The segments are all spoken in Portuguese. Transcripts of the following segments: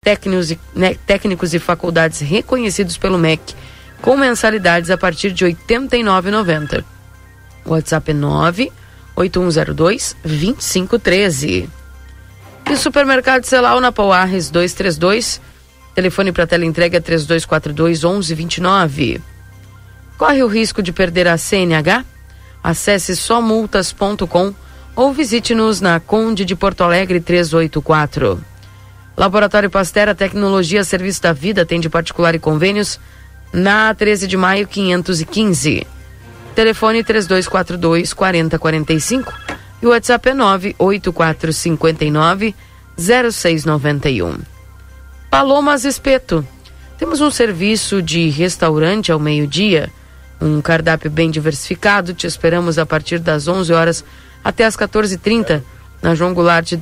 técnicos e faculdades reconhecidos pelo MEC, com mensalidades a partir de R$ 89,90. O WhatsApp é 98102-2513. E Supermercado Celal na Pauarres 232, telefone para teleentrega 3242-1129. Corre o risco de perder a CNH? Acesse somultas.com ou visite-nos na Conde de Porto Alegre 384. Laboratório Pastera, tecnologia, serviço da vida, atende particular e convênios na 13 de maio 515. Telefone 3242-4045 e o WhatsApp é 98459-0691. Palomas Espeto. Temos um serviço de restaurante ao meio-dia, um cardápio bem diversificado. Te esperamos a partir das 11 horas até as 14h30, na João Goulart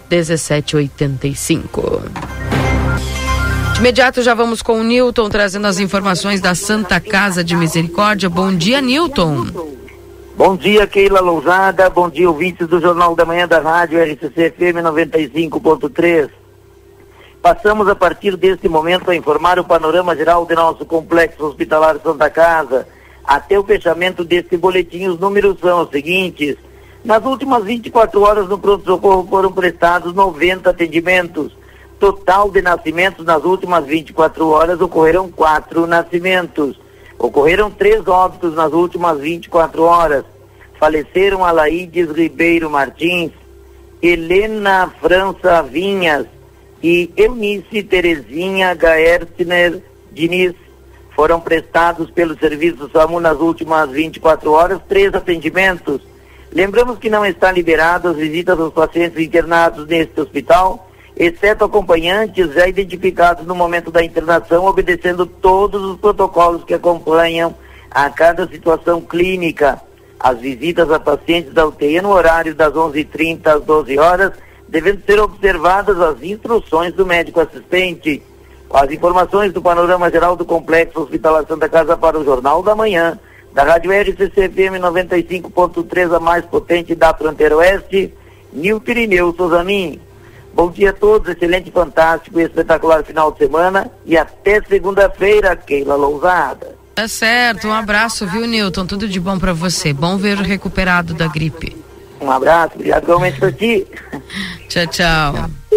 1785. De imediato já vamos com o Newton, trazendo as informações da Santa Casa de Misericórdia. Bom dia, Newton. Bom dia, Keila Lousada. Bom dia, ouvintes do Jornal da Manhã da Rádio RCC FM 95.3. Passamos a partir deste momento a informar o panorama geral de nosso complexo hospitalar Santa Casa. Até o fechamento deste boletim, os números são os seguintes. Nas últimas 24 horas no pronto-socorro foram prestados 90 atendimentos. Total de nascimentos nas últimas 24 horas ocorreram 4 nascimentos. Ocorreram 3 óbitos nas últimas 24 horas. Faleceram Alaídes Ribeiro Martins, Helena França Vinhas e Eunice Terezinha Gaertner Diniz. Foram prestados pelo Serviço SAMU nas últimas 24 horas 3 atendimentos. Lembramos que não está liberado as visitas aos pacientes internados neste hospital, exceto acompanhantes já identificados no momento da internação, obedecendo todos os protocolos que acompanham a cada situação clínica. As visitas a pacientes da UTI no horário das 11h30 às 12 horas, devendo ser observadas as instruções do médico assistente. As informações do panorama geral do Complexo Hospitalar Santa Casa para o Jornal da Manhã, da Rádio RCC FM 95.3, a mais potente da fronteira oeste, Nilton Irineu Souzamin. Bom dia a todos, excelente, fantástico e espetacular final de semana e até segunda-feira, Keila Lousada. Tá certo, um abraço, viu, Nilton? Tudo de bom pra você, bom ver o recuperado da gripe. Um abraço, obrigado igualmente pra ti. Tchau, tchau.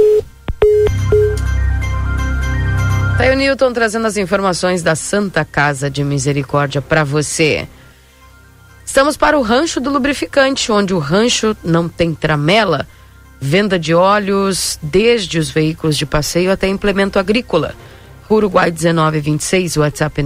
Tá aí o Nilton trazendo as informações da Santa Casa de Misericórdia para você. Estamos para o Rancho do Lubrificante, onde o rancho não tem tramela, venda de óleos, desde os veículos de passeio até implemento agrícola. Uruguai 1926, WhatsApp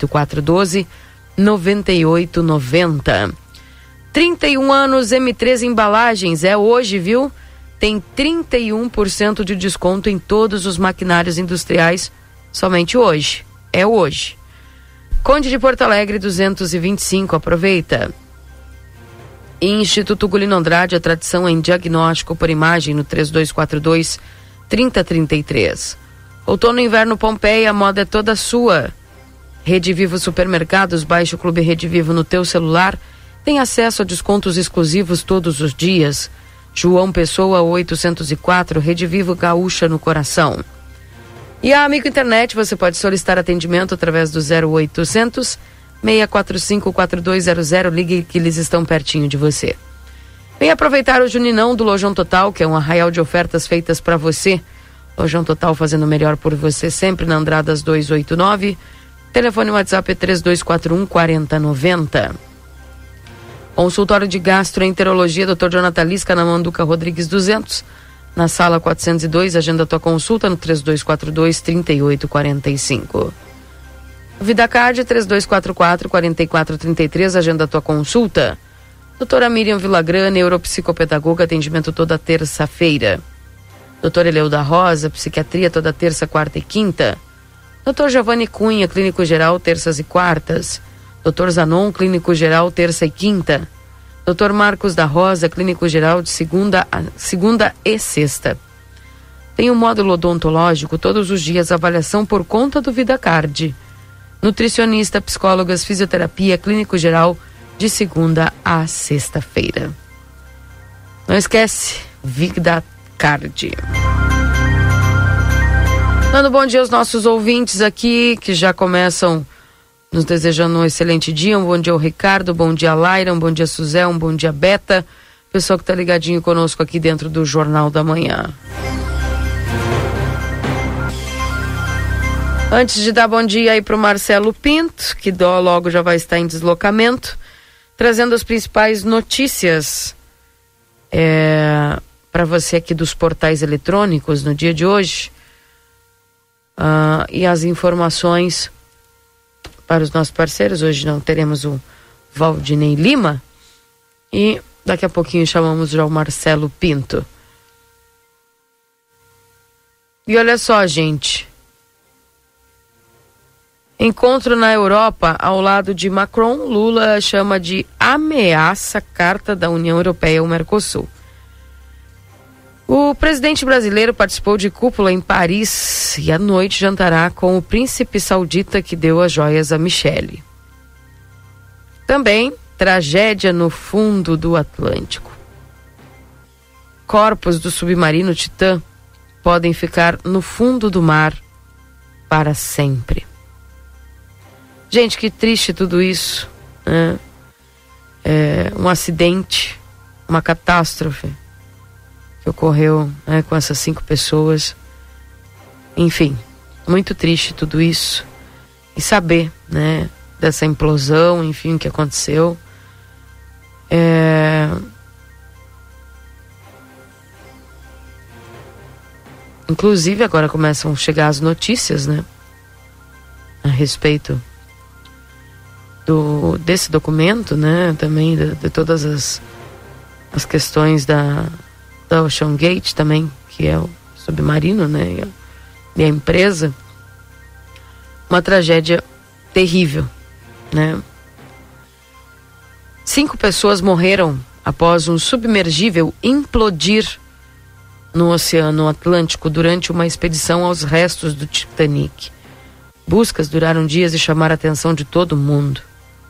98412-9890. 31 anos M3 Embalagens, é hoje, viu? Tem 31% de desconto em todos os maquinários industriais. Somente hoje. É hoje. Conde de Porto Alegre 225, aproveita. Instituto Gulino Andrade, a tradição em diagnóstico por imagem no 3242-3033. Outono e inverno Pompeia, a moda é toda sua. Rede Vivo Supermercados, baixe o Clube Rede Vivo no teu celular. Tem acesso a descontos exclusivos todos os dias. João Pessoa 804, Rede Vivo Gaúcha no coração. E a Amigo Internet, você pode solicitar atendimento através do 0800 645 4200, ligue que eles estão pertinho de você. Vem aproveitar o Juninão do Lojão Total, que é um arraial de ofertas feitas para você. Lojão Total fazendo o melhor por você sempre na Andradas 289. Telefone WhatsApp é 3241 4090. Consultório de Gastroenterologia, Dr. Jonathan Lisca, na Manduca Rodrigues 200. Na sala 402, agenda tua consulta no 3242-3845. VidaCard 3244-4433, agenda tua consulta. Doutora Miriam Villagrã, neuropsicopedagoga, atendimento toda terça-feira. Doutor Eleuda Rosa, psiquiatria toda terça, quarta e quinta. Doutor Giovanni Cunha, clínico geral, terças e quartas. Doutor Zanon, clínico geral, terça e quinta. Dr. Marcos da Rosa, clínico geral, de segunda e sexta. Tem um módulo odontológico todos os dias, avaliação por conta do VidaCard. Nutricionista, psicólogas, fisioterapia, clínico geral, de segunda a sexta-feira. Não esquece, VidaCard. Dando bom dia aos nossos ouvintes aqui, que já começam nos desejando um excelente dia. Um bom dia ao Ricardo, bom dia a Laira, um bom dia a Suzé, um bom dia a Beta. Pessoal que está ligadinho conosco aqui dentro do Jornal da Manhã. Antes de dar bom dia aí para o Marcelo Pinto, que logo já vai estar em deslocamento, trazendo as principais notícias para você aqui dos portais eletrônicos no dia de hoje. E as informações para os nossos parceiros. Hoje não teremos o Valdinei Lima e daqui a pouquinho chamamos já o Marcelo Pinto. E olha só, gente, encontro na Europa ao lado de Macron, Lula chama de ameaça carta da União Europeia ao Mercosul. O presidente brasileiro participou de cúpula em Paris e à noite jantará com o príncipe saudita que deu as joias a Michele. Também tragédia no fundo do Atlântico. Corpos do submarino Titã podem ficar no fundo do mar para sempre. Gente, que triste tudo isso, né? Um acidente, uma catástrofe que ocorreu, né, com essas 5 pessoas. Enfim, muito triste tudo isso. E saber, né, dessa implosão, enfim, que aconteceu. Inclusive agora começam a chegar as notícias, né, a respeito desse documento, né, também de todas as questões da Ocean Gate também, que é o submarino, né, e a empresa. Uma tragédia terrível, né? 5 pessoas morreram após um submergível implodir no Oceano Atlântico durante uma expedição aos restos do Titanic. Buscas duraram dias e chamaram a atenção de todo mundo.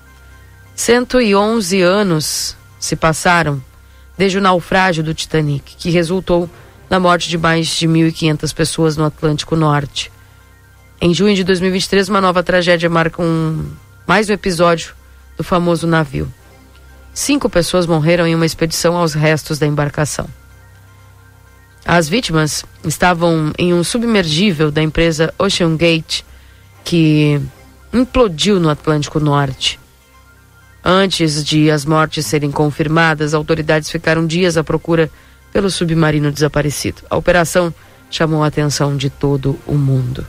111 anos se passaram desde o naufrágio do Titanic, que resultou na morte de mais de 1.500 pessoas no Atlântico Norte. Em junho de 2023, uma nova tragédia marca mais um episódio do famoso navio. 5 pessoas morreram em uma expedição aos restos da embarcação. As vítimas estavam em um submergível da empresa Ocean Gate, que implodiu no Atlântico Norte. Antes de as mortes serem confirmadas, autoridades ficaram dias à procura pelo submarino desaparecido. A operação chamou a atenção de todo o mundo.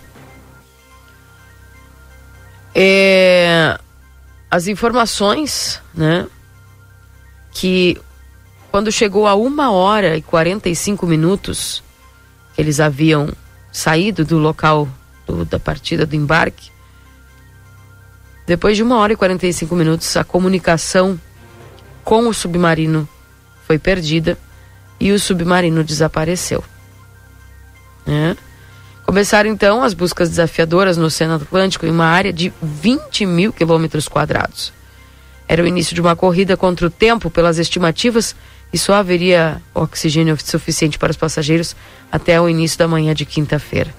As informações, né, que quando chegou a 1h45 que eles haviam saído do local da partida do embarque, depois de 1h45, a comunicação com o submarino foi perdida e o submarino desapareceu, né? Começaram então as buscas desafiadoras no Oceano Atlântico em uma área de 20.000 km². Era o início de uma corrida contra o tempo pelas estimativas e só haveria oxigênio suficiente para os passageiros até o início da manhã de quinta-feira.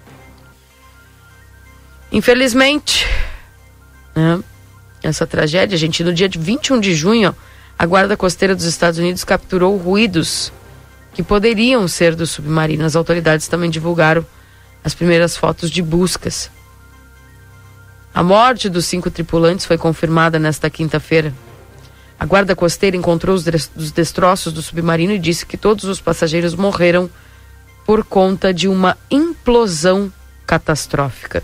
Infelizmente, né, essa tragédia, gente, no dia de 21 de junho, a Guarda Costeira dos Estados Unidos capturou ruídos que poderiam ser do submarino. As autoridades também divulgaram as primeiras fotos de buscas. A morte dos 5 tripulantes foi confirmada nesta quinta-feira. A Guarda Costeira encontrou os destroços do submarino e disse que todos os passageiros morreram por conta de uma implosão catastrófica.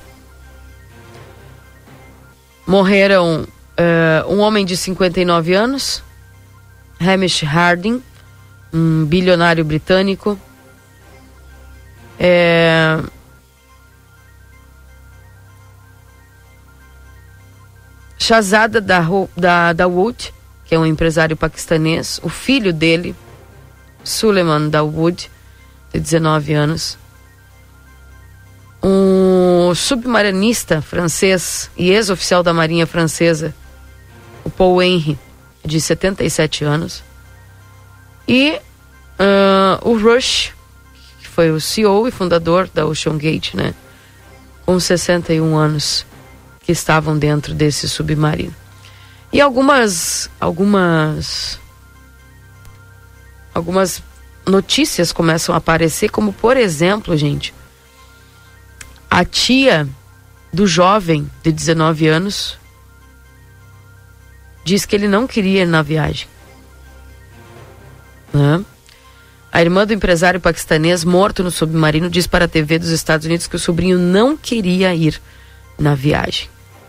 Morreram um homem de 59 anos, Hamish Harding, um bilionário britânico, Shahzada Dawood, que é um empresário paquistanês, o filho dele, Suleiman Dawood, de 19 anos, um submarinista francês e ex-oficial da Marinha Francesa, o Paul Henry, de 77 anos, e o Rush, que foi o CEO e fundador da OceanGate, né? Com 61 anos, que estavam dentro desse submarino. E algumas notícias começam a aparecer, como por exemplo, gente, a tia do jovem de 19 anos diz que ele não queria ir na viagem, né? A irmã do empresário paquistanês morto no submarino diz para a TV dos Estados Unidos que o sobrinho não queria ir na viagem.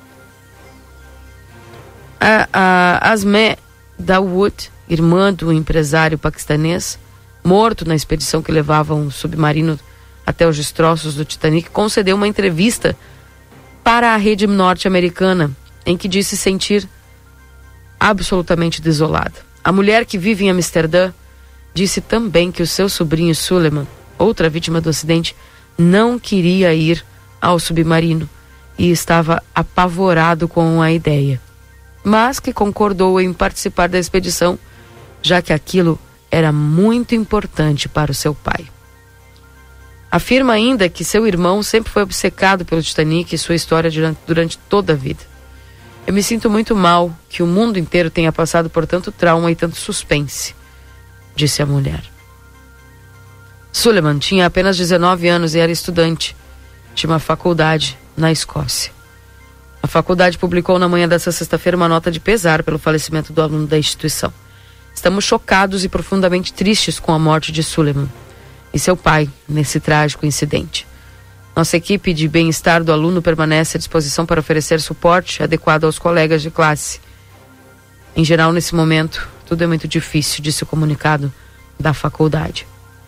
A Asme Dawood, irmã do empresário paquistanês, morto na expedição que levava um submarino até os destroços do Titanic, concedeu uma entrevista para a rede norte-americana, em que disse sentir absolutamente desolada. A mulher, que vive em Amsterdã, disse também que o seu sobrinho Suleiman, outra vítima do acidente, não queria ir ao submarino e estava apavorado com a ideia, mas que concordou em participar da expedição, já que aquilo era muito importante para o seu pai. Afirma ainda que seu irmão sempre foi obcecado pelo Titanic e sua história durante toda a vida. Eu me sinto muito mal que o mundo inteiro tenha passado por tanto trauma e tanto suspense, disse a mulher. Suleiman tinha apenas 19 anos e era estudante de uma faculdade na Escócia. A faculdade publicou na manhã desta sexta-feira uma nota de pesar pelo falecimento do aluno da instituição. Estamos chocados e profundamente tristes com a morte de Suleiman e seu pai nesse trágico incidente. Nossa equipe de bem-estar do aluno permanece à disposição para oferecer suporte adequado aos colegas de classe. Em geral, nesse momento, tudo é muito difícil, disse o comunicado da faculdade.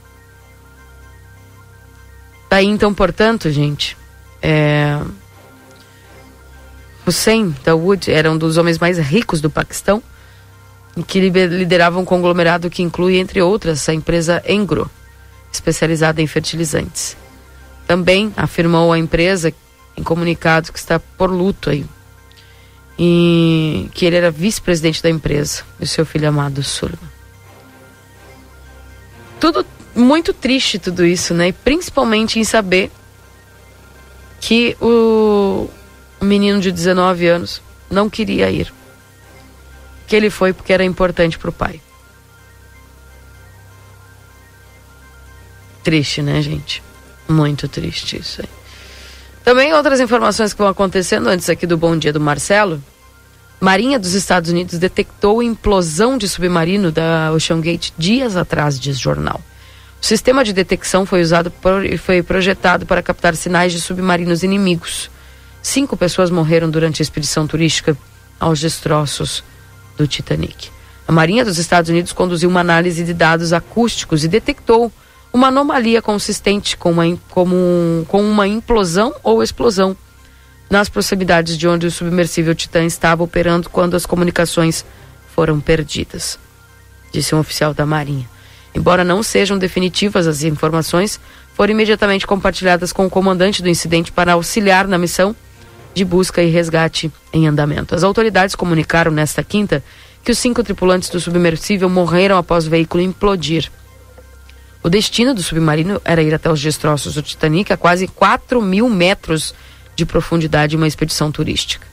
Daí então, portanto, gente, Hussein Dawood era um dos homens mais ricos do Paquistão, que liderava um conglomerado que inclui, entre outras, a empresa Engro, especializada em fertilizantes. Também afirmou a empresa em comunicado que está por luto aí, e que ele era vice-presidente da empresa e seu filho amado Suleiman. Tudo muito triste, tudo isso, né? E principalmente em saber que o menino de 19 anos não queria ir. Que ele foi porque era importante para o pai. Triste, né, gente? Muito triste isso aí. Também outras informações que vão acontecendo antes aqui do Bom Dia do Marcelo. Marinha dos Estados Unidos detectou implosão de submarino da OceanGate dias atrás, diz jornal. O sistema de detecção foi projetado para captar sinais de submarinos inimigos. 5 pessoas morreram durante a expedição turística aos destroços do Titanic. A Marinha dos Estados Unidos conduziu uma análise de dados acústicos e detectou uma anomalia consistente com uma implosão ou explosão nas proximidades de onde o submersível Titã estava operando quando as comunicações foram perdidas, disse um oficial da Marinha. Embora não sejam definitivas, as informações foram imediatamente compartilhadas com o comandante do incidente para auxiliar na missão de busca e resgate em andamento. As autoridades comunicaram nesta quinta que os 5 tripulantes do submersível morreram após o veículo implodir. O destino do submarino era ir até os destroços do Titanic a quase 4.000 metros de profundidade em uma expedição turística.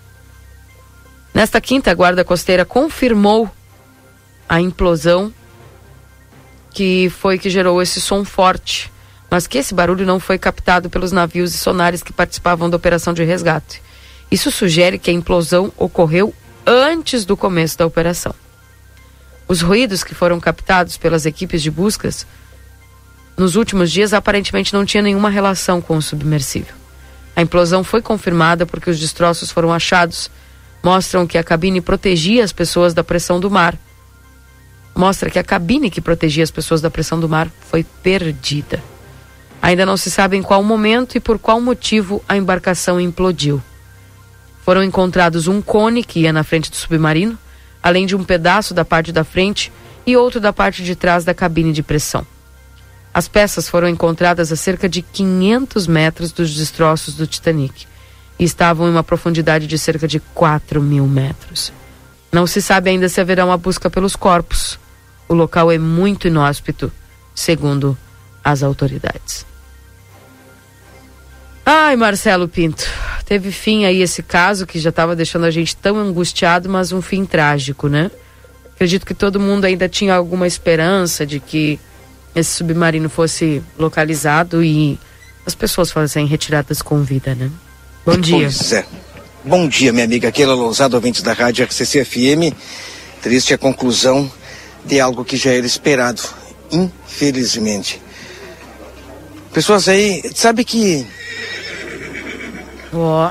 Nesta quinta, a Guarda Costeira confirmou a implosão que gerou esse som forte, mas que esse barulho não foi captado pelos navios e sonares que participavam da operação de resgate. Isso sugere que a implosão ocorreu antes do começo da operação. Os ruídos que foram captados pelas equipes de buscas nos últimos dias aparentemente não tinham nenhuma relação com o submersível. A implosão foi confirmada porque os destroços foram achados. Mostram que a cabine protegia as pessoas da pressão do mar. Mostra que a cabine que protegia as pessoas da pressão do mar foi perdida. Ainda não se sabe em qual momento e por qual motivo a embarcação implodiu. Foram encontrados um cone que ia na frente do submarino, além de um pedaço da parte da frente e outro da parte de trás da cabine de pressão. As peças foram encontradas a cerca de 500 metros dos destroços do Titanic e estavam em uma profundidade de cerca de 4.000 metros. Não se sabe ainda se haverá uma busca pelos corpos. O local é muito inóspito, segundo às autoridades. Ai, Marcelo Pinto, teve fim aí esse caso que já estava deixando a gente tão angustiado, mas um fim trágico, né? Acredito que todo mundo ainda tinha alguma esperança de que esse submarino fosse localizado e as pessoas fossem retiradas com vida, né? Bom dia. Pois é. Bom dia, minha amiga Keila Lousada, ouvintes da Rádio RCC FM. Triste a conclusão de algo que já era esperado, infelizmente. Pessoas aí, sabe que... Ó.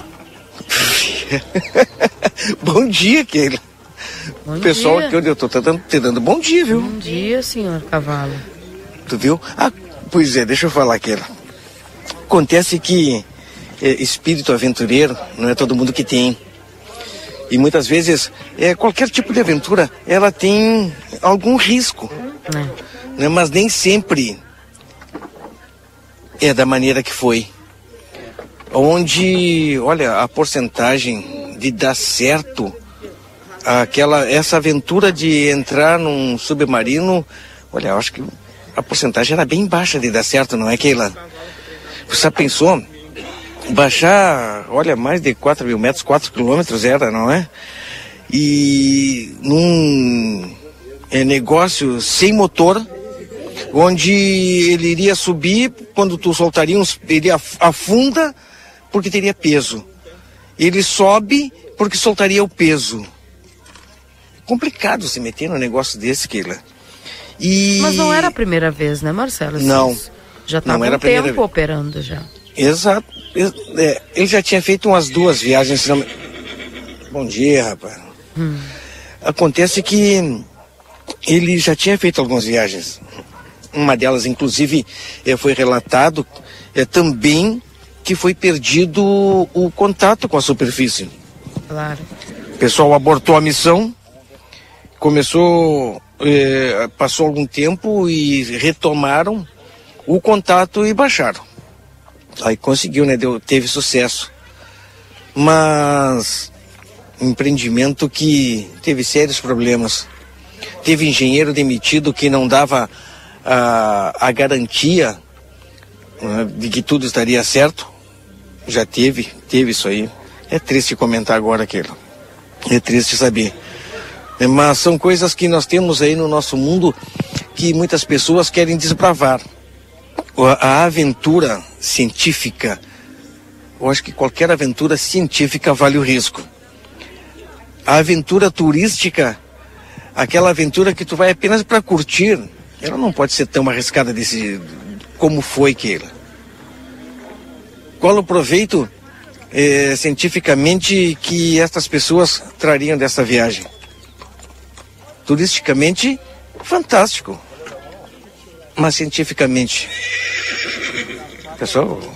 Bom dia, Keila. Bom Pessoal, dia. aqui onde eu tô te dando bom dia, viu? Bom dia, senhor Cavalo. Tu viu? Ah, pois é, deixa eu falar, Keila. Acontece que espírito aventureiro não é todo mundo que tem. E muitas vezes, qualquer tipo de aventura, ela tem algum risco. Né? Mas nem sempre é da maneira que foi. Onde, olha, a porcentagem de dar certo, essa aventura de entrar num submarino, olha, eu acho que a porcentagem era bem baixa de dar certo, não é, Keila? Você pensou? Baixar, olha, mais de 4 mil metros, 4 quilômetros era, não é? E num negócio sem motor, onde ele iria subir, quando tu soltaria ele afunda porque teria peso. Ele sobe porque soltaria o peso. Complicado se meter num negócio desse, Keila. Mas não era a primeira vez, né, Marcelo? Não. Já estava um tempo operando já. Exato. Ele já tinha feito umas 2 viagens. Bom dia, rapaz. Acontece que ele já tinha feito algumas viagens. Uma delas, inclusive, foi relatado também que foi perdido o contato com a superfície. Claro. O pessoal abortou a missão, passou algum tempo e retomaram o contato e baixaram. Aí conseguiu, né? Teve sucesso. Mas um empreendimento que teve sérios problemas. Teve engenheiro demitido que não dava a garantia, né, de que tudo estaria certo. Já teve isso aí. É triste comentar agora aquilo. É triste saber. Mas são coisas que nós temos aí no nosso mundo que muitas pessoas querem desbravar. A aventura científica, eu acho que qualquer aventura científica vale o risco. A aventura turística, aquela aventura que tu vai apenas para curtir, ela não pode ser tão arriscada como foi, Keila. Qual o proveito cientificamente que estas pessoas trariam dessa viagem? Turisticamente, fantástico. Mas cientificamente, pessoal,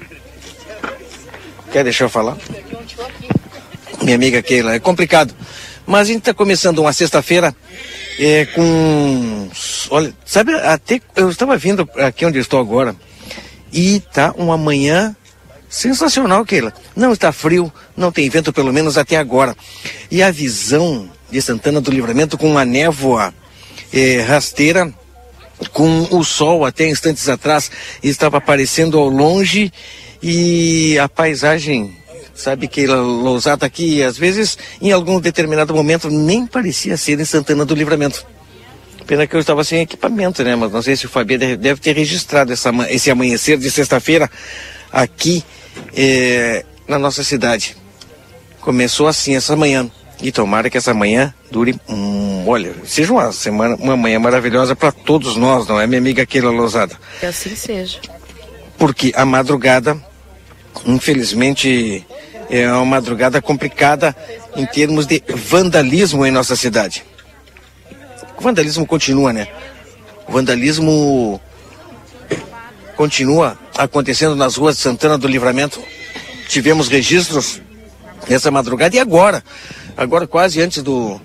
quer deixar eu falar? Minha amiga Keila, é complicado. Mas a gente está começando uma sexta-feira com... Olha, sabe, até eu estava vindo aqui onde eu estou agora e tá uma manhã sensacional, Keila. Não está frio, não tem vento, pelo menos até agora. E a visão de Santana do Livramento com uma névoa rasteira, com o sol até instantes atrás estava aparecendo ao longe, e a paisagem, sabe, Keila Lousada, aqui às vezes em algum determinado momento nem parecia ser em Santana do Livramento. Pena que eu estava sem equipamento, né? Mas não sei se o Fabi deve ter registrado esse amanhecer de sexta-feira aqui na nossa cidade. Começou assim essa manhã. E tomara que essa manhã dure, olha, seja uma manhã maravilhosa para todos nós, não é, minha amiga Keila Lousada? Que assim seja. Porque a madrugada, infelizmente, é uma madrugada complicada em termos de vandalismo em nossa cidade. O vandalismo continua, né? O vandalismo continua acontecendo nas ruas de Santana do Livramento. Tivemos registros essa madrugada e agora quase antes do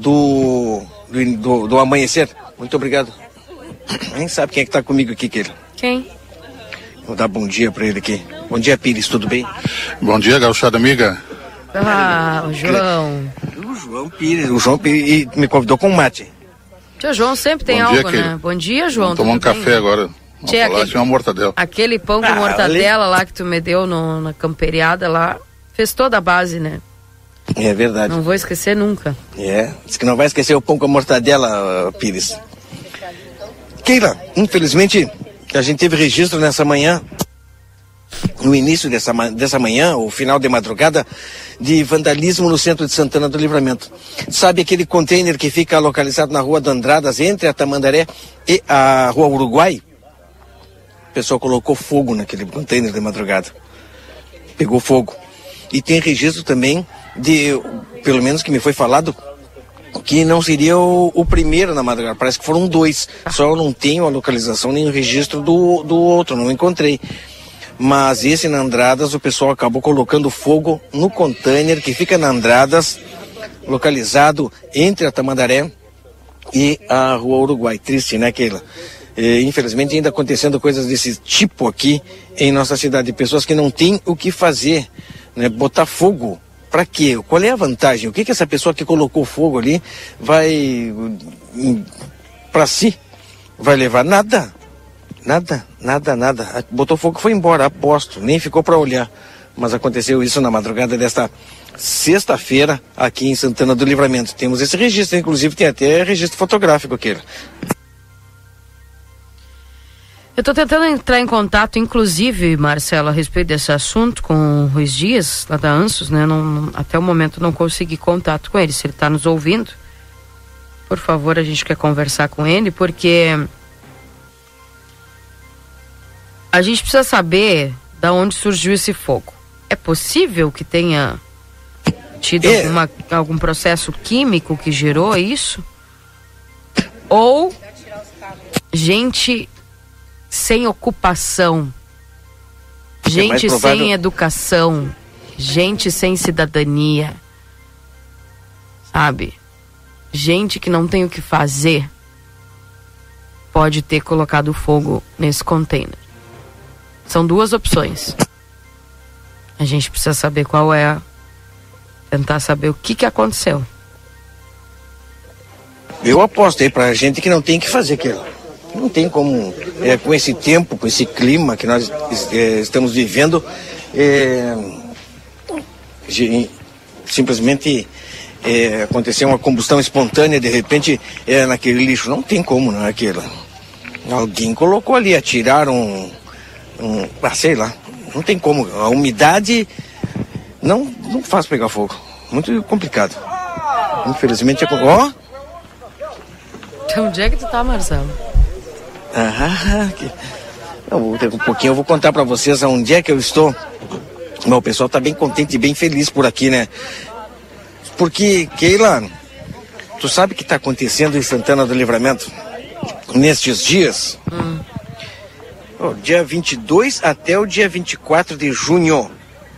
amanhecer. Muito obrigado. Nem sabe quem é que está comigo aqui, Keila. Quem? Vou dar bom dia para ele aqui. Bom dia, Pires, tudo bem? Bom dia, gauchada amiga. O João. O João Pires me convidou com um mate. Tio João sempre tem Bom dia, algo, né? Bom dia, João. Tomar um café agora. Uma mortadela. Aquele pão com mortadela lá que tu me deu na camperiada lá, fez toda a base, né? É verdade. Não vou esquecer nunca. Diz que não vai esquecer o pão com a mortadela, Pires. Keila, infelizmente, a gente teve registro nessa manhã, no início dessa manhã, o final de madrugada, de vandalismo no centro de Santana do Livramento. Sabe aquele container que fica localizado na Rua do Andradas, entre a Tamandaré e a Rua Uruguai? O pessoal colocou fogo naquele container de madrugada. Pegou fogo. E tem registro também de, pelo menos que me foi falado, que não seria o primeiro na madrugada. Parece que foram 2. Só eu não tenho a localização nem o registro do outro, não encontrei. Mas esse na Andradas, o pessoal acabou colocando fogo no container que fica na Andradas, localizado entre a Tamandaré e a Rua Uruguai. Triste, né, Keila? Infelizmente ainda acontecendo coisas desse tipo aqui em nossa cidade. Pessoas que não têm o que fazer, né? Botar fogo. Para quê? Qual é a vantagem? O que essa pessoa que colocou fogo ali vai para si? Vai levar nada. Nada. Botou fogo e foi embora, aposto. Nem ficou para olhar. Mas aconteceu isso na madrugada desta sexta-feira aqui em Santana do Livramento. Temos esse registro, inclusive tem até registro fotográfico aqui. Eu estou tentando entrar em contato, inclusive, Marcelo, a respeito desse assunto com o Ruiz Dias, lá da Ansos, né? Até o momento não consegui contato com ele. Se ele está nos ouvindo, por favor, a gente quer conversar com ele, porque a gente precisa saber de onde surgiu esse fogo. É possível que tenha tido algum processo químico que gerou isso? Ou gente sem ocupação, gente sem educação, gente sem cidadania, sabe? Gente que não tem o que fazer pode ter colocado fogo nesse container. São 2 opções. A gente precisa saber qual é, tentar saber o que aconteceu. Eu aposto aí pra gente que não tem o que fazer aquilo. Não tem como, com esse tempo, com esse clima que nós estamos vivendo, simplesmente acontecer uma combustão espontânea de repente naquele lixo. Não tem como, não é aquilo. Alguém colocou ali, atiraram sei lá, não tem como. A umidade não faz pegar fogo. Muito complicado. Infelizmente Então, onde é que tu tá, Marcelo? Daqui um pouquinho eu vou contar pra vocês onde é que eu estou. Mas o pessoal tá bem contente e bem feliz por aqui, né? Porque, Keila, tu sabe o que tá acontecendo em Santana do Livramento nestes dias? Dia 22 até o dia 24 de junho.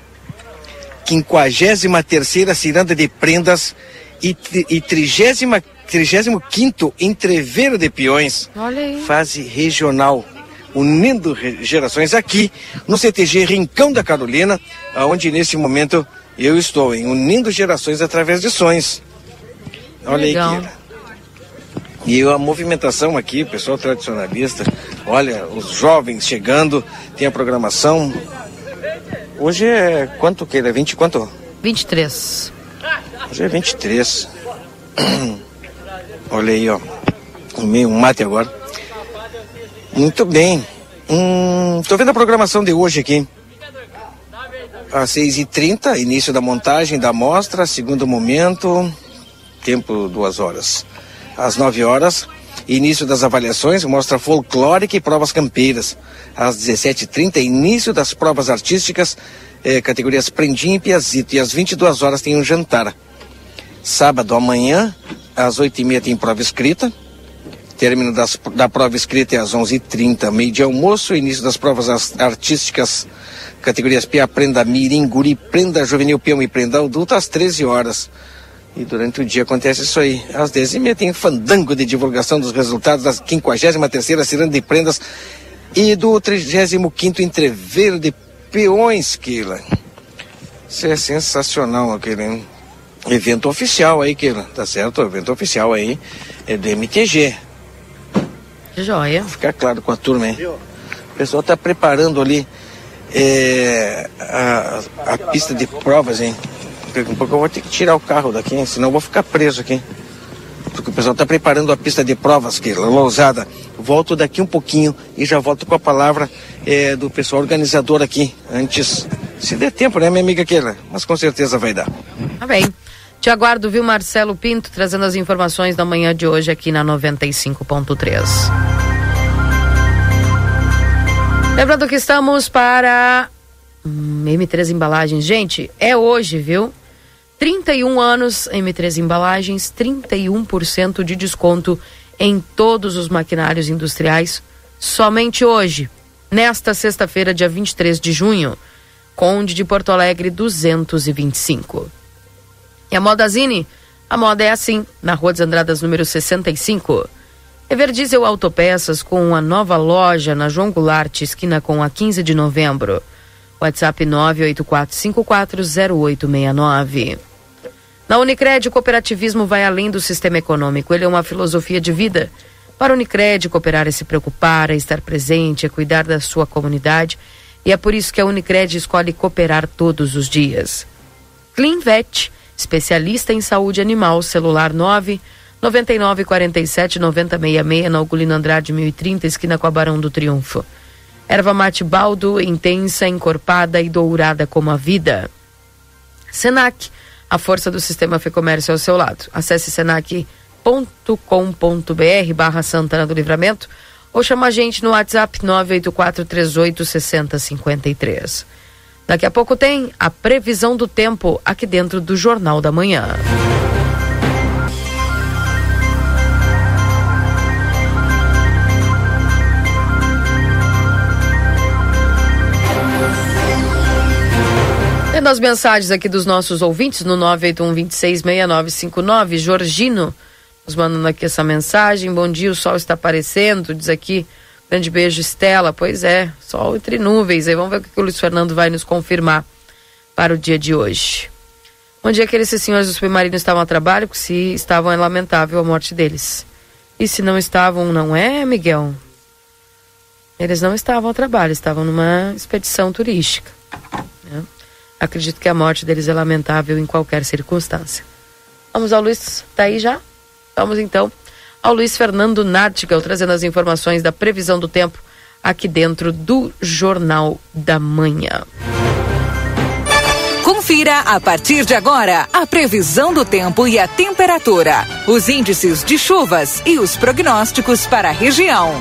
53ª Ciranda de Prendas e 35º Entreveiro de Peões. Olha aí. Fase regional, unindo gerações aqui no CTG Rincão da Carolina, onde nesse momento eu estou, unindo gerações através de sonhos. Olha legal. Aí, Kira. E a movimentação aqui, o pessoal tradicionalista, olha, os jovens chegando, tem a programação. Hoje é quanto, Keila? 20 quanto? 23. Hoje é 23. Olha aí, ó. Comi um mate agora. Muito bem. Tô vendo a programação de hoje aqui. Às 6h30, início da montagem da mostra, segundo momento, tempo 2 horas. Às 9 horas, início das avaliações, mostra folclórica e provas campeiras. Às 17h30, início das provas artísticas, categorias Prendim e Piazito. E às 22 horas tem um jantar. Sábado, amanhã, às 8h30 tem prova escrita. Término da prova escrita é às 11h30, meio de almoço. Início das provas artísticas, categorias Pia, Prenda Mirim, Guri, Prenda Juvenil, Peão e Prenda Adulta, às 13 horas. E durante o dia acontece isso aí. Às 10h30 tem fandango de divulgação dos resultados da 53ª Ciranda de Prendas e do 35º Entreveiro de Peões, Keila. Isso é sensacional, aquele, hein? Evento oficial aí, Keila, tá certo? Evento oficial aí é do MTG. Joia. Vou ficar claro com a turma, hein? pessoal está preparando ali a pista de provas, hein? Daqui a pouco eu vou ter que tirar o carro daqui, hein? Senão eu vou ficar preso aqui. Porque o pessoal está preparando a pista de provas, que Lousada. Volto daqui um pouquinho e já volto com a palavra do pessoal organizador aqui, antes, se der tempo, né, minha amiga Keila? Mas com certeza vai dar. Tá bem. Te aguardo, viu, Marcelo Pinto, trazendo as informações da manhã de hoje aqui na 95.3. Lembrando que estamos para M3 Embalagens. Gente, é hoje, viu? 31 anos, M3 Embalagens, 31% de desconto em todos os maquinários industriais, somente hoje, nesta sexta-feira, dia 23 de junho, Conde de Porto Alegre 225. E a Modazine? A moda é assim, na Rua dos Andradas, número 65. Everdiesel Autopeças com a nova loja na João Goulart, esquina com a 15 de novembro. WhatsApp 984540869. Na Unicred, o cooperativismo vai além do sistema econômico. Ele é uma filosofia de vida. Para a Unicred, cooperar é se preocupar, é estar presente, é cuidar da sua comunidade. E é por isso que a Unicred escolhe cooperar todos os dias. Cleanvet, especialista em saúde animal, celular 999479066, na Ugolino Andrade 1030, esquina com a Barão do Triunfo. Erva mate baldo, intensa, encorpada e dourada como a vida. Senac, a força do sistema Fecomércio ao seu lado. Acesse senac.com.br/Santana do Livramento ou chama a gente no WhatsApp 984386053. Daqui a pouco tem a previsão do tempo aqui dentro do Jornal da Manhã. Tendo as mensagens aqui dos nossos ouvintes no 981266959, Jorgino nos mandando aqui essa mensagem. Bom dia, o sol está aparecendo, diz aqui. Grande beijo, Estela. Pois é, sol entre nuvens. Aí vamos ver o que o Luiz Fernando vai nos confirmar para o dia de hoje. Bom dia, aqueles senhores do submarino estavam a trabalho, porque se estavam é lamentável a morte deles. E se não estavam, não é, Miguel? Eles não estavam a trabalho, estavam numa expedição turística, né? Acredito que a morte deles é lamentável em qualquer circunstância. Vamos ao Luiz, tá aí já? Vamos então ao Luiz Fernando Nartigal, trazendo as informações da previsão do tempo aqui dentro do Jornal da Manhã. Confira a partir de agora a previsão do tempo e a temperatura, os índices de chuvas e os prognósticos para a região.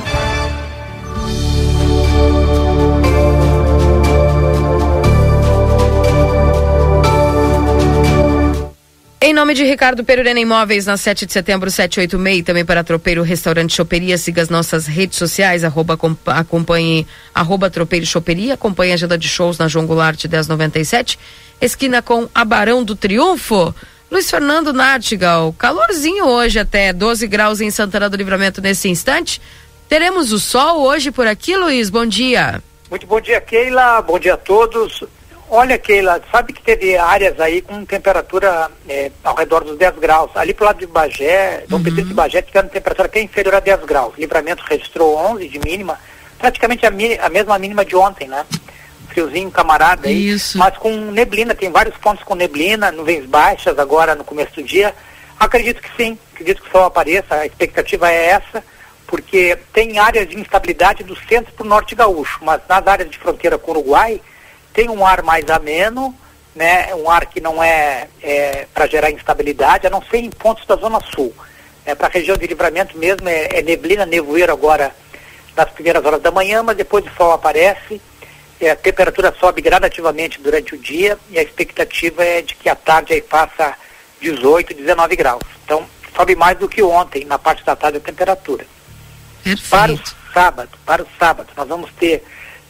Em nome de Ricardo Perurena Imóveis, na 7 de setembro, 786, também para Tropeiro Restaurante Choperia, siga as nossas redes sociais, acompanhe, Tropeiro Choperia, acompanhe a agenda de shows na João Goulart 1097, esquina com a Barão do Triunfo. Luiz Fernando Nartigal, calorzinho hoje, até 12 graus em Santana do Livramento nesse instante. Teremos o sol hoje por aqui, Luiz, bom dia. Muito bom dia, Keila, bom dia a todos. Olha, Keila, sabe que teve áreas aí com temperatura ao redor dos 10 graus. Ali pro lado de Bagé, Dom Pedro de Bagé, tivendo temperatura até inferior a 10 graus. Livramento registrou 11 de mínima, praticamente a mesma mínima de ontem, né? Friozinho, camarada aí. Isso. Mas com neblina, tem vários pontos com neblina, nuvens baixas agora no começo do dia. Acredito que sim, acredito que o sol apareça, a expectativa é essa, porque tem áreas de instabilidade do centro pro norte gaúcho, mas nas áreas de fronteira com o Uruguai, tem um ar mais ameno, né? Um ar que não é para gerar instabilidade, a não ser em pontos da Zona Sul. Para a região de Livramento mesmo é neblina, nevoeiro agora nas primeiras horas da manhã, mas depois o sol aparece, a temperatura sobe gradativamente durante o dia e a expectativa é de que à tarde aí faça 18, 19 graus. Então sobe mais do que ontem na parte da tarde a temperatura. Perfeito. Para o sábado, nós vamos ter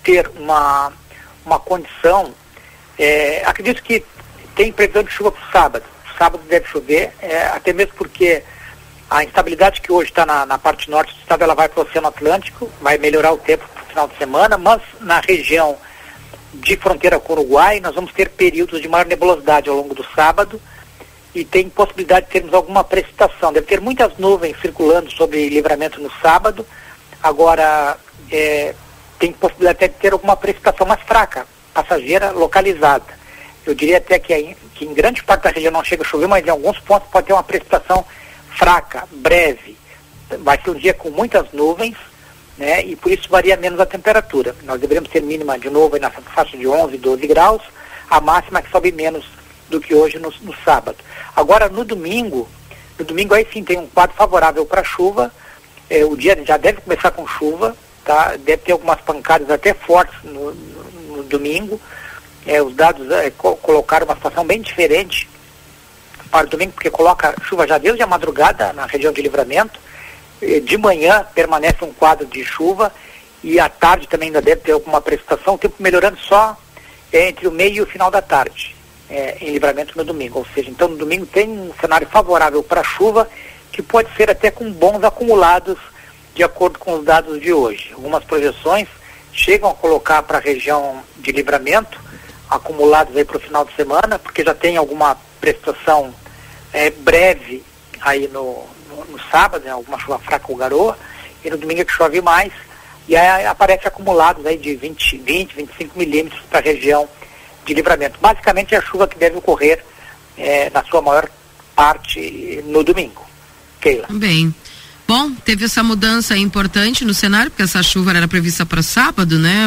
uma condição, acredito que tem previsão de chuva para o sábado. Sábado deve chover, até mesmo porque a instabilidade que hoje está na parte norte do estado, ela vai para o Oceano Atlântico, vai melhorar o tempo para o final de semana, mas na região de fronteira com o Uruguai, nós vamos ter períodos de maior nebulosidade ao longo do sábado e tem possibilidade de termos alguma precipitação. Deve ter muitas nuvens circulando sobre Livramento no sábado. Agora, tem possibilidade até de ter alguma precipitação mais fraca, passageira, localizada. Eu diria até que em grande parte da região não chega a chover, mas em alguns pontos pode ter uma precipitação fraca, breve. Vai ser um dia com muitas nuvens, né? E por isso varia menos a temperatura. Nós deveríamos ter mínima de novo aí na faixa de 11, 12 graus, a máxima que sobe menos do que hoje no sábado. Agora no domingo aí sim tem um quadro favorável para chuva. O dia já deve começar com chuva, tá? Deve ter algumas pancadas até fortes no domingo. Os dados colocaram uma situação bem diferente para o domingo, porque coloca chuva já desde a madrugada na região de Livramento. De manhã permanece um quadro de chuva e à tarde também ainda deve ter alguma precipitação, o tempo melhorando só entre o meio e o final da tarde, em Livramento no domingo. Ou seja, então no domingo tem um cenário favorável para chuva, que pode ser até com bons acumulados, de acordo com os dados de hoje. Algumas projeções chegam a colocar para a região de Livramento acumulados aí para o final de semana, porque já tem alguma precipitação breve aí no sábado, né, alguma chuva fraca ou garoa, e no domingo é que chove mais, e aí aparece acumulados aí de 20, 25 milímetros para a região de Livramento. Basicamente é a chuva que deve ocorrer na sua maior parte no domingo. Keila. Bem, bom, teve essa mudança importante no cenário, porque essa chuva era prevista para sábado, né,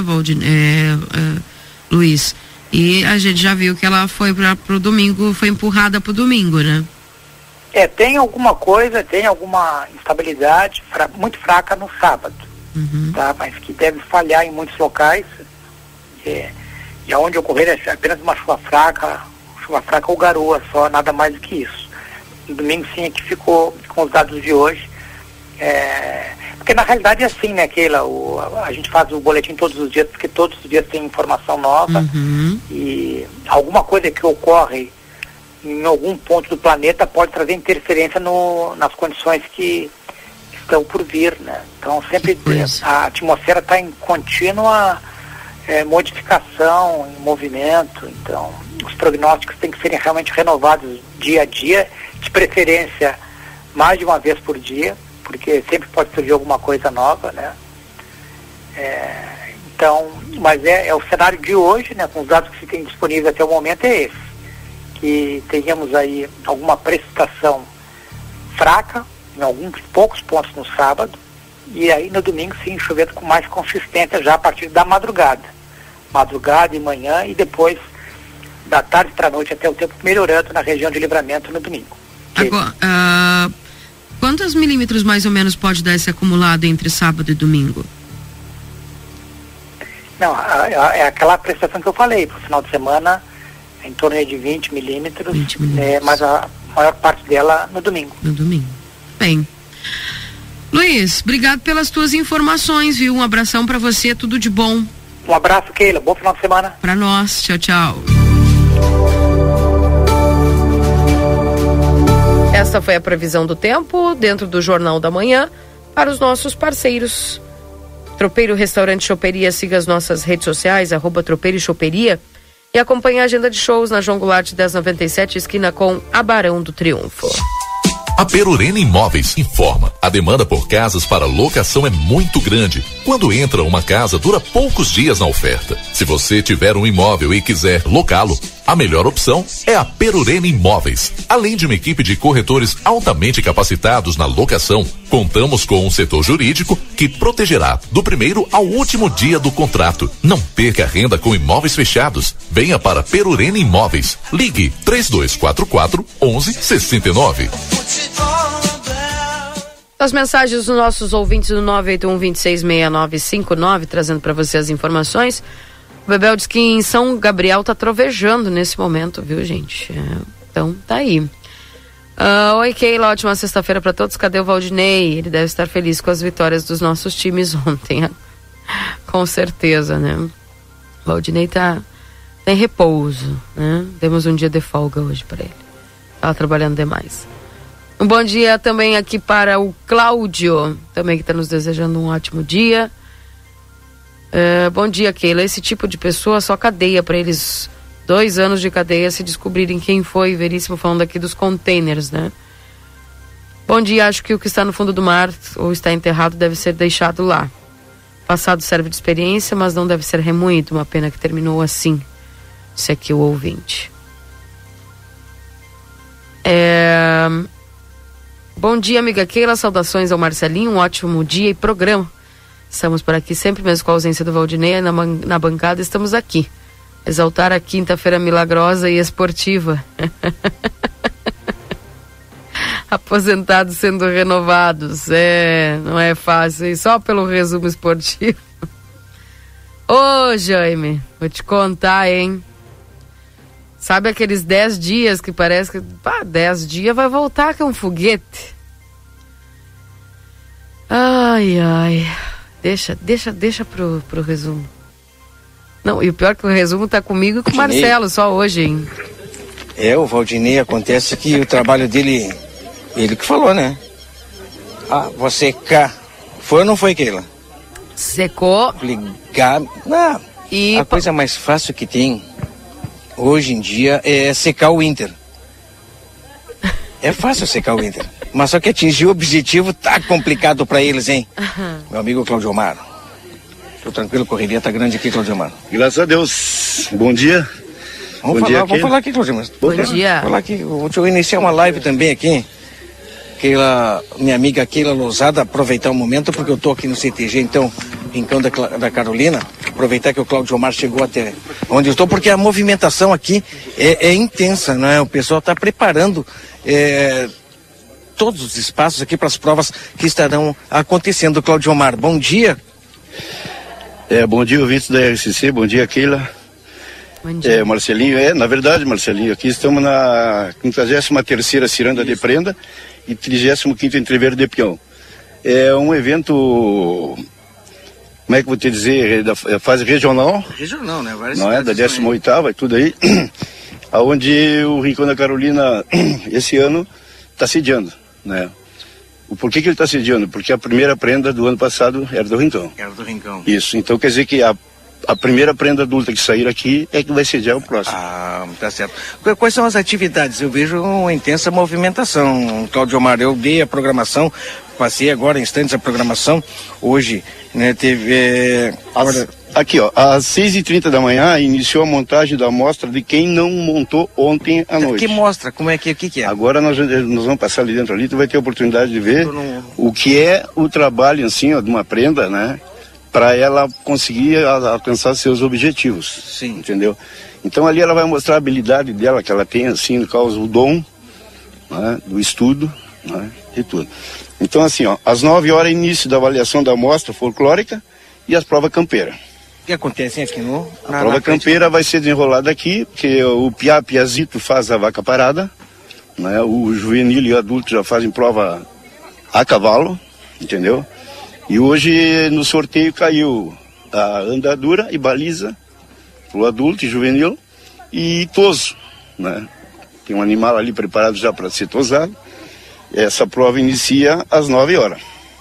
Luiz? E a gente já viu que ela foi para o domingo, foi empurrada para o domingo, né? Tem alguma coisa, tem alguma instabilidade muito fraca no sábado, tá? Mas que deve falhar em muitos locais, e aonde ocorrer é apenas uma chuva fraca ou garoa só, nada mais do que isso. No domingo sim é que ficou com os dados de hoje, porque na realidade é assim, né, Keila, a gente faz o boletim todos os dias, porque todos os dias tem informação nova, e alguma coisa que ocorre em algum ponto do planeta pode trazer interferência nas condições que estão por vir, né? Então sempre a atmosfera está em contínua modificação, em movimento, então os prognósticos têm que serem realmente renovados dia a dia, de preferência mais de uma vez por dia, porque sempre pode surgir alguma coisa nova, né? Então, mas é o cenário de hoje, né? Com os dados que se tem disponíveis até o momento é esse, que tenhamos aí alguma precipitação fraca em alguns poucos pontos no sábado, e aí no domingo sim chovendo com mais consistência já a partir da madrugada e manhã, e depois da tarde para a noite até o tempo melhorando na região de Livramento no domingo. Agora, quantos milímetros mais ou menos pode dar esse acumulado entre sábado e domingo? Não, é aquela precipitação que eu falei, para o final de semana em torno de 20 milímetros, mas a maior parte dela no domingo. No domingo. Bem. Luiz, obrigado pelas tuas informações, viu? Um abração para você, tudo de bom. Um abraço, Keila. Bom final de semana. Para nós. Tchau, tchau. Esta foi a previsão do tempo dentro do Jornal da Manhã para os nossos parceiros. Tropeiro Restaurante Choperia, siga as nossas redes sociais, @Tropeiro e Choperia, e acompanhe a agenda de shows na João Goulart 1097, esquina com a Barão do Triunfo. A Perurena Imóveis informa: a demanda por casas para locação é muito grande. Quando entra uma casa, dura poucos dias na oferta. Se você tiver um imóvel e quiser locá-lo, a melhor opção é a Perurena Imóveis. Além de uma equipe de corretores altamente capacitados na locação, contamos com um setor jurídico que protegerá do primeiro ao último dia do contrato. Não perca a renda com imóveis fechados. Venha para Perurena Imóveis. Ligue 3244-1169. As mensagens dos nossos ouvintes do 981-266959, trazendo para você as informações. O Bebel diz que em São Gabriel tá trovejando nesse momento, viu, gente? Então, tá aí. Oi, Keila, ótima sexta-feira para todos. Cadê o Valdinei? Ele deve estar feliz com as vitórias dos nossos times ontem. Com certeza, né? O Valdinei tá em repouso, né? Temos um dia de folga hoje para ele. Tava trabalhando demais. Um bom dia também aqui para o Cláudio, também que está nos desejando um ótimo dia. Bom dia, Keila. Esse tipo de pessoa só cadeia para eles, 2 anos de cadeia se descobrirem quem foi. Veríssimo, falando aqui dos containers, né? Bom dia, acho que o que está no fundo do mar ou está enterrado deve ser deixado lá. Passado serve de experiência, mas não deve ser remoído. Uma pena que terminou assim. Esse aqui é o ouvinte. Bom dia, amiga Keila. Saudações ao Marcelinho. Um ótimo dia e programa. Estamos por aqui sempre, mesmo com a ausência do Valdinei na bancada. Estamos aqui. Exaltar a quinta-feira milagrosa e esportiva. Aposentados sendo renovados. Não é fácil. E só pelo resumo esportivo. Ô, Jaime, vou te contar, hein? Sabe aqueles 10 dias que parece que... 10 dias vai voltar que é um foguete. Ai, ai. Deixa pro resumo. Não, e o pior é que o resumo tá comigo e com o Marcelo, só hoje, hein? O Valdinei, acontece que o trabalho dele... Ele que falou, né? Vou secar. Foi ou não foi, Keila? Secou. Ligar... Não. E a coisa mais fácil que tem... Hoje em dia é secar o Inter. É fácil secar o Inter. Mas só que atingir o objetivo tá complicado pra eles, hein? Meu amigo Claudio Omar. Tô tranquilo, correria tá grande aqui, Claudio Omar. Graças a Deus. Bom dia. Vamos falar aqui, Claudio Omar. Bom dia. Falar aqui. Deixa eu iniciar uma live também aqui. Minha amiga Keila Lousada, aproveitar o momento, porque eu tô aqui no CTG, então, Rincão da Carolina, aproveitar que o Claudio Omar chegou até onde eu estou, porque a movimentação aqui é intensa, né? O pessoal está preparando todos os espaços aqui para as provas que estarão acontecendo. Claudio Omar, bom dia. Bom dia, ouvintes da RCC, bom dia, Keila. Bom dia. Marcelinho, na verdade, Marcelinho, aqui estamos na 53ª Ciranda de Prenda e 35º Entreveiro de Peão. É um evento, como é que vou te dizer, da fase regional. Regional, né? Não é? Da 18ª e tudo aí, aonde o Rincão da Carolina, esse ano, está sediando, né? Por que ele está sediando? Porque a primeira prenda do ano passado era do Rincão. Era do Rincão. Isso, então quer dizer que a primeira prenda adulta que sair aqui é que vai sediar o próximo. Tá certo. Quais são as atividades? Eu vejo uma intensa movimentação, Claudio Omar. Eu dei a programação, passei agora instantes a programação. Hoje, né, teve... Aqui, ó, às 6h30 da manhã, iniciou a montagem da mostra de quem não montou ontem à noite. Que mostra? Como é que o que é? Agora nós vamos passar ali dentro ali, tu vai ter a oportunidade de ver o que é o trabalho, assim, ó, de uma prenda, né? Para ela conseguir alcançar seus objetivos. Sim. Entendeu? Então ali ela vai mostrar a habilidade dela, que ela tem, assim, no caso, o dom, né, do estudo, né, e tudo. Então, assim, ó, às 9 horas, início da avaliação da amostra folclórica e as provas campeiras. O que acontece aqui no... A prova campeira vai ser desenrolada aqui, porque o piazito faz a vaca parada, né, o juvenil e o adulto já fazem prova a cavalo, entendeu? E hoje no sorteio caiu a andadura e baliza pro adulto e juvenil e toso, né? Tem um animal ali preparado já para ser tosado. Essa prova inicia às 9 horas.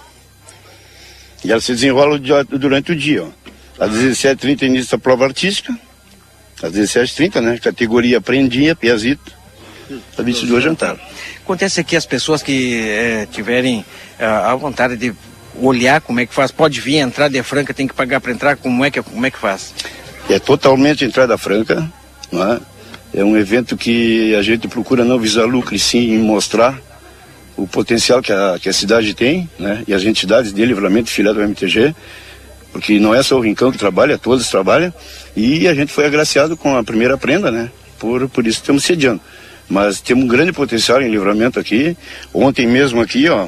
E ela se desenrola durante o dia, ó. Às 17h30 início da prova artística. Às 17h30, né? Categoria prendinha, piazito. Às 22h jantar. Acontece que as pessoas que tiverem a vontade de olhar como é que faz, pode vir, entrar de franca, tem que pagar para entrar, como é que faz? É totalmente entrada franca, não é? É um evento que a gente procura não visar lucro, e sim mostrar o potencial que a cidade tem, né? E as entidades de livramento e filiado do MTG, porque não é só o Rincão que trabalha, todos trabalham, e a gente foi agraciado com a primeira prenda, né? Por isso estamos sediando. Mas temos um grande potencial em livramento aqui. Ontem mesmo aqui, ó,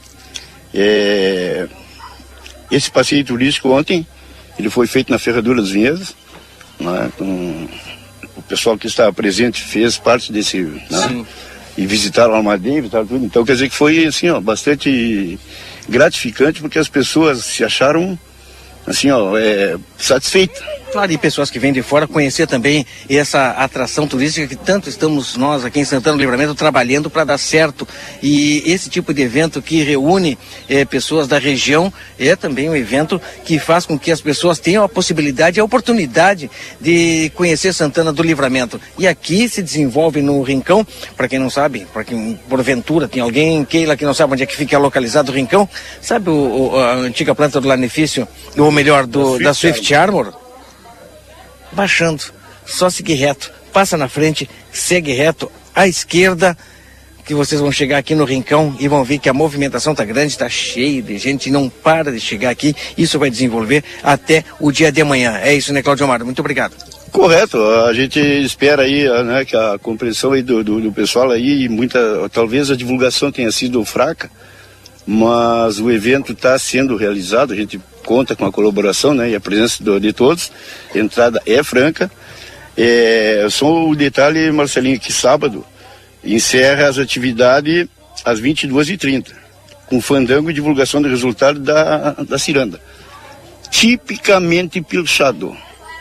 esse passeio turístico ontem, ele foi feito na Ferradura dos Vinhedos, né? O pessoal que estava presente fez parte desse, né? E visitaram a Almaden, visitaram tudo. Então quer dizer que foi assim, ó, bastante gratificante, porque as pessoas se acharam assim, ó, satisfeitas, Claro, e pessoas que vêm de fora conhecer também essa atração turística que tanto estamos nós aqui em Santana do Livramento trabalhando para dar certo. E esse tipo de evento que reúne pessoas da região é também um evento que faz com que as pessoas tenham a possibilidade e a oportunidade de conhecer Santana do Livramento. E aqui se desenvolve no Rincão, para quem não sabe, para quem porventura tem alguém, Keila, que não sabe onde é que fica localizado o Rincão, sabe a antiga planta do Lanifício, ou melhor, da Swift Armor? Baixando, só seguir reto, passa na frente, segue reto, à esquerda, que vocês vão chegar aqui no Rincão e vão ver que a movimentação está grande, está cheio de gente, não para de chegar aqui, isso vai desenvolver até o dia de amanhã. É isso, né, Cláudio Omar? Muito obrigado. Correto, a gente espera aí, né, que a compreensão aí do pessoal aí, talvez a divulgação tenha sido fraca, mas o evento está sendo realizado, a gente conta com a colaboração, né, e a presença de todos, a entrada é franca. Só o detalhe, Marcelinho, que sábado encerra as atividades às 22h30, com fandango e divulgação do resultado da ciranda. Tipicamente pilchado.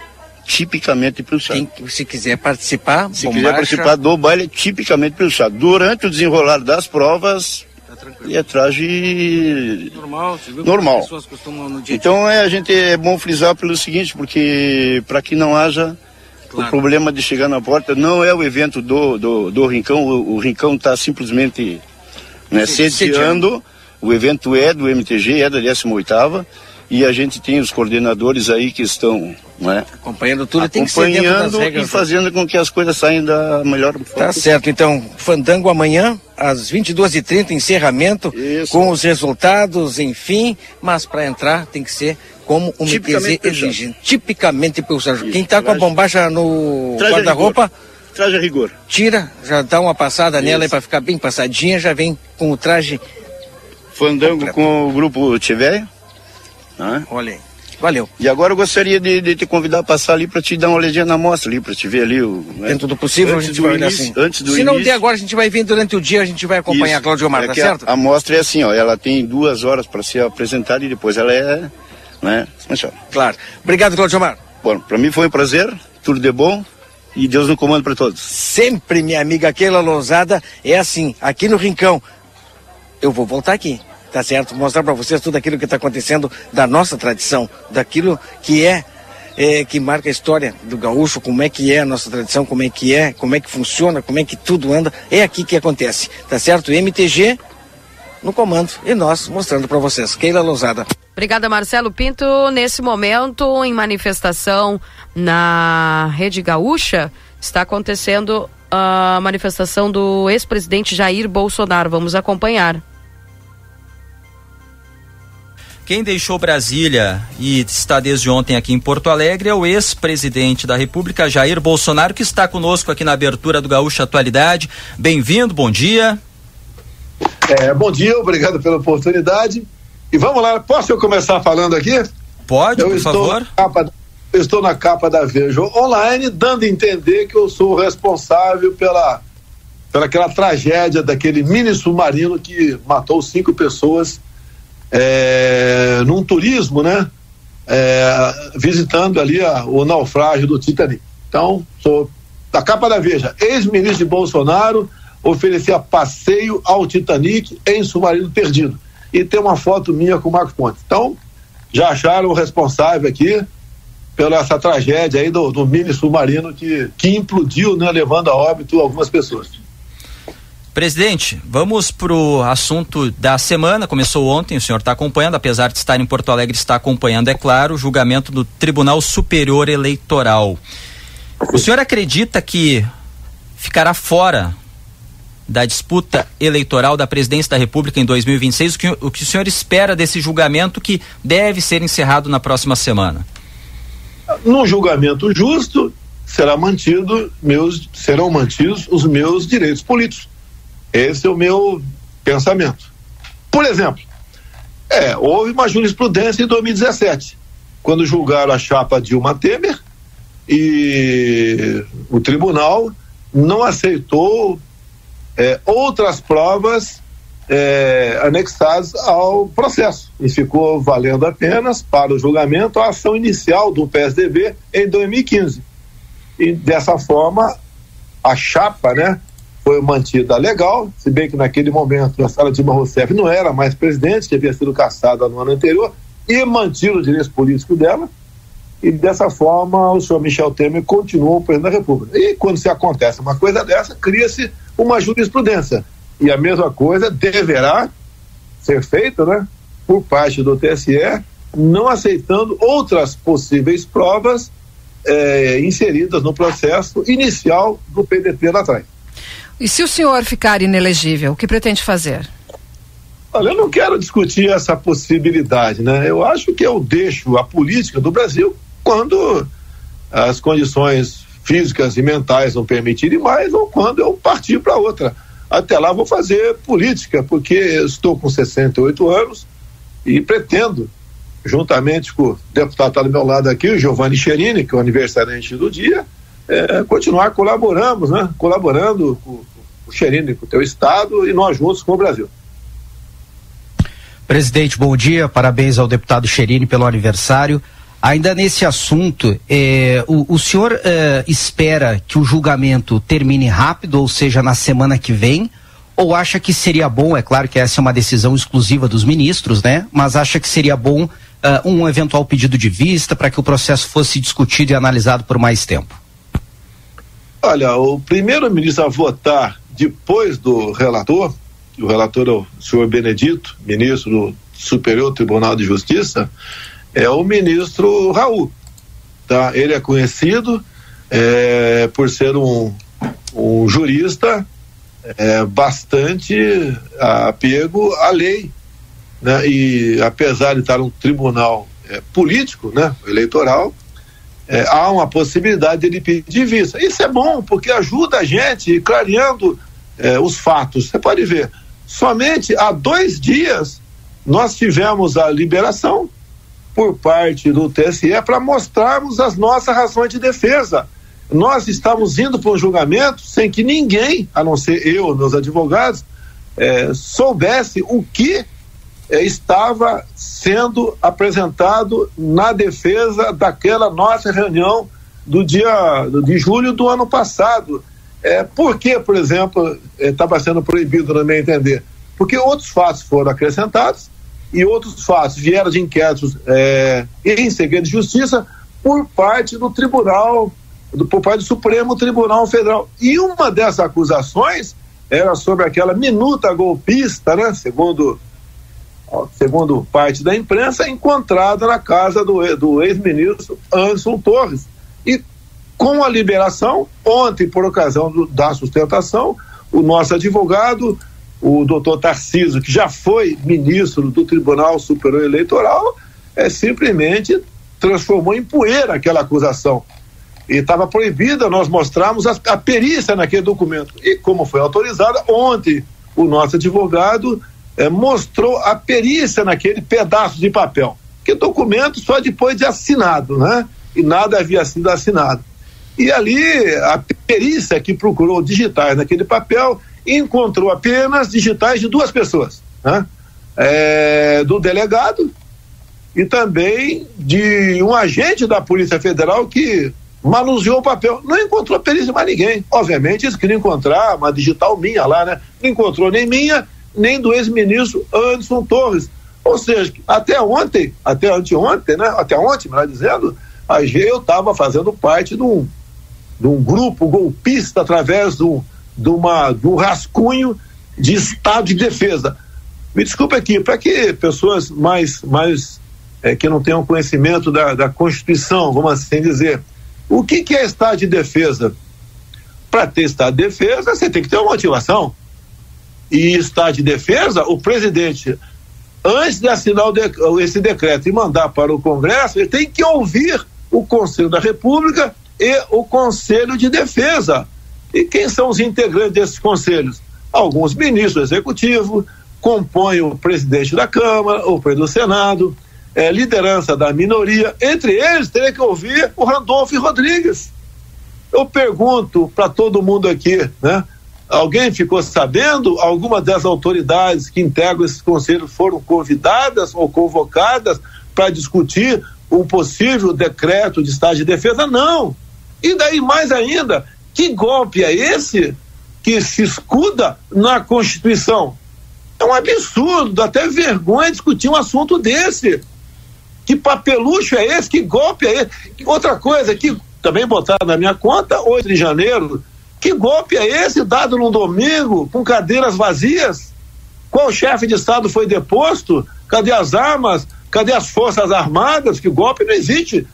Se quiser participar, do baile, tipicamente pilchado. Durante o desenrolar das provas, e a traje normal. Pessoas costumam no dia. Então a gente é bom frisar pelo seguinte, porque para que não haja o problema de chegar na porta, não é o evento do Rincão, o Rincão está simplesmente, né, sediando, o evento é do MTG, é da 18ª, e a gente tem os coordenadores aí que estão, né, acompanhando tudo, tem que ser dentro das regras, e fazendo com que as coisas saiam da melhor forma. Tá certo, então, fandango amanhã, às 22h30, encerramento, isso, com os resultados, enfim, mas para entrar tem que ser como o MTZ exige, tipicamente pilchado. Quem está com a bombacha no guarda-roupa, traje a rigor. Tira, já dá uma passada nela aí para ficar bem passadinha, já vem com o traje fandango completo. Com o grupo Tivéia. Olha aí, valeu. E agora eu gostaria de te convidar a passar ali para te dar uma olhadinha na mostra ali, para te ver ali dentro do possível, antes a gente vai olhar assim. Se não der agora, a gente vai vir durante o dia, a gente vai acompanhar. Isso. Cláudio Omar, tá certo? A mostra é assim, ela tem 2 horas para ser apresentada e depois ela é, né? Claro. Obrigado, Cláudio Omar. Bom, para mim foi um prazer, tudo de bom e Deus no comando para todos. Sempre, minha amiga Keila Lousada, é assim, aqui no Rincão. Eu vou voltar aqui. Tá certo? Mostrar para vocês tudo aquilo que está acontecendo da nossa tradição, daquilo que que marca a história do gaúcho, como é que é a nossa tradição, como é que funciona, como é que tudo anda. É aqui que acontece, tá certo? MTG no comando e nós mostrando para vocês. Keila Lousada. Obrigada, Marcelo Pinto. Nesse momento, em manifestação na Rede Gaúcha, está acontecendo a manifestação do ex-presidente Jair Bolsonaro. Vamos acompanhar. Quem deixou Brasília e está desde ontem aqui em Porto Alegre é o ex-presidente da República, Jair Bolsonaro, que está conosco aqui na abertura do Gaúcha Atualidade. Bem-vindo, bom dia. Bom dia, obrigado pela oportunidade. E vamos lá, posso eu começar falando aqui? Pode, por favor. Eu estou na capa da Veja Online, dando a entender que eu sou o responsável pela aquela tragédia daquele mini submarino que matou 5 pessoas num turismo, né? Visitando ali o naufrágio do Titanic. Então, sou da capa da Veja. Ex-ministro de Bolsonaro oferecia passeio ao Titanic em submarino perdido. E tem uma foto minha com o Marcos Pontes. Então, já acharam o responsável aqui pela essa tragédia aí do mini submarino que implodiu, né? Levando a óbito algumas pessoas. Presidente, vamos para o assunto da semana. Começou ontem, o senhor está acompanhando, apesar de estar em Porto Alegre, está acompanhando, é claro, o julgamento do Tribunal Superior Eleitoral. O senhor acredita que ficará fora da disputa eleitoral da presidência da República em 2026? O que o senhor espera desse julgamento que deve ser encerrado na próxima semana? Num julgamento justo, serão mantidos os meus direitos políticos. Esse é o meu pensamento. Por exemplo, houve uma jurisprudência em 2017, quando julgaram a chapa Dilma Temer e o tribunal não aceitou outras provas anexados ao processo, e ficou valendo apenas para o julgamento a ação inicial do PSDB em 2015. E dessa forma a chapa, né, foi mantida legal, se bem que naquele momento a Sara Dilma Rousseff não era mais presidente, que havia sido cassada no ano anterior, e mantido o direito político dela, e dessa forma o senhor Michel Temer continuou presidente da República. E quando se acontece uma coisa dessa, cria-se uma jurisprudência, e a mesma coisa deverá ser feita, né, por parte do TSE, não aceitando outras possíveis provas inseridas no processo inicial do PDT lá atrás. E se o senhor ficar inelegível, o que pretende fazer? Olha, eu não quero discutir essa possibilidade, né? Eu acho que eu deixo a política do Brasil quando as condições físicas e mentais não permitirem mais, ou quando eu partir para outra. Até lá vou fazer política, porque eu estou com 68 anos e pretendo, juntamente com o deputado que está do meu lado aqui, o Giovanni Cherini, que é o aniversariante do dia, continuar colaborando com o Cherini, com o teu estado, e nós juntos com o Brasil. Presidente, bom dia, parabéns ao deputado Cherini pelo aniversário. Ainda nesse assunto, o senhor espera que o julgamento termine rápido, ou seja, na semana que vem, ou acha que seria bom, é claro que essa é uma decisão exclusiva dos ministros, né? Mas acha que seria bom um eventual pedido de vista para que o processo fosse discutido e analisado por mais tempo? Olha, o primeiro-ministro a votar depois do relator, o relator é o senhor Benedito, ministro do Superior Tribunal de Justiça, é o ministro Raul, tá? Ele é conhecido por ser um jurista bastante apego à lei, né? E apesar de estar um tribunal político, né, eleitoral, há uma possibilidade de ele pedir vista. Isso é bom, porque ajuda a gente clareando os fatos. Você pode ver, somente há 2 dias nós tivemos a liberação por parte do TSE para mostrarmos as nossas razões de defesa. Nós estávamos indo para um julgamento sem que ninguém, a não ser eu, meus advogados, soubesse o que estava sendo apresentado na defesa daquela nossa reunião de julho do ano passado. Por que, por exemplo, estava sendo proibido, no meu entender? Porque outros fatos foram acrescentados e outros fatos vieram de inquéritos em segredo de justiça por parte do tribunal, por parte do Supremo Tribunal Federal. E uma dessas acusações era sobre aquela minuta golpista, né, segundo parte da imprensa, encontrada na casa do ex-ministro Anderson Torres. E com a liberação, ontem, por ocasião da sustentação, o nosso advogado, o doutor Tarcísio, que já foi ministro do Tribunal Superior Eleitoral, simplesmente transformou em poeira aquela acusação. E estava proibida nós mostrarmos a perícia naquele documento. E como foi autorizada, ontem o nosso advogado mostrou a perícia naquele pedaço de papel. Que documento só depois de assinado, né? E nada havia sido assinado. E ali a perícia que procurou digitais naquele papel encontrou apenas digitais de 2 pessoas, né? Do delegado e também de um agente da Polícia Federal que manuseou o papel. Não encontrou perícia de mais ninguém. Obviamente eles queriam encontrar uma digital minha lá, né? Não encontrou nem minha, nem do ex-ministro Anderson Torres. Ou seja, até ontem, né? Até ontem, melhor dizendo, eu estava fazendo parte de um grupo golpista através de um rascunho de estado de defesa. Me desculpe aqui, para que pessoas mais que não tenham conhecimento da Constituição, vamos assim dizer, o que é estado de defesa? Para ter estado de defesa, você tem que ter uma motivação. E estado de defesa, o presidente, antes de assinar esse decreto e mandar para o Congresso, ele tem que ouvir o Conselho da República e o Conselho de Defesa. E quem são os integrantes desses conselhos? Alguns ministros do Executivo, compõem o presidente da Câmara, o presidente do Senado, liderança da minoria. Entre eles, teria que ouvir o Randolfo Rodrigues. Eu pergunto para todo mundo aqui, né? Alguém ficou sabendo? Alguma das autoridades que integram esse conselho foram convidadas ou convocadas para discutir um possível decreto de estado de defesa? Não. E daí mais ainda, que golpe é esse que se escuda na Constituição? É um absurdo, dá até vergonha discutir um assunto desse. Que papelucho é esse? Que golpe é esse? Outra coisa que também botaram na minha conta, 8 de janeiro, que golpe é esse dado num domingo com cadeiras vazias? Qual chefe de Estado foi deposto? Cadê as armas? Cadê as Forças Armadas? Que golpe não existe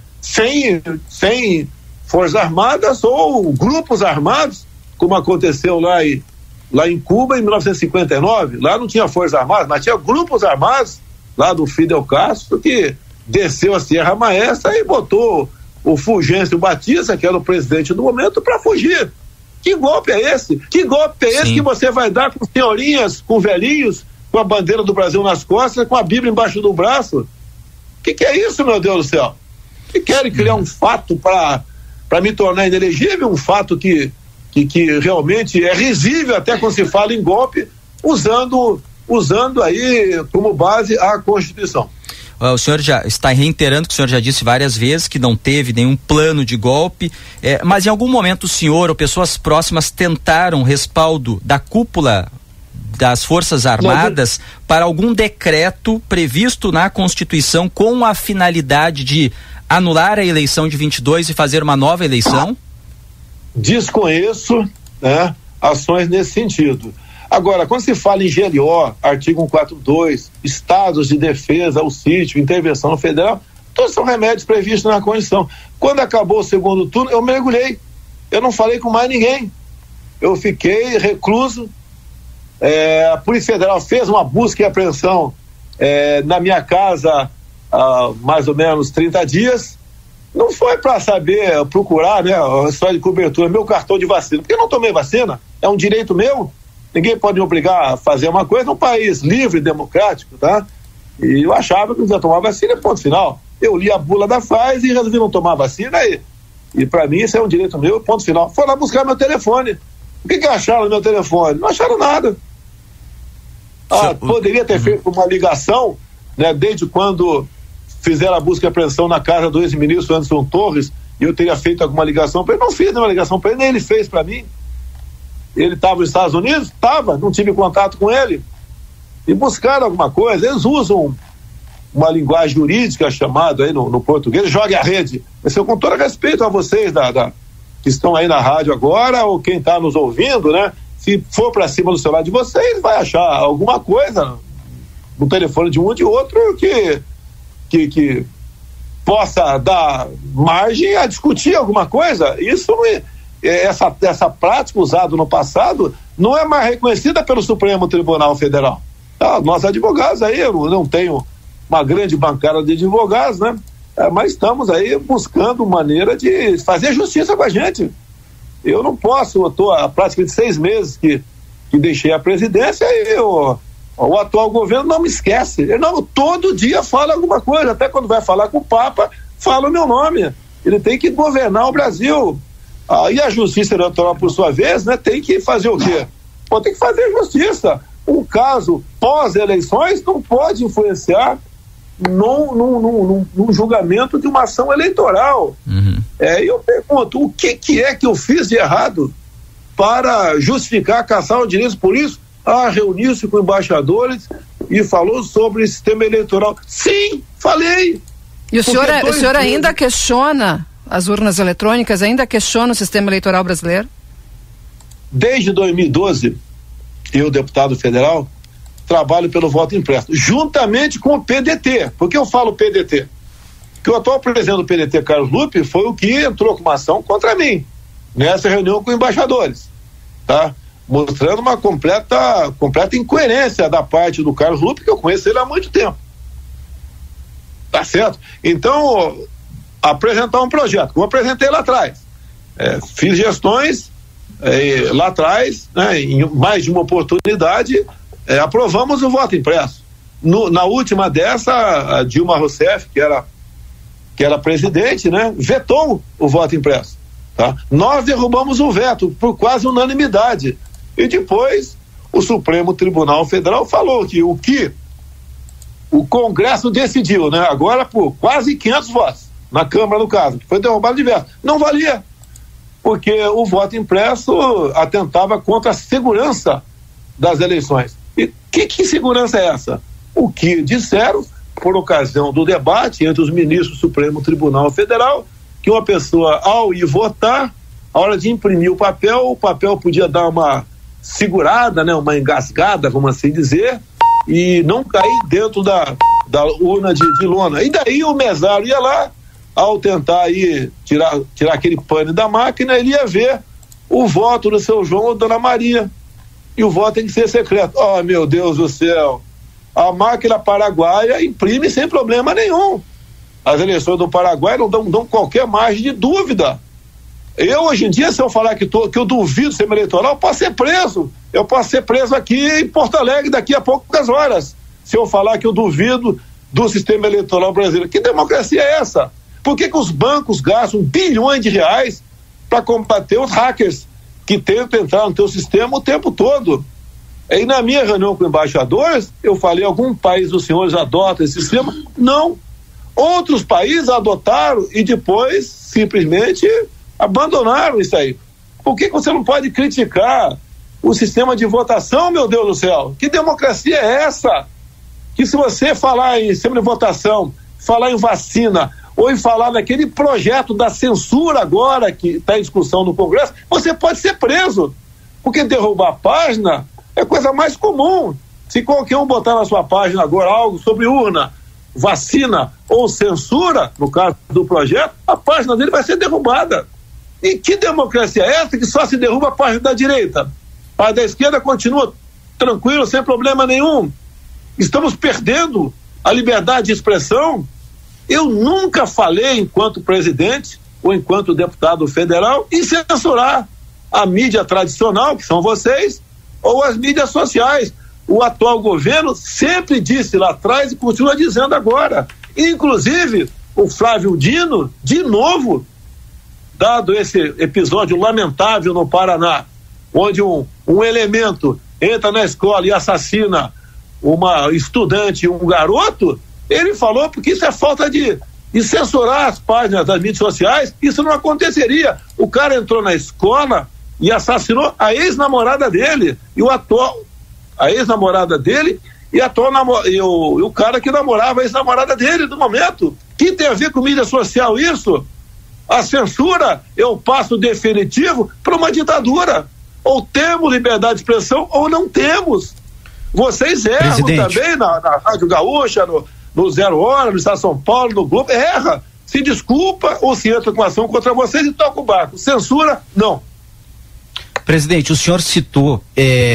sem Forças Armadas ou grupos armados, como aconteceu lá em Cuba em 1959. Lá não tinha Forças Armadas, mas tinha grupos armados lá do Fidel Castro que desceu a Sierra Maestra e botou o Fulgêncio Batista, que era o presidente do momento, para fugir. Que golpe é esse? Que golpe é esse que você vai dar com senhorinhas, com velhinhos, com a bandeira do Brasil nas costas, com a Bíblia embaixo do braço? Que é isso, meu Deus do céu? Que querem criar um fato para me tornar inelegível, um fato que realmente é risível até quando se fala em golpe, usando aí como base a Constituição. O senhor já está reiterando que o senhor já disse várias vezes que não teve nenhum plano de golpe, mas em algum momento o senhor ou pessoas próximas tentaram respaldo da cúpula das Forças Armadas para algum decreto previsto na Constituição com a finalidade de anular a eleição de 22 e fazer uma nova eleição? Desconheço, né, ações nesse sentido. Agora, quando se fala em GLO, artigo 142, estados de defesa, auxílio, intervenção federal, todos são remédios previstos na Constituição. Quando acabou o segundo turno, eu mergulhei. Eu não falei com mais ninguém. Eu fiquei recluso. A Polícia Federal fez uma busca e apreensão na minha casa há mais ou menos 30 dias. Não foi para saber, procurar, né, a história de cobertura, meu cartão de vacina, porque eu não tomei vacina, é um direito meu. Ninguém pode me obrigar a fazer uma coisa num país livre, democrático, tá? E eu achava que não ia tomar vacina, ponto final. Eu li a bula da Pfizer e resolvi não tomar vacina e para mim isso é um direito meu, ponto final. Foi lá buscar meu telefone. O que acharam no meu telefone? Não acharam nada. Poderia ter feito uma ligação, né, desde quando fizeram a busca e apreensão na casa do ex-ministro Anderson Torres, e eu teria feito alguma ligação para ele. Não fiz nenhuma ligação para ele, nem ele fez para mim. Ele estava nos Estados Unidos? Estava, não tive contato com ele. E buscaram alguma coisa, eles usam uma linguagem jurídica chamada aí no português, jogue a rede. Mas eu com todo respeito a vocês que estão aí na rádio agora, ou quem está nos ouvindo, né? Se for para cima do celular de vocês, vai achar alguma coisa no telefone de um ou de outro que possa dar margem a discutir alguma coisa. Isso não é... Essa prática usada no passado não é mais reconhecida pelo Supremo Tribunal Federal. Nós advogados aí, eu não tenho uma grande bancada de advogados, né? Mas estamos aí buscando maneira de fazer justiça com a gente. Eu não posso, eu estou há praticamente 6 meses que deixei a presidência e o atual governo não me esquece. Ele todo dia fala alguma coisa, até quando vai falar com o Papa, fala o meu nome. Ele tem que governar o Brasil. E a Justiça Eleitoral, por sua vez, né, tem que fazer o quê? Tem que fazer justiça. Um caso pós-eleições não pode influenciar num julgamento de uma ação eleitoral. Eu pergunto, o que é que eu fiz de errado para justificar caçar o direito por isso? Reuniu-se com embaixadores e falou sobre o sistema eleitoral. Sim, falei. E o senhor ainda questiona as urnas eletrônicas, ainda questiona o sistema eleitoral brasileiro? Desde 2012, eu, deputado federal, trabalho pelo voto impresso, juntamente com o PDT. Por que eu falo PDT? Porque o atual presidente do PDT, Carlos Lupe, foi o que entrou com uma ação contra mim, nessa reunião com embaixadores, tá? Mostrando uma completa incoerência da parte do Carlos Lupe, que eu conheço ele há muito tempo. Tá certo? Então, apresentar um projeto, como eu apresentei lá atrás. Fiz gestões lá atrás, né, em mais de uma oportunidade, aprovamos o voto impresso. Na última dessa, a Dilma Rousseff, que era presidente, né, vetou o voto impresso. Tá? Nós derrubamos o veto por quase unanimidade. E depois o Supremo Tribunal Federal falou que o o Congresso decidiu, né, agora por quase 500 votos, na Câmara no caso, que foi derrubado diverso, não valia, porque o voto impresso atentava contra a segurança das eleições. E que segurança é essa? O que disseram, por ocasião do debate entre os ministros do Supremo Tribunal Federal, que uma pessoa, ao ir votar, a hora de imprimir o papel podia dar uma segurada, né, uma engasgada, vamos assim dizer, e não cair dentro da urna de lona. E daí o mesário ia lá, ao tentar aí tirar aquele pano da máquina, ele ia ver o voto do seu João ou Dona Maria. E o voto tem que ser secreto. Oh, meu Deus do céu! A máquina paraguaia imprime sem problema nenhum. As eleições do Paraguai não dão qualquer margem de dúvida. Eu, hoje em dia, se eu falar que eu duvido do sistema eleitoral, eu posso ser preso. Eu posso ser preso aqui em Porto Alegre daqui a poucas horas. Se eu falar que eu duvido do sistema eleitoral brasileiro. Que democracia é essa? Por que os bancos gastam bilhões de reais para combater os hackers que tentam entrar no teu sistema o tempo todo? E na minha reunião com embaixadores, eu falei, algum país dos senhores adota esse sistema? Não. Outros países adotaram e depois simplesmente abandonaram isso aí. Por que você não pode criticar o sistema de votação, meu Deus do céu? Que democracia é essa? Que se você falar em sistema de votação, falar em vacina, ou em falar naquele projeto da censura agora, que está em discussão no Congresso, você pode ser preso. Porque derrubar a página é coisa mais comum. Se qualquer um botar na sua página agora algo sobre urna, vacina ou censura, no caso do projeto, a página dele vai ser derrubada. E que democracia é essa que só se derruba a página da direita? A página da esquerda continua tranquilo, sem problema nenhum. Estamos perdendo a liberdade de expressão. Eu nunca falei, enquanto presidente ou enquanto deputado federal, em censurar a mídia tradicional, que são vocês, ou as mídias sociais. O atual governo sempre disse lá atrás e continua dizendo agora. Inclusive, o Flávio Dino, de novo, dado esse episódio lamentável no Paraná, onde um elemento entra na escola e assassina uma estudante e um garoto, ele falou porque isso é falta de censurar as páginas das mídias sociais. Isso não aconteceria. O cara entrou na escola e assassinou a ex-namorada dele e a ex-namorada dele e o cara que namorava a ex-namorada dele no momento. Que tem a ver com mídia social isso? A censura é o passo definitivo para uma ditadura. Ou temos liberdade de expressão ou não temos. Vocês erram também na Rádio Gaúcha, no Zero Hora, no Estado de São Paulo, no Globo, erra. Se desculpa ou se entra com ação contra vocês e toca o barco. Censura, não. Presidente, o senhor citou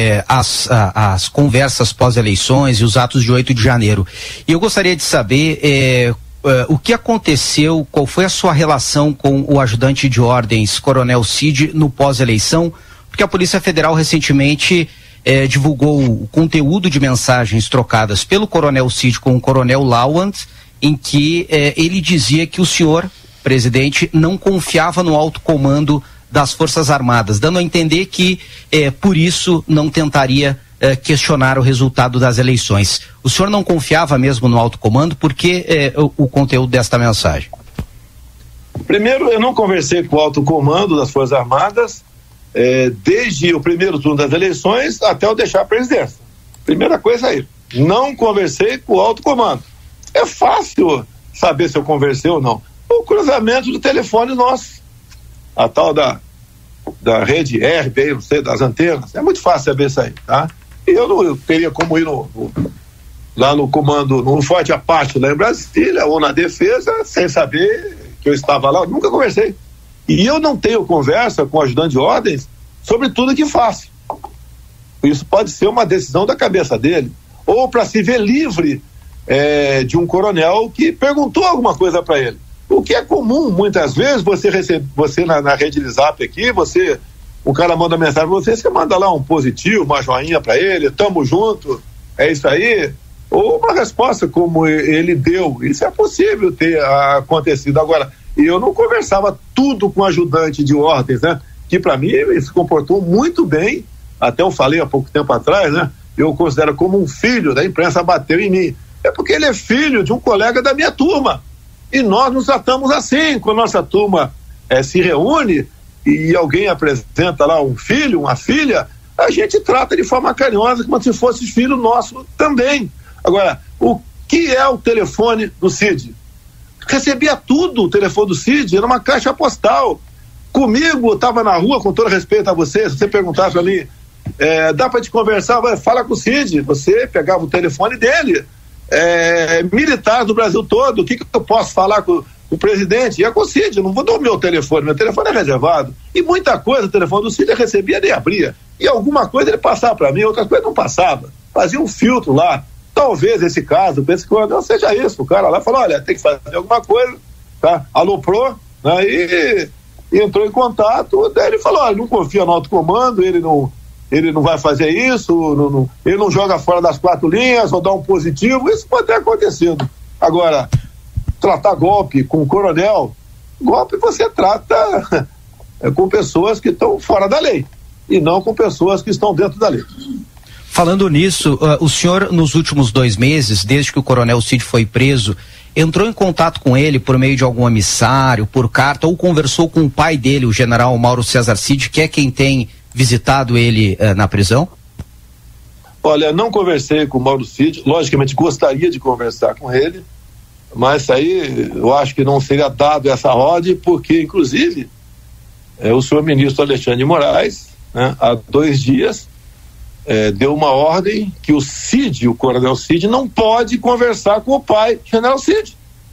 as conversas pós-eleições e os atos de 8 de janeiro. E eu gostaria de saber o que aconteceu, qual foi a sua relação com o ajudante de ordens, Coronel Cid, no pós-eleição, porque a Polícia Federal recentemente divulgou o conteúdo de mensagens trocadas pelo Coronel Cid com o Coronel Lawand, em que ele dizia que o senhor, presidente, não confiava no alto comando das Forças Armadas, dando a entender que por isso não tentaria questionar o resultado das eleições. O senhor não confiava mesmo no alto comando? Por que o conteúdo desta mensagem? Primeiro, eu não conversei com o alto comando das Forças Armadas desde o primeiro turno das eleições até eu deixar a presidência. Primeira coisa aí, não conversei com o alto comando. É fácil saber se eu conversei ou não. O cruzamento do telefone nosso, a tal da rede RB, não sei, das antenas, é muito fácil saber isso aí, tá? E eu não teria como ir lá no comando, no Forte Apache lá em Brasília, ou na defesa, sem saber que eu estava lá. Eu nunca conversei. E eu não tenho conversa com o ajudante de ordens sobre tudo que faço. Isso pode ser uma decisão da cabeça dele, ou para se ver livre de um coronel que perguntou alguma coisa para ele. O que é comum, muitas vezes, você na rede de zap aqui, o cara manda mensagem pra você manda lá um positivo, uma joinha para ele, tamo junto, é isso aí, ou uma resposta como ele deu. Isso é possível ter acontecido. Agora, eu não conversava tudo com o ajudante de ordens, né? Que para mim ele se comportou muito bem até eu falei há pouco tempo atrás, né? Eu considero como um filho da imprensa bateu em mim. É porque ele é filho de um colega da minha turma. E nós nos tratamos assim, quando a nossa turma se reúne e alguém apresenta lá um filho, uma filha, a gente trata de forma carinhosa, como se fosse filho nosso também. Agora, o que é o telefone do Cid? Recebia tudo, o telefone do Cid, era uma caixa postal. Comigo, estava na rua, com todo respeito a você, se você perguntar para mim, dá para te conversar, fala com o Cid, você pegava o telefone dele, militar do Brasil todo, o que eu posso falar com o presidente? E é com o Cid, eu não vou dar o meu telefone é reservado, e muita coisa, o telefone do Cid eu recebia e abria, e alguma coisa ele passava para mim, outras coisas não passava, fazia um filtro lá. Talvez esse caso, penso que não seja isso, o cara lá falou, olha, tem que fazer alguma coisa, tá? Aloprou, né? E entrou em contato, daí ele falou, olha, não confia no alto comando, ele não vai fazer isso, ele não joga fora das 4 linhas, ou dá um positivo, isso pode ter acontecido. Agora, tratar golpe com o coronel, golpe você trata com pessoas que estão fora da lei, e não com pessoas que estão dentro da lei. Falando nisso, o senhor nos últimos 2 meses, desde que o coronel Cid foi preso, entrou em contato com ele por meio de algum emissário, por carta, ou conversou com o pai dele, o general Mauro César Cid, que é quem tem visitado ele na prisão? Olha, não conversei com o Mauro Cid, logicamente gostaria de conversar com ele, mas aí eu acho que não seria dado essa ordem, porque inclusive o senhor ministro Alexandre de Moraes, né, há 2 dias, deu uma ordem que o Cid, o coronel Cid, não pode conversar com o pai, general Cid.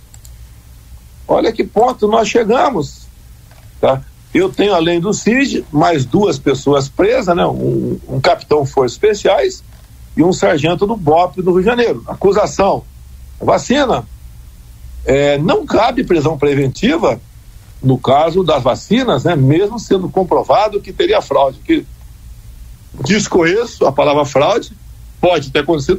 Olha que ponto nós chegamos, tá? Eu tenho, além do Cid, mais 2 pessoas presas, né? Um capitão Forças Especiais e um sargento do BOP do Rio de Janeiro. Acusação, vacina. Não cabe prisão preventiva no caso das vacinas, né? Mesmo sendo comprovado que teria fraude, que desconheço a palavra fraude, pode ter acontecido,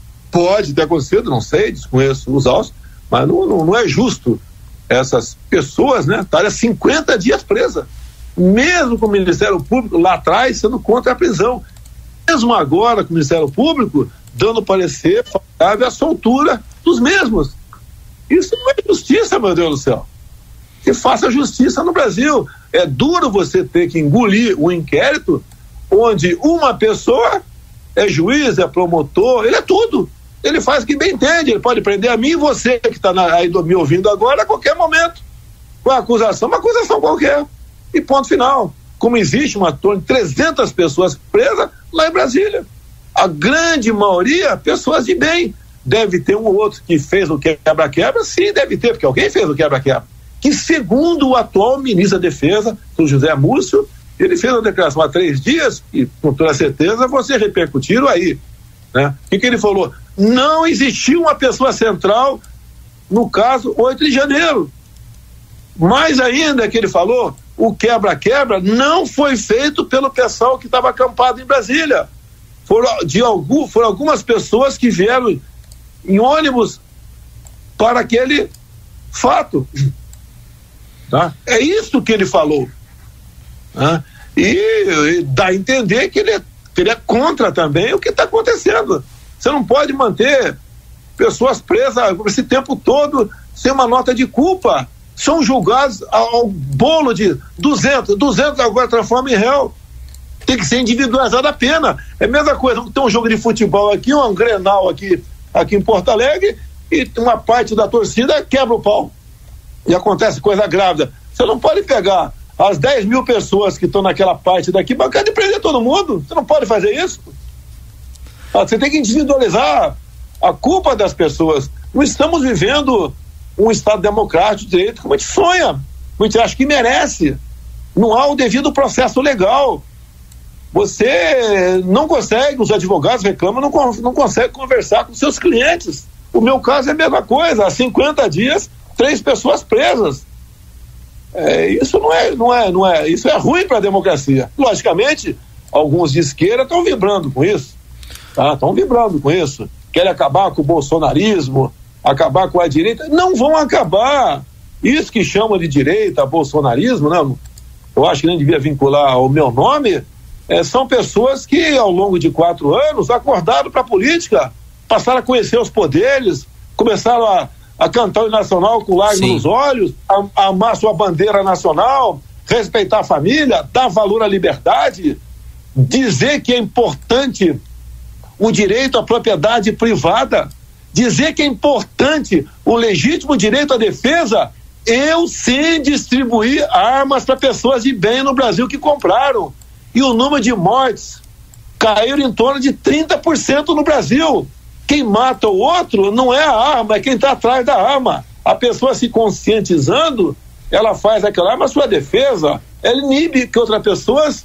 não sei, desconheço os autos, mas não é justo essas pessoas, né, estarem 50 dias presas, mesmo com o Ministério Público lá atrás sendo contra a prisão, mesmo agora com o Ministério Público dando parecer favorável à soltura dos mesmos. Isso não é justiça, meu Deus do céu. Que faça justiça no Brasil. É duro você ter que engolir um inquérito onde uma pessoa é juiz, é promotor, ele é tudo. Ele faz o que bem entende, ele pode prender a mim e você que está aí me ouvindo agora a qualquer momento. Com a acusação, uma acusação qualquer. E ponto final. Como existe uma torre de 300 pessoas presas lá em Brasília. A grande maioria, pessoas de bem. Deve ter um ou outro que fez o quebra-quebra? Sim, deve ter, porque alguém fez o quebra-quebra. Que segundo o atual ministro da Defesa, o José Múcio, ele fez uma declaração há 3 dias e com toda certeza você repercutiram aí, né? O que ele falou? Não existiu uma pessoa central no caso 8 de janeiro. Mais ainda que ele falou, o quebra-quebra não foi feito pelo pessoal que estava acampado em Brasília. Foram algumas pessoas que vieram em ônibus para aquele fato. Tá? É isso que ele falou. E dá a entender que ele é contra também o que está acontecendo. Você não pode manter pessoas presas esse tempo todo sem uma nota de culpa. São julgados ao bolo de 200 agora transforma em réu. Tem que ser individualizada a pena. É a mesma coisa, tem um jogo de futebol aqui, um Grenal aqui em Porto Alegre, e uma parte da torcida quebra o pau. E acontece coisa grávida. Você não pode pegar as 10 mil pessoas que estão naquela parte daqui, bancada e prender todo mundo. Você não pode fazer isso. Você tem que individualizar a culpa das pessoas. Não estamos vivendo um Estado democrático de direito como a gente sonha, como a gente acha que merece. Não há o devido processo legal. Você não consegue, os advogados reclamam, não consegue conversar com seus clientes. O meu caso é a mesma coisa. Há 50 dias, 3 pessoas presas. Isso não é. Isso é ruim para a democracia. Logicamente, alguns de esquerda estão vibrando com isso. Estão vibrando com isso. Querem acabar com o bolsonarismo, acabar com a direita. Não vão acabar. Isso que chamam de direita, bolsonarismo, né? Eu acho que nem devia vincular ao meu nome, são pessoas que ao longo de 4 anos acordaram para a política, passaram a conhecer os poderes, começaram a cantar o nacional com lágrimas nos olhos, a amar sua bandeira nacional, respeitar a família, dar valor à liberdade, dizer que é importante o direito à propriedade privada, dizer que é importante o legítimo direito à defesa, eu sim distribuir armas para pessoas de bem no Brasil que compraram. E o número de mortes caiu em torno de 30% no Brasil. Quem mata o outro não é a arma, é quem está atrás da arma. A pessoa se conscientizando, ela faz aquela arma a sua defesa, ela inibe que outras pessoas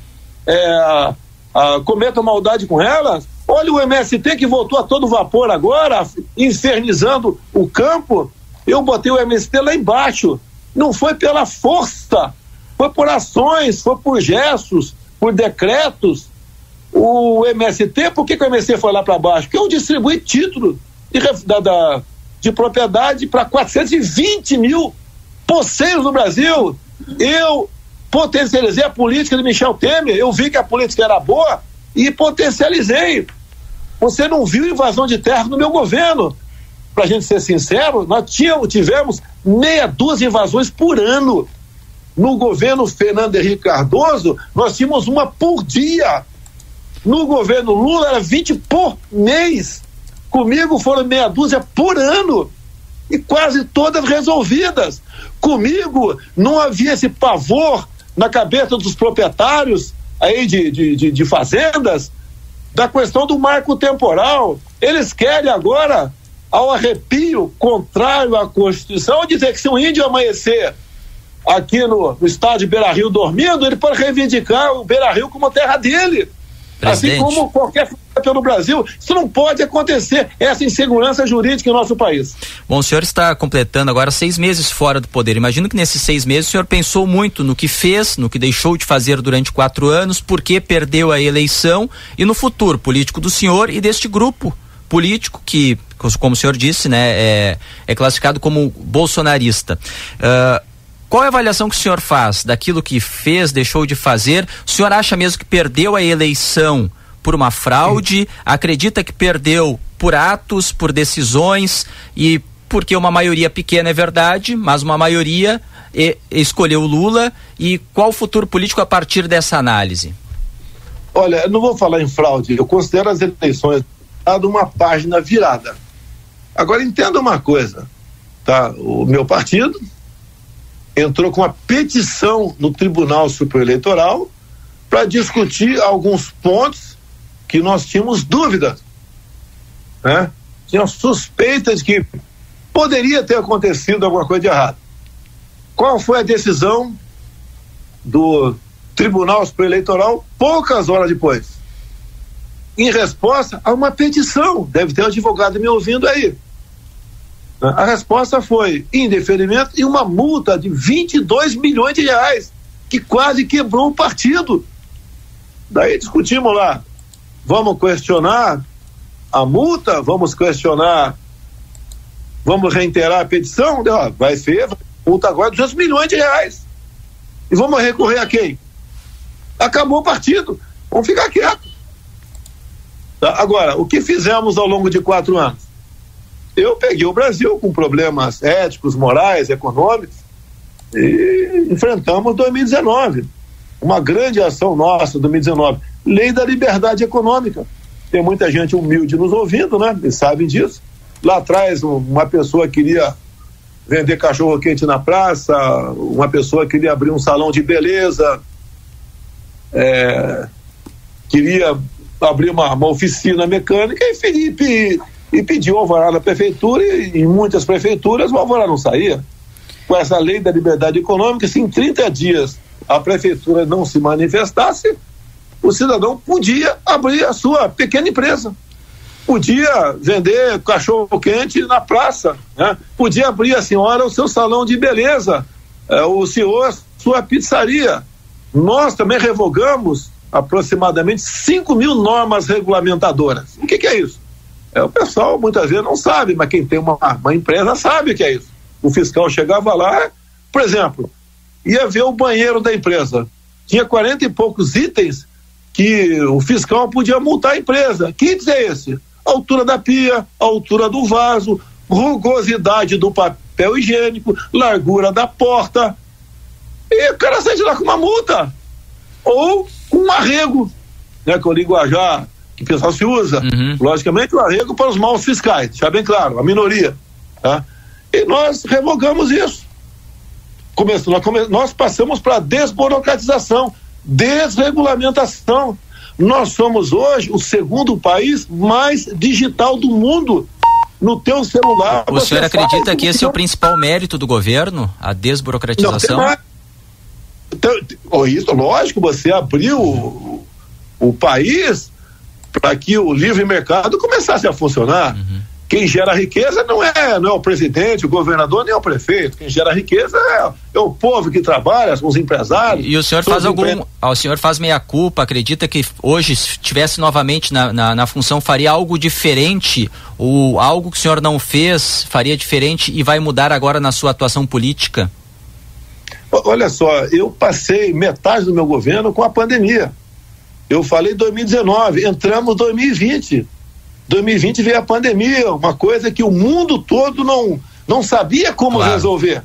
cometam maldade com elas. Olha o MST que voltou a todo vapor agora, infernizando o campo. Eu botei o MST lá embaixo. Não foi pela força, foi por ações, foi por gestos, por decretos. O MST, por que o MST foi lá para baixo? Porque eu distribuí título de propriedade para 420 mil poceiros no Brasil. Eu potencializei a política de Michel Temer, eu vi que a política era boa e potencializei. Você não viu invasão de terra no meu governo. Para a gente ser sincero, nós tivemos meia dúzia invasões por ano. No governo Fernando Henrique Cardoso, nós tínhamos uma por dia. No governo Lula era 20 por mês. Comigo foram meia dúzia por ano. E quase todas resolvidas. Comigo não havia esse pavor na cabeça dos proprietários aí de fazendas, da questão do marco temporal. Eles querem agora, ao arrepio contrário à Constituição, dizer que se um índio amanhecer aqui no estádio de Beira-Rio dormindo, ele pode reivindicar o Beira-Rio como terra dele. Presidente. Assim como qualquer pelo Brasil. Isso não pode acontecer, essa insegurança jurídica em nosso país. Bom, o senhor está completando agora 6 meses fora do poder. Imagino que nesses 6 meses o senhor pensou muito no que fez, no que deixou de fazer durante 4 anos, por que perdeu a eleição e no futuro político do senhor e deste grupo político que, como o senhor disse, né, é classificado como bolsonarista. Qual é a avaliação que o senhor faz daquilo que fez, deixou de fazer? O senhor acha mesmo que perdeu a eleição por uma fraude? Acredita que perdeu por atos, por decisões e porque uma maioria pequena é verdade, mas uma maioria escolheu o Lula? E qual o futuro político a partir dessa análise? Olha, eu não vou falar em fraude, eu considero as eleições uma página virada. Agora entenda uma coisa, tá? O meu partido entrou com uma petição no Tribunal Superior Eleitoral para discutir alguns pontos que nós tínhamos dúvidas, né? Tinha suspeitas de que poderia ter acontecido alguma coisa de errado. Qual foi a decisão do Tribunal Superior Eleitoral poucas horas depois? Em resposta a uma petição, deve ter um advogado me ouvindo aí. A resposta foi indeferimento e uma multa de 22 milhões de reais, que quase quebrou o partido. Daí discutimos lá, vamos questionar a multa, vamos reiterar a petição, vai ser multa agora de 200 milhões de reais. E vamos recorrer a quem? Acabou o partido, vamos ficar quietos. Tá? Agora, o que fizemos ao longo de 4 anos? Eu peguei o Brasil com problemas éticos, morais, econômicos e enfrentamos 2019. Uma grande ação nossa, 2019. Lei da liberdade econômica. Tem muita gente humilde nos ouvindo, né? Eles sabem disso. Lá atrás, uma pessoa queria vender cachorro-quente na praça, uma pessoa queria abrir um salão de beleza, queria abrir uma oficina mecânica e pediu alvará na prefeitura e em muitas prefeituras o alvará não saía. Com essa lei da liberdade econômica, se em 30 dias a prefeitura não se manifestasse, o cidadão podia abrir a sua pequena empresa, podia vender cachorro-quente na praça, né? Podia abrir a senhora o seu salão de beleza, o senhor a sua pizzaria. Nós também revogamos aproximadamente 5 mil normas regulamentadoras. O que é isso? O pessoal muitas vezes não sabe, mas quem tem uma empresa sabe o que é isso. O fiscal chegava lá, por exemplo, ia ver o banheiro da empresa, tinha 40 e poucos itens que o fiscal podia multar a empresa. Que índice é esse? Altura da pia, altura do vaso, rugosidade do papel higiênico, largura da porta. E o cara sai de lá com uma multa. Ou com um arrego, né, que é o linguajar que o pessoal se usa. Logicamente, o arrego para os maus fiscais, deixar bem claro, a minoria. Tá? E nós revogamos isso. Nós passamos para desburocratização, desregulamentação. Nós somos hoje o segundo país mais digital do mundo. No teu celular. O senhor acredita que esse é o principal mérito do governo, a desburocratização? Isso, lógico, você abriu o país para que o livre mercado começasse a funcionar. Quem gera riqueza não é o presidente, o governador, nem o prefeito. Quem gera riqueza é o povo que trabalha, são os empresários. E o senhor o senhor faz meia-culpa, acredita que hoje, se estivesse novamente na função, faria algo diferente, ou algo que o senhor não fez, faria diferente e vai mudar agora na sua atuação política? Olha só, eu passei metade do meu governo com a pandemia. Eu falei 2019, entramos 2020. 2020 veio a pandemia, uma coisa que o mundo todo não sabia como resolver.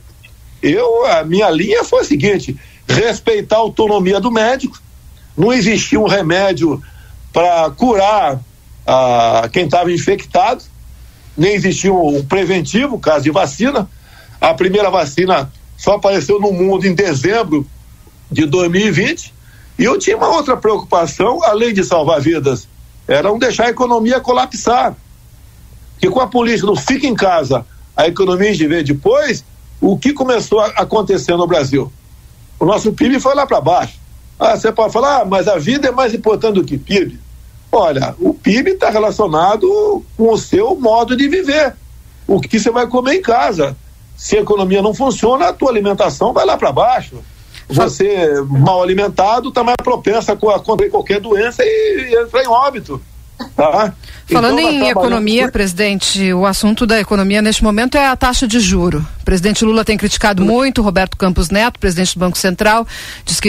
A minha linha foi a seguinte: respeitar a autonomia do médico. Não existia um remédio para curar quem estava infectado, nem existia um preventivo, caso de vacina. A primeira vacina só apareceu no mundo em dezembro de 2020, e eu tinha uma outra preocupação, além de salvar vidas, era não deixar a economia colapsar. Porque com a política do fica em casa, a economia de ver depois, o que começou a acontecer no Brasil? O nosso PIB foi lá para baixo. Você pode falar, mas a vida é mais importante do que PIB. Olha, o PIB está relacionado com o seu modo de viver. O que você vai comer em casa. Se a economia não funciona, a tua alimentação vai lá para baixo. Você, mal alimentado, está mais propenso a contrair qualquer doença e entrar em óbito. Tá? Falando em economia, presidente, o assunto da economia neste momento é a taxa de juro. O presidente Lula tem criticado muito Roberto Campos Neto, presidente do Banco Central, diz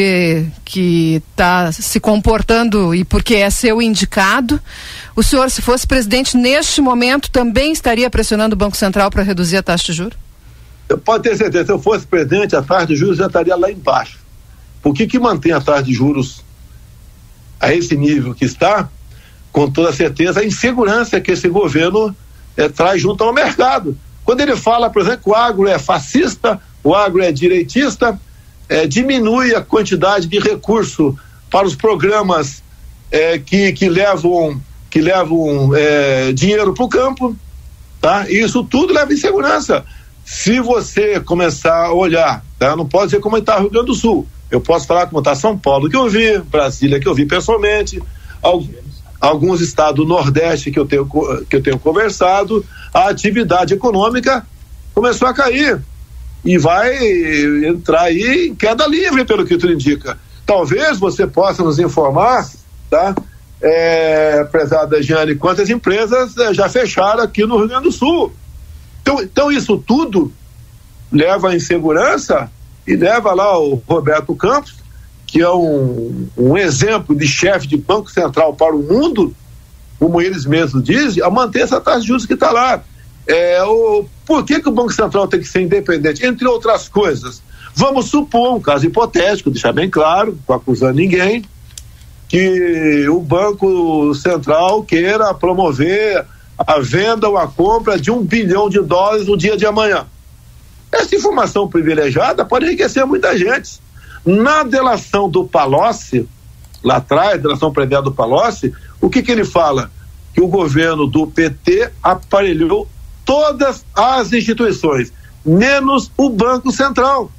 que está se comportando e porque é seu indicado. O senhor, se fosse presidente neste momento, também estaria pressionando o Banco Central para reduzir a taxa de juro? Pode ter certeza, se eu fosse presidente, a taxa de juros já estaria lá embaixo. Por que mantém a taxa de juros a esse nível que está? Com toda certeza, a insegurança que esse governo traz junto ao mercado. Quando ele fala, por exemplo, que o agro é fascista, o agro é direitista, diminui a quantidade de recurso para os programas que levam dinheiro para o campo, tá? E isso tudo leva insegurança. Se você começar a olhar, tá? Não pode dizer como está o Rio Grande do Sul, eu posso falar como está São Paulo, que eu vi, Brasília, que eu vi pessoalmente, alguns estados do Nordeste que eu tenho conversado, a atividade econômica começou a cair e vai entrar aí em queda livre, pelo que tudo indica. Talvez você possa nos informar, tá? Prezada Jane, quantas empresas já fecharam aqui no Rio Grande do Sul. Então isso tudo leva à insegurança e leva lá o Roberto Campos, que é um exemplo de chefe de Banco Central para o mundo, como eles mesmos dizem, a manter essa taxa de juros que está lá. Por que o Banco Central tem que ser independente? Entre outras coisas, vamos supor, um caso hipotético, deixar bem claro, não estou acusando ninguém, que o Banco Central queira promover a venda ou a compra de $1 bilhão no dia de amanhã. Essa informação privilegiada pode enriquecer muita gente. Na delação do Palocci, lá atrás, delação prévia do Palocci, o que ele fala? Que o governo do PT aparelhou todas as instituições, menos o Banco Central.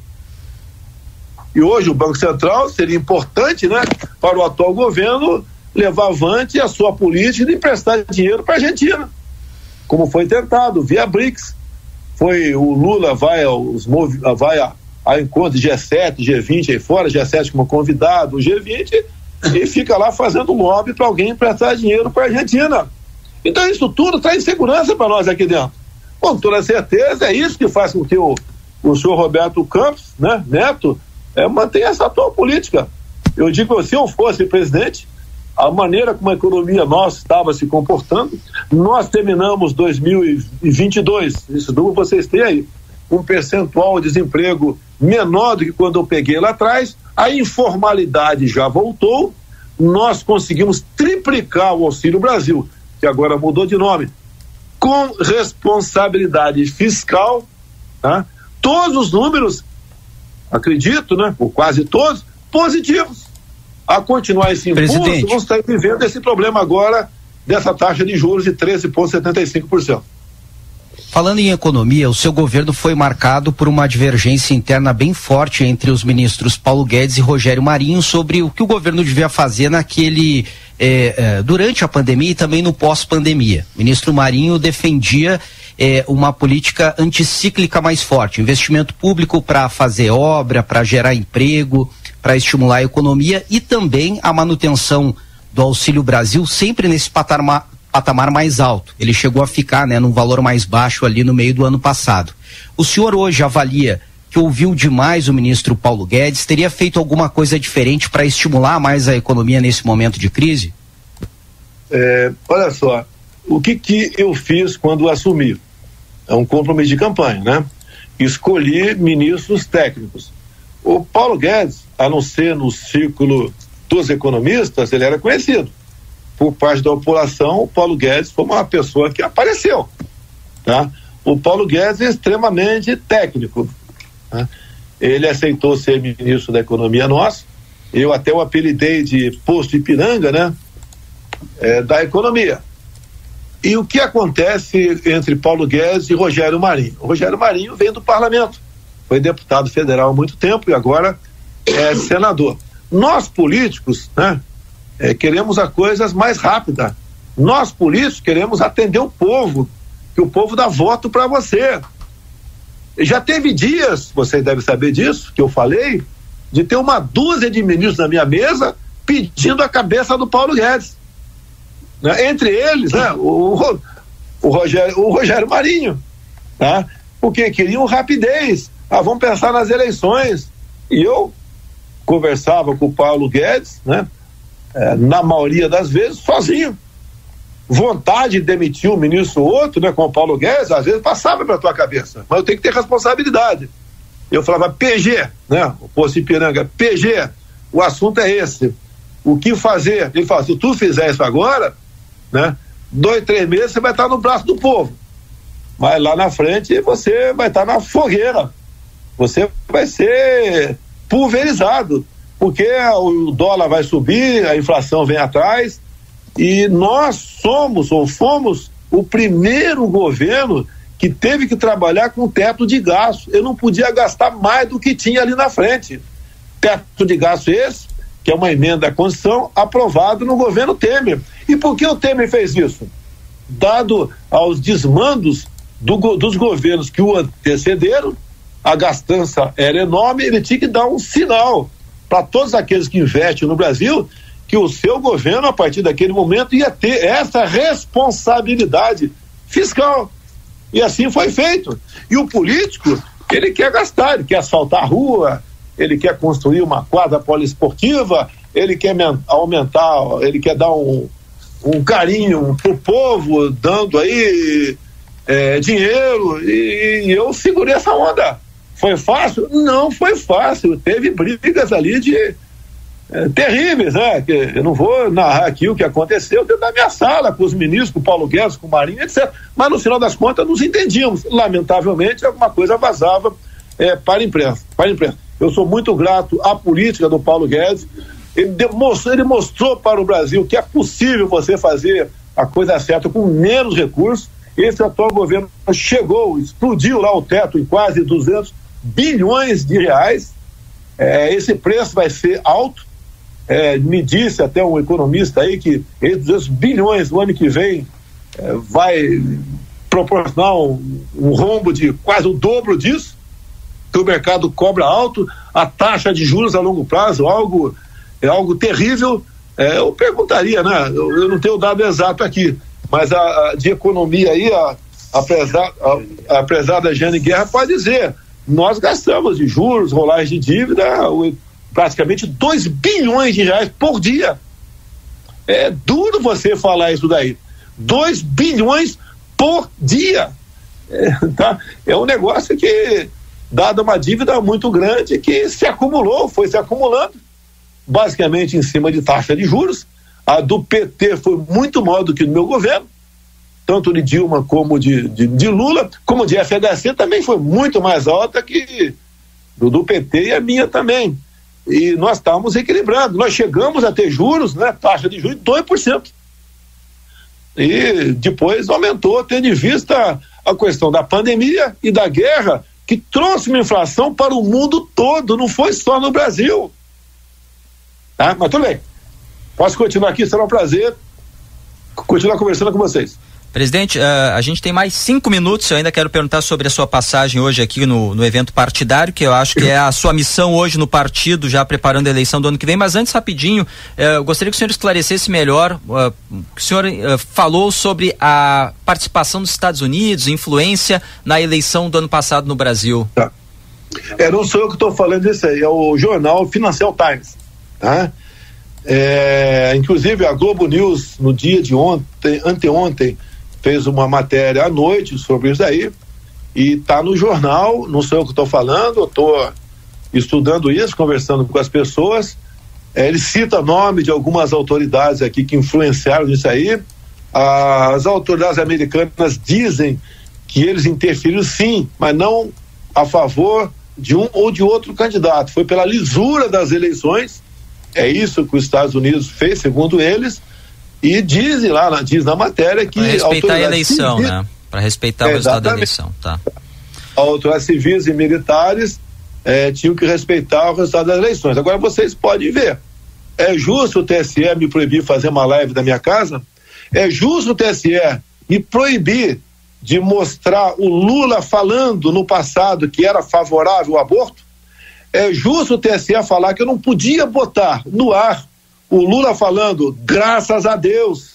E hoje o Banco Central seria importante, né, para o atual governo levar avante a sua política de emprestar dinheiro para a Argentina, como foi tentado via BRICS. O Lula vai a encontro de G7, G20 aí fora, G7 como convidado, o G20, e fica lá fazendo lobby para alguém emprestar dinheiro para a Argentina. Então isso tudo traz insegurança para nós aqui dentro. Com toda certeza é isso que faz com que o senhor Roberto Campos, né, Neto, mantenha essa atual política. Eu digo, se eu fosse presidente, a maneira como a economia nossa estava se comportando. Nós terminamos 2022, isso tudo vocês têm aí, um percentual de desemprego menor do que quando eu peguei lá atrás. A informalidade já voltou, nós conseguimos triplicar o Auxílio Brasil, que agora mudou de nome, com responsabilidade fiscal, tá? Todos os números, acredito, né, ou quase todos, positivos. A continuar esse impulso, vamos estar vivendo esse problema agora dessa taxa de juros de 13,75%. Falando em economia, o seu governo foi marcado por uma divergência interna bem forte entre os ministros Paulo Guedes e Rogério Marinho sobre o que o governo devia fazer durante a pandemia e também no pós-pandemia. O ministro Marinho defendia uma política anticíclica mais forte, investimento público para fazer obra, para gerar emprego, para estimular a economia e também a manutenção do Auxílio Brasil sempre nesse patamar mais alto. Ele chegou a ficar, num valor mais baixo ali no meio do ano passado. O senhor hoje avalia que ouviu demais o ministro Paulo Guedes? Teria feito alguma coisa diferente para estimular mais a economia nesse momento de crise? Olha só, o que eu fiz quando assumi? É um compromisso de campanha, né? Escolhi ministros técnicos. O Paulo Guedes, a não ser no círculo dos economistas, ele era conhecido. Por parte da população, o Paulo Guedes foi uma pessoa que apareceu, tá? O Paulo Guedes é extremamente técnico, tá? Ele aceitou ser ministro da economia nossa. Eu até o apelidei de Posto Ipiranga, né? Da economia. E o que acontece entre Paulo Guedes e Rogério Marinho? O Rogério Marinho vem do parlamento, foi deputado federal há muito tempo e agora é senador. Nós políticos, né? Queremos as coisas mais rápidas. Nós políticos queremos atender o povo, que o povo dá voto para você. Já teve dias, você deve saber disso, que eu falei, de ter uma dúzia de ministros na minha mesa pedindo a cabeça do Paulo Guedes, né? Entre eles, né, o Rogério Marinho, tá? Porque queriam rapidez. Vamos pensar nas eleições. E eu conversava com o Paulo Guedes, né? Na maioria das vezes, sozinho. Vontade de demitir um ministro ou outro, né, com o Paulo Guedes, às vezes passava pela tua cabeça, mas eu tenho que ter responsabilidade. Eu falava, PG, né, o Posto Ipiranga, PG, o assunto é esse, o que fazer? Ele fala, se tu fizer isso agora, né, 2, 3 meses você vai estar no braço do povo, mas lá na frente você vai estar na fogueira, você vai ser pulverizado, porque o dólar vai subir, a inflação vem atrás, e nós somos ou fomos o primeiro governo que teve que trabalhar com teto de gasto. Eu não podia gastar mais do que tinha ali na frente. Teto de gasto esse, que é uma emenda à Constituição, aprovado no governo Temer. E por que o Temer fez isso? Dado aos desmandos dos governos que o antecederam, a gastança era enorme, ele tinha que dar um sinal para todos aqueles que investem no Brasil, que o seu governo, a partir daquele momento, ia ter essa responsabilidade fiscal. E assim foi feito. E o político, ele quer gastar, ele quer asfaltar a rua, ele quer construir uma quadra poliesportiva, ele quer aumentar, ele quer dar um carinho pro povo, dando aí dinheiro, e eu segurei essa onda. Foi fácil? Não foi fácil. Teve brigas ali terríveis, né? Que eu não vou narrar aqui o que aconteceu dentro da minha sala, com os ministros, com o Paulo Guedes, com o Marinho, etc. Mas no final das contas nos entendíamos. Lamentavelmente, alguma coisa vazava para a imprensa. Eu sou muito grato à política do Paulo Guedes. Ele mostrou para o Brasil que é possível você fazer a coisa certa com menos recursos. Esse atual governo explodiu lá o teto em quase 200 bilhões de reais. Esse preço vai ser alto. Me disse até um economista aí que esses 200 bilhões no ano que vem vai proporcionar um rombo de quase o dobro disso, que o mercado cobra alto, a taxa de juros a longo prazo, algo terrível. Eu perguntaria, né? Eu não tenho o dado exato aqui, mas de economia aí, a prezada Jane Guerra pode dizer, nós gastamos de juros, rolagem de dívida, praticamente 2 bilhões de reais por dia. É duro você falar isso daí. 2 bilhões por dia. Tá? É um negócio que, dada uma dívida muito grande, que se acumulou, foi se acumulando, basicamente em cima de taxa de juros. A do PT foi muito maior do que do meu governo, tanto de Dilma como de Lula, como de FHC também foi muito mais alta que do PT e a minha também. E nós estávamos equilibrando. Nós chegamos a ter juros, né, taxa de juros de 2%. E depois aumentou, tendo em vista a questão da pandemia e da guerra, que trouxe uma inflação para o mundo todo, não foi só no Brasil. Tá? Mas tudo bem. Posso continuar aqui, será um prazer continuar conversando com vocês. Presidente, a gente tem mais 5 minutos. Eu ainda quero perguntar sobre a sua passagem hoje aqui no evento partidário, que eu acho que é a sua missão hoje no partido, já preparando a eleição do ano que vem. Mas antes, rapidinho, eu gostaria que o senhor esclarecesse melhor. O senhor falou sobre a participação dos Estados Unidos, influência na eleição do ano passado no Brasil. Tá. Não sou eu que estou falando isso aí, é o jornal Financial Times, tá? Inclusive a Globo News, no dia de anteontem, fez uma matéria à noite sobre isso aí, e está no jornal. Não sou eu que estou falando, eu estou estudando isso, conversando com as pessoas. Ele cita nome de algumas autoridades aqui que influenciaram nisso aí. As autoridades americanas dizem que eles interferiram sim, mas não a favor de um ou de outro candidato. Foi pela lisura das eleições. É isso que os Estados Unidos fez, segundo eles, e diz na matéria que... Para respeitar a eleição, civis, né? Para respeitar o resultado da eleição, tá? Autoridades civis e militares tinham que respeitar o resultado das eleições. Agora vocês podem ver, é justo o TSE me proibir fazer uma live da minha casa? É justo o TSE me proibir de mostrar o Lula falando no passado que era favorável ao aborto? É justo o TSE falar que eu não podia botar no ar o Lula falando, graças a Deus,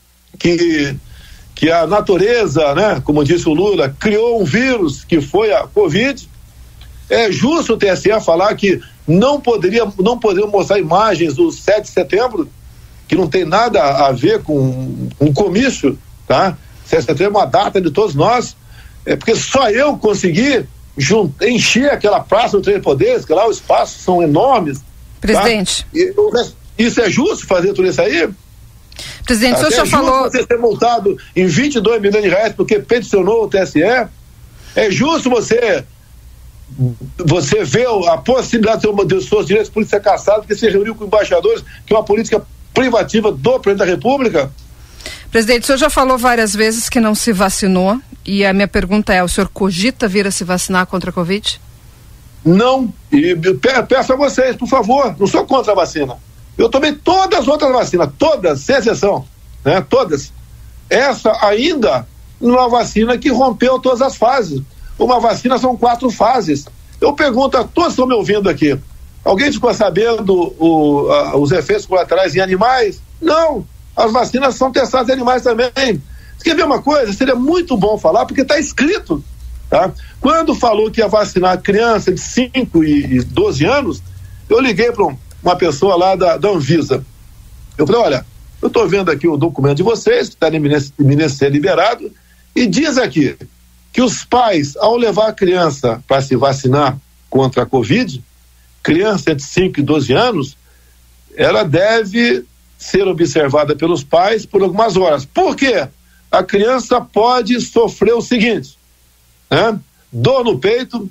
que a natureza, né, como disse o Lula, criou um vírus que foi a Covid? É justo o TSE falar que não poderiam mostrar imagens do 7 de setembro, que não tem nada a ver com um comício, tá? 7 de setembro é uma data de todos nós, porque só eu consegui encher aquela praça do Três Poderes, que lá os espaços são enormes. Presidente. Tá? Isso é justo fazer tudo isso aí? Presidente, o senhor já falou... você ser multado em 22 milhões de reais porque peticionou o TSE? É justo você ver a possibilidade de seus direitos políticos ser cassados porque se reuniu com embaixadores, que é uma política privativa do presidente da República? Presidente, o senhor já falou várias vezes que não se vacinou, e a minha pergunta é, o senhor cogita vir a se vacinar contra a Covid? Não, e peço a vocês, por favor, não sou contra a vacina. Eu tomei todas as outras vacinas, todas, sem exceção, né? Todas. Essa ainda não é uma vacina que rompeu todas as fases. Uma vacina são 4 fases. Eu pergunto a todos que estão me ouvindo aqui, alguém ficou sabendo os efeitos colaterais em animais? Não, as vacinas são testadas em animais também. Você quer ver uma coisa? Seria muito bom falar, porque está escrito, tá? Quando falou que ia vacinar criança de 5 e 12 anos, eu liguei para uma pessoa lá da Anvisa. Eu falei, olha, eu estou vendo aqui o documento de vocês, que está em iminência de ser liberado, e diz aqui que os pais, ao levar a criança para se vacinar contra a Covid, criança de 5 e 12 anos, ela deve ser observada pelos pais por algumas horas. Por quê? A criança pode sofrer o seguinte, né? Dor no peito,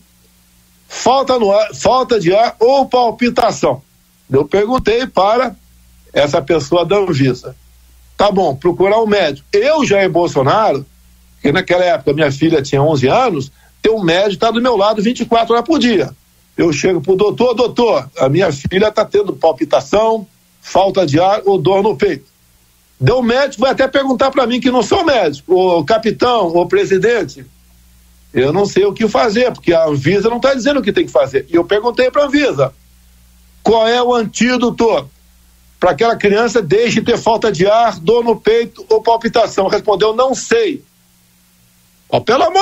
falta de ar ou palpitação. Eu perguntei para essa pessoa da Anvisa. Tá bom, procurar um médico. Eu, Jair Bolsonaro, que naquela época minha filha tinha 11 anos, tem um médico que está do meu lado 24 horas por dia. Eu chego pro doutor, a minha filha está tendo palpitação, falta de ar ou dor no peito. O médico vai até perguntar para mim, que não sou médico, o capitão, o presidente, eu não sei o que fazer, porque a Anvisa não está dizendo o que tem que fazer. E eu perguntei para a Anvisa, qual é o antídoto para aquela criança deixe de ter falta de ar, dor no peito ou palpitação? Respondeu, não sei. Pelo amor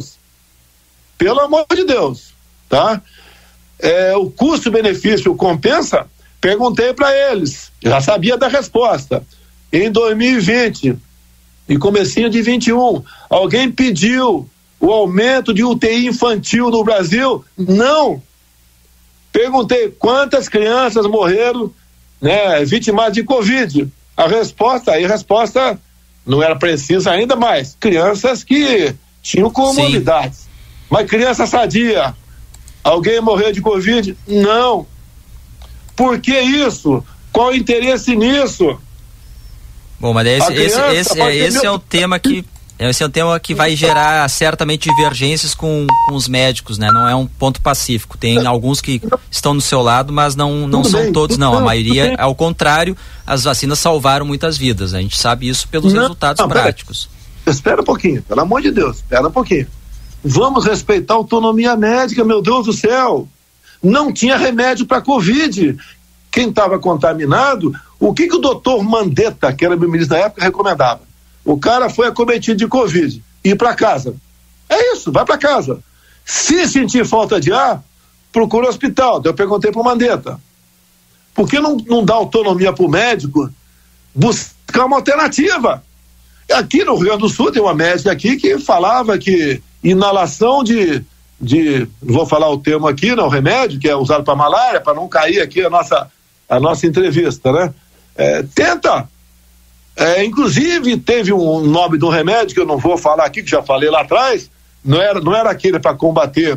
de Deus, tá? O custo-benefício compensa? Perguntei para eles, já sabia da resposta. em 2020 e comecinho de 21, alguém pediu o aumento de UTI infantil no Brasil? Não. Perguntei quantas crianças morreram, né, vítimas de Covid. A resposta não era precisa ainda, mas crianças que tinham comorbidades. Sim. Mas criança sadia, alguém morreu de Covid? Não. Por que isso? Qual o interesse nisso? Bom, mas esse é o tema que vai gerar certamente divergências com os médicos, né? Não é um ponto pacífico. Tem alguns que estão do seu lado, mas não são todos, não. A maioria, ao contrário, as vacinas salvaram muitas vidas. A gente sabe isso pelos resultados práticos. Espera um pouquinho, pelo amor de Deus, espera um pouquinho. Vamos respeitar a autonomia médica, meu Deus do céu. Não tinha remédio para Covid. Quem estava contaminado, o que o doutor Mandetta, que era meu ministro da época, recomendava? O cara foi acometido de Covid, ir para casa. É isso, vai para casa. Se sentir falta de ar, procura o hospital. Eu perguntei para o Mandetta, por que não dá autonomia para o médico buscar uma alternativa? Aqui no Rio Grande do Sul tem uma médica aqui que falava que inalação de não vou falar o termo aqui, não, o remédio que é usado para malária, para não cair aqui a nossa entrevista, né? Tenta. Inclusive teve um nome de um remédio que eu não vou falar aqui, que já falei lá atrás, não era aquele para combater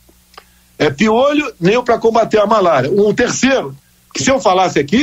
piolho, nem para combater a malária. Um terceiro, que se eu falar aqui,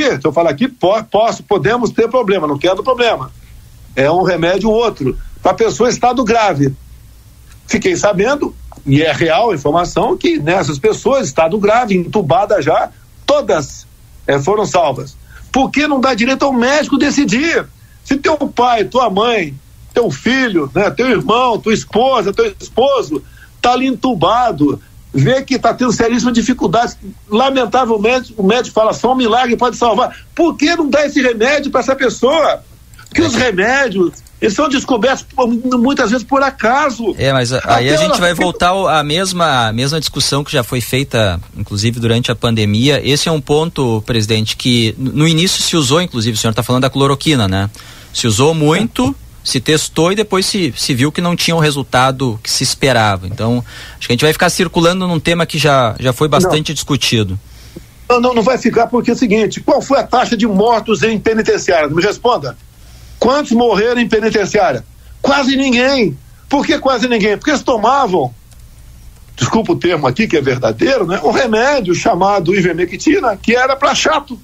podemos ter problema, não quero problema. É um remédio outro, para pessoa em estado grave. Fiquei sabendo, e é real a informação, que nessas pessoas, estado grave, entubada já, todas foram salvas. Por que não dá direito ao médico decidir? Se teu pai, tua mãe, teu filho, né, teu irmão, tua esposa, teu esposo, tá ali entubado, vê que tá tendo seríssimas dificuldades, lamentavelmente o médico fala, só um milagre pode salvar. Por que não dá esse remédio para essa pessoa? Porque os remédios, eles são descobertos muitas vezes por acaso. Mas aí a gente vai voltar à mesma discussão que já foi feita, inclusive durante a pandemia. Esse é um ponto, presidente, que no início se usou, inclusive, o senhor está falando da cloroquina, né? Se usou muito, se testou e depois se viu que não tinha o resultado que se esperava. Então, acho que a gente vai ficar circulando num tema que já foi bastante discutido. Não vai ficar, porque é o seguinte, qual foi a taxa de mortos em penitenciária? Me responda. Quantos morreram em penitenciária? Quase ninguém. Por que quase ninguém? Porque eles tomavam, desculpa o termo aqui que é verdadeiro, né? Um remédio chamado ivermectina, que era para chato.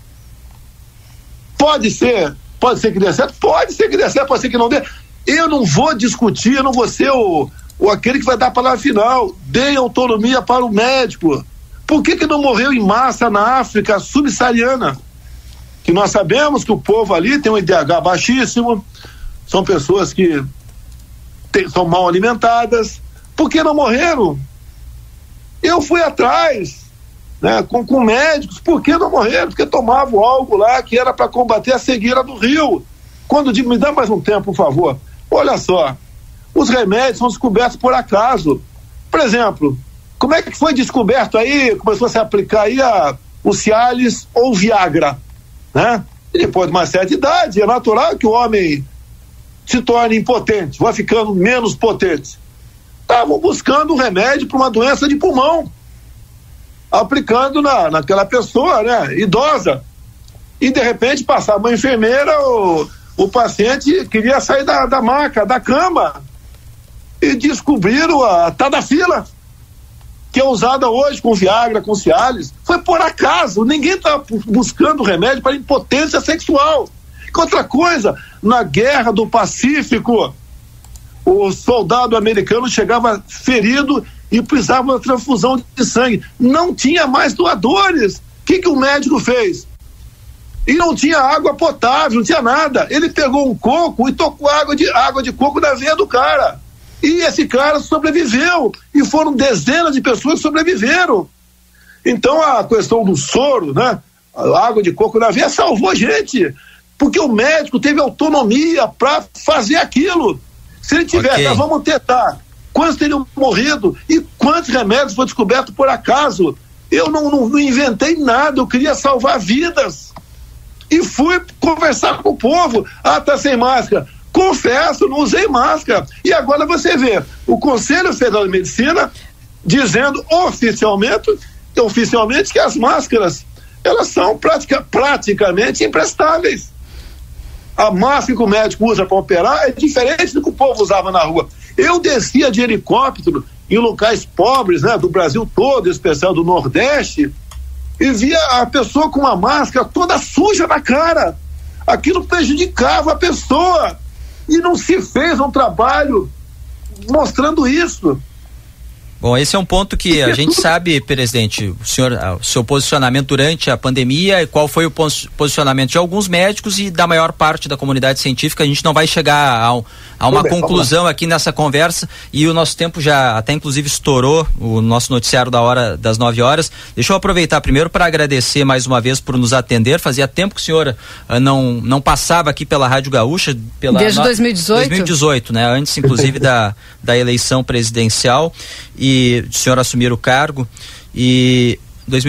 Pode ser que dê certo? Pode ser que dê certo, pode ser que não dê. Eu não vou discutir, eu não vou ser aquele que vai dar a palavra final. Dê autonomia para o médico. Por que não morreu em massa na África subsaariana? Que nós sabemos que o povo ali tem um IDH baixíssimo, são pessoas que são mal alimentadas. Por que não morreram? Eu fui atrás, né, com médicos. Por que não morreram? Porque tomavam algo lá que era para combater a cegueira do rio. Quando digo, me dá mais um tempo, por favor. Olha só, os remédios são descobertos por acaso. Por exemplo, como é que foi descoberto aí, começou a se aplicar aí o Cialis ou o Viagra? Né? E depois de uma certa idade, é natural que o homem se torne impotente, vai ficando menos potente. Estavam buscando um remédio para uma doença de pulmão, aplicando naquela pessoa, né, idosa. E de repente passava uma enfermeira, o paciente queria sair da maca, da cama, e descobriram a Tadafila, que é usada hoje com Viagra, com Cialis. Foi por acaso, ninguém está buscando remédio para impotência sexual. Outra coisa, na guerra do Pacífico, o soldado americano chegava ferido e precisava de uma transfusão de sangue. Não tinha mais doadores. O que o médico fez? E não tinha água potável, não tinha nada. Ele pegou um coco e tocou água de coco na veia do cara. E esse cara sobreviveu, e foram dezenas de pessoas que sobreviveram. Então a questão do soro, né, a água de coco na veia salvou a gente, porque o médico teve autonomia para fazer aquilo. Se ele tivesse, nós vamos tentar, quantos teriam morrido e quantos remédios foram descobertos por acaso? Eu não inventei nada, eu queria salvar vidas. e fui conversar com o povo. Ah, tá sem máscara. Confesso, não usei máscara. E agora você vê o Conselho Federal de Medicina dizendo oficialmente que as máscaras, elas são praticamente imprestáveis. A máscara que o médico usa para operar é diferente do que o povo usava na rua. Eu descia de helicóptero em locais pobres, né, do Brasil todo, em especial do Nordeste, e via a pessoa com uma máscara toda suja na cara. Aquilo prejudicava a pessoa. E não se fez um trabalho mostrando isso. Bom, esse é um ponto que a gente sabe, presidente, o seu posicionamento durante a pandemia e qual foi o posicionamento de alguns médicos e da maior parte da comunidade científica. A gente não vai chegar a uma conclusão aqui nessa conversa e o nosso tempo já até inclusive estourou, o nosso noticiário da hora das 9 horas. Deixa eu aproveitar primeiro para agradecer mais uma vez por nos atender. Fazia tempo que o senhor não passava aqui pela Rádio Gaúcha. Desde 2018? 2018, né? Antes inclusive da eleição presidencial. E o senhor assumir o cargo e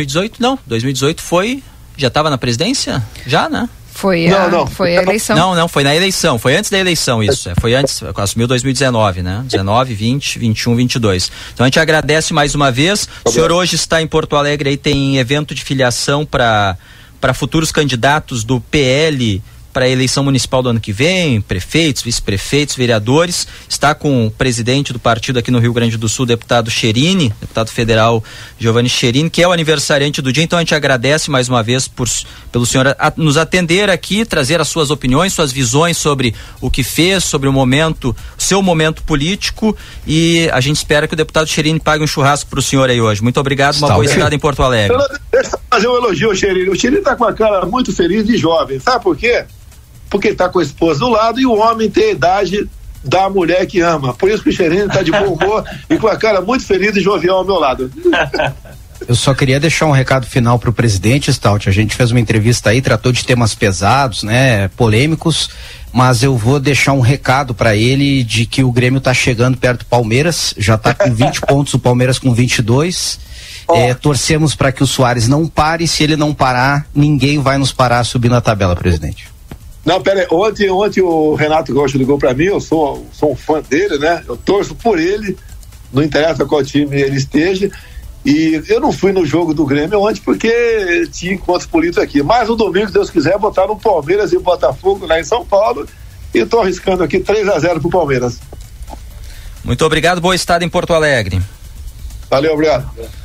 2018 foi, já estava na presidência? Já, né? Foi a eleição. Não, foi na eleição, foi antes da eleição isso, foi antes, assumiu 2019, né? 19, 20, 21, 22. Então a gente agradece mais uma vez. O senhor hoje está em Porto Alegre, aí tem evento de filiação para futuros candidatos do PL para a eleição municipal do ano que vem, prefeitos, vice-prefeitos, vereadores. Está com o presidente do partido aqui no Rio Grande do Sul, deputado Cherini, deputado federal Giovanni Cherini, que é o aniversariante do dia. Então a gente agradece mais uma vez pelo senhor nos atender aqui, trazer as suas opiniões, suas visões sobre o que fez, sobre o seu momento político, e a gente espera que o deputado Cherini pague um churrasco para o senhor aí hoje. Muito obrigado, uma boa estada em Porto Alegre. Deixa eu fazer um elogio ao Cherini. O Cherini está com a cara muito feliz de jovem, sabe por quê? Porque ele está com a esposa do lado e o homem tem a idade da mulher que ama. Por isso que o Cherini está de bom humor e com a cara muito feliz e jovial ao meu lado. Eu só queria deixar um recado final para o presidente, Stout. A gente fez uma entrevista aí, tratou de temas pesados, né, polêmicos, mas eu vou deixar um recado para ele de que o Grêmio está chegando perto do Palmeiras, já está com 20 pontos, o Palmeiras com 22. Torcemos para que o Soares não pare. Se ele não parar, ninguém vai nos parar subindo a tabela, presidente. Não, pera aí, ontem o Renato Gaúcho ligou pra mim, eu sou um fã dele, né? Eu torço por ele, não interessa qual time ele esteja, e eu não fui no jogo do Grêmio ontem porque tinha encontros políticos aqui, mas no domingo, se Deus quiser, botar no Palmeiras e Botafogo lá em São Paulo, e tô arriscando aqui 3-0 pro Palmeiras. Muito obrigado, boa estada em Porto Alegre. Valeu, obrigado.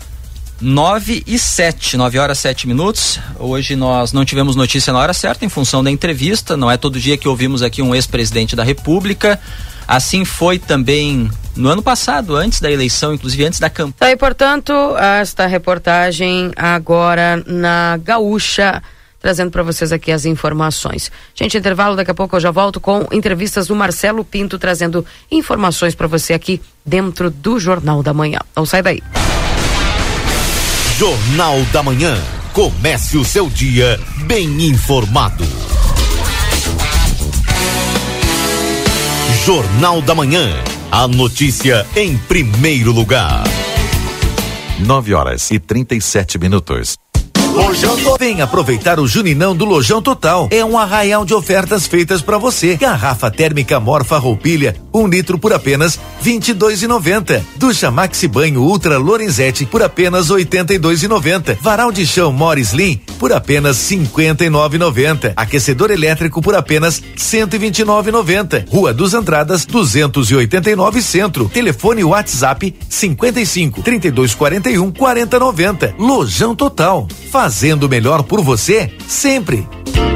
9 horas 7 minutos. Hoje nós não tivemos notícia na hora certa em função da entrevista. Não é todo dia que ouvimos aqui um ex-presidente da República. Assim foi também no ano passado, antes da eleição, inclusive antes da campanha. Tá aí, portanto, esta reportagem agora na Gaúcha, trazendo para vocês aqui as informações. Gente, intervalo, daqui a pouco eu já volto com entrevistas do Marcelo Pinto, trazendo informações para você aqui dentro do Jornal da Manhã. Não sai daí. Jornal da Manhã. Comece o seu dia bem informado. Jornal da Manhã. A notícia em primeiro lugar. 9 horas e 37 minutos. Vem aproveitar o Juninão do Lojão Total. É um arraial de ofertas feitas para você. Garrafa térmica Morfa Roupilha, 1 litro por apenas R$22,90. Ducha Maxi Banho Ultra Lorenzetti por apenas R$82,90. Varal de chão More Slim por apenas R$59,90. Aquecedor elétrico por apenas R$129,90. Rua dos Andradas 289 Centro. Telefone WhatsApp 55 3241 4090. Lojão Total. Fazendo melhor por você, sempre.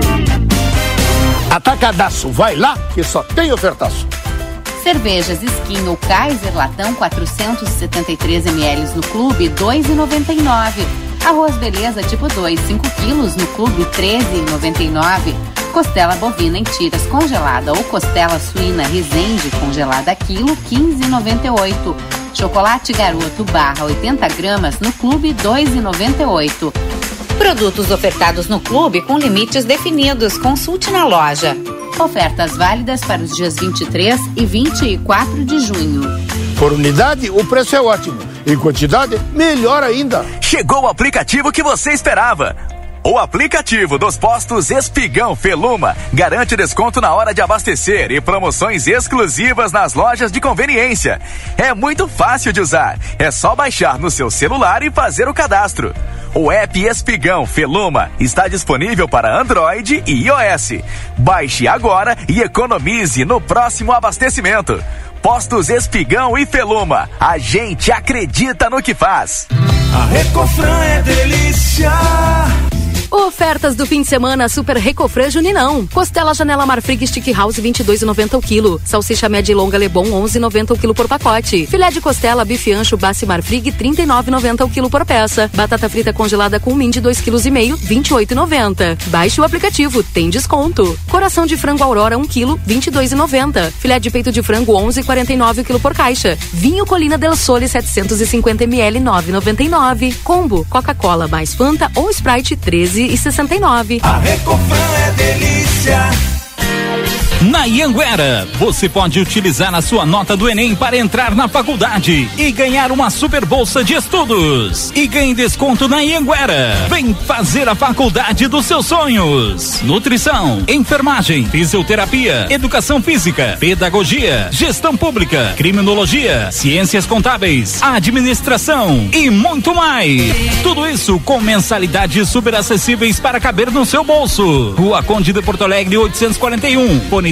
Atacadaço, vai lá que só tem ofertaço. Cervejas Skin ou Kaiser Latão 473 ml no clube, R$2,99. Arroz Beleza tipo 2, 5 quilos no clube, R$13,99. Costela bovina em tiras congelada ou costela suína Resende congelada quilo, R$15,98. Chocolate Garoto barra 80 gramas no clube, R$2,98. Produtos ofertados no clube com limites definidos. Consulte na loja. Ofertas válidas para os dias 23 e 24 de junho. Por unidade, o preço é ótimo. Em quantidade, melhor ainda. Chegou o aplicativo que você esperava. O aplicativo dos postos Espigão Feluma garante desconto na hora de abastecer e promoções exclusivas nas lojas de conveniência. É muito fácil de usar. É só baixar no seu celular e fazer o cadastro. O app Espigão Feluma está disponível para Android e iOS. Baixe agora e economize no próximo abastecimento. Postos Espigão e Feluma. A gente acredita no que faz. A Recofran é delícia. Ofertas do fim de semana Super Recofran Juninão. Costela Janela Marfrig Stick House 22,90 o quilo. Salsicha média e longa Lebon 11,90 o quilo por pacote. Filé de costela bife ancho Bassi Marfrig 39,90 o quilo por peça. Batata frita congelada com mind 2,5 kg 28,90. Baixe o aplicativo, tem desconto. Coração de frango Aurora 1 kg 22,90. Filé de peito de frango 11,49 o quilo por caixa. Vinho Colina del Sole 750 ml 9,99. Combo Coca-Cola mais Fanta ou Sprite 13,69. A Recofran é delícia. Na Anhanguera, você pode utilizar a sua nota do Enem para entrar na faculdade e ganhar uma super bolsa de estudos. E ganhe desconto na Anhanguera. Vem fazer a faculdade dos seus sonhos. Nutrição, enfermagem, fisioterapia, educação física, pedagogia, gestão pública, criminologia, ciências contábeis, administração e muito mais. Tudo isso com mensalidades super acessíveis para caber no seu bolso. Rua Conde de Porto Alegre 841. Fone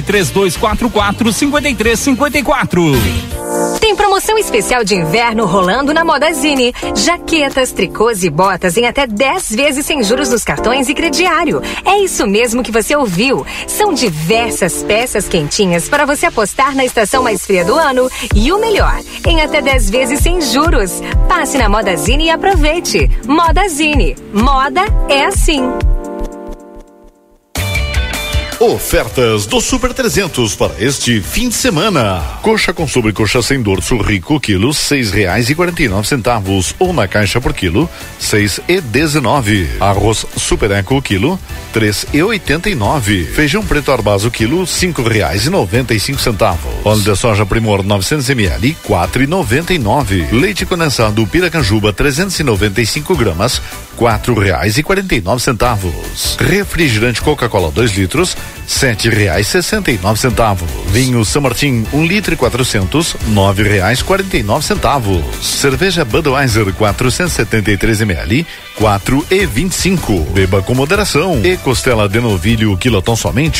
3244-5354. Tem promoção especial de inverno rolando na Modazine. Jaquetas, tricôs e botas em até 10 vezes sem juros nos cartões e crediário. É isso mesmo que você ouviu. São diversas peças quentinhas para você apostar na estação mais fria do ano. E o melhor, em até 10 vezes sem juros. Passe na Modazine e aproveite. Modazine. Moda é assim. Ofertas do Super 300 para este fim de semana. Coxa com sobrecoxa sem dorso rico, quilo, R$6,49. Ou na caixa por quilo, R$6,19. Arroz Super Eco, quilo, R$3,89. Feijão preto Arbazo, quilo, R$5,95. Óleo de soja Primor 900 ml, R$4,99. Leite condensado Piracanjuba 395 gramas, R$4,49. Refrigerante Coca-Cola 2 litros, R$7,69. Vinho São Martin 1 litro e 400, R$9,49. Cerveja Budweiser 473 ml, R$4,25. Beba com moderação. E costela de novilho quilotão somente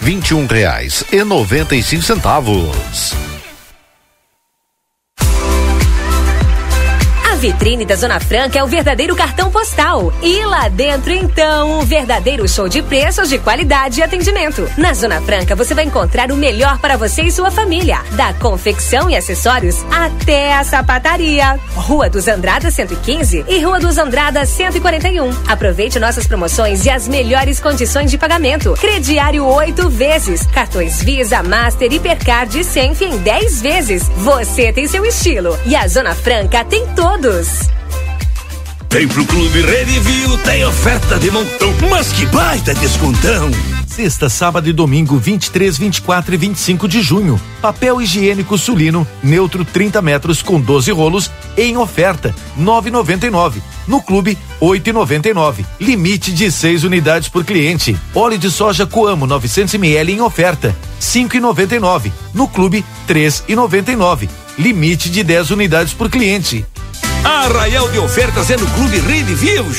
R$21,95. A vitrine da Zona Franca é o verdadeiro cartão postal. E lá dentro, então, um verdadeiro show de preços, de qualidade e atendimento. Na Zona Franca, você vai encontrar o melhor para você e sua família. Da confecção e acessórios até a sapataria. Rua dos Andradas 115 e Rua dos Andradas 141. Aproveite nossas promoções e as melhores condições de pagamento. Crediário 8 vezes. Cartões Visa, Master, Hipercard e Senf em 10 vezes. Você tem seu estilo. E a Zona Franca tem todos. Vem pro Clube Redivio, tem oferta de montão, mas que baita descontão! Sexta, sábado e domingo, 23, 24 e 25 de junho. Papel higiênico Sulino, neutro 30 metros com 12 rolos, em oferta, R$ 9,99. No clube, R$ 8,99. Limite de 6 unidades por cliente. Óleo de soja Coamo 900 ml em oferta, R$ 5,99. No clube, R$ 3,99. Limite de 10 unidades por cliente. Arraial de ofertas é no Clube Redivios.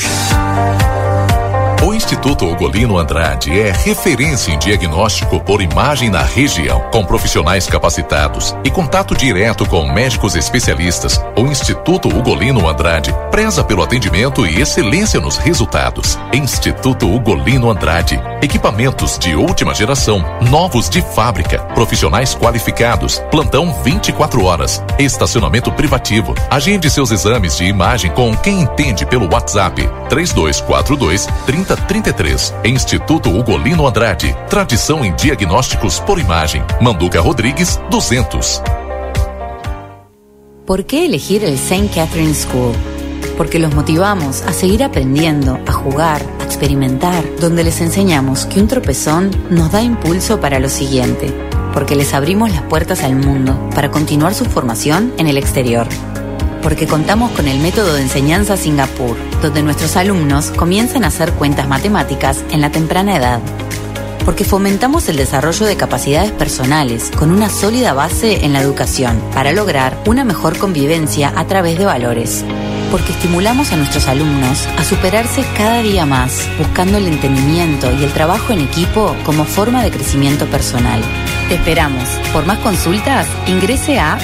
O Instituto Ugolino Andrade é referência em diagnóstico por imagem na região. Com profissionais capacitados e contato direto com médicos especialistas, o Instituto Ugolino Andrade preza pelo atendimento e excelência nos resultados. Instituto Ugolino Andrade. Equipamentos de última geração, novos de fábrica, profissionais qualificados, plantão 24 horas, estacionamento privativo. Agende seus exames de imagem com quem entende pelo WhatsApp 3242-3033. Instituto Ugolino Andrade. Tradição em diagnósticos por imagem. Manduca Rodrigues 200. ¿Por qué elegir el St. Catherine School? Porque los motivamos a seguir aprendiendo, a jugar, a experimentar, donde les enseñamos que un tropezón nos da impulso para lo siguiente, porque les abrimos las puertas al mundo para continuar su formación en el exterior. Porque contamos con el método de enseñanza Singapur, donde nuestros alumnos comienzan a hacer cuentas matemáticas en la temprana edad. Porque fomentamos el desarrollo de capacidades personales con una sólida base en la educación para lograr una mejor convivencia a través de valores. Porque estimulamos a nuestros alumnos a superarse cada día más, buscando el entendimiento y el trabajo en equipo como forma de crecimiento personal. Te esperamos. Por más consultas, ingrese a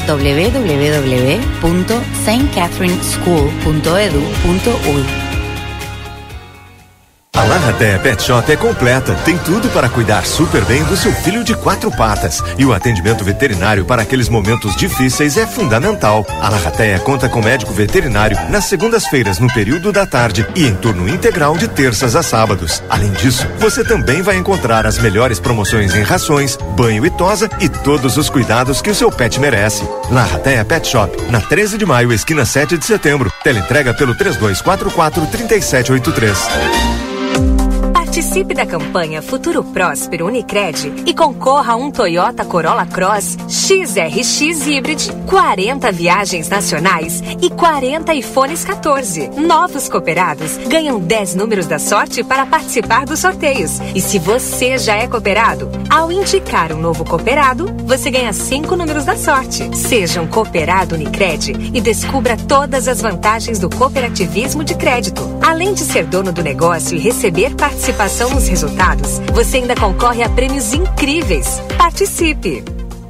www.stcatherineschool.edu.uy. A Larratea Pet Shop é completa, tem tudo para cuidar super bem do seu filho de 4 patas. E o atendimento veterinário para aqueles momentos difíceis é fundamental. A Larratea conta com médico veterinário nas segundas-feiras no período da tarde e em turno integral de terças a sábados. Além disso, você também vai encontrar as melhores promoções em rações, banho e tosa e todos os cuidados que o seu pet merece. Larratea Pet Shop, na 13 de maio, esquina 7 de setembro. Teleentrega pelo 3244-3783. Participe da campanha Futuro Próspero Unicred e concorra a um Toyota Corolla Cross XRX Hybrid, 40 viagens nacionais e 40 iPhones 14. Novos cooperados ganham 10 números da sorte para participar dos sorteios. E se você já é cooperado, ao indicar um novo cooperado, você ganha 5 números da sorte. Seja um cooperado Unicred e descubra todas as vantagens do cooperativismo de crédito. Além de ser dono do negócio e receber participação nos resultados, você ainda concorre a prêmios incríveis. Participe!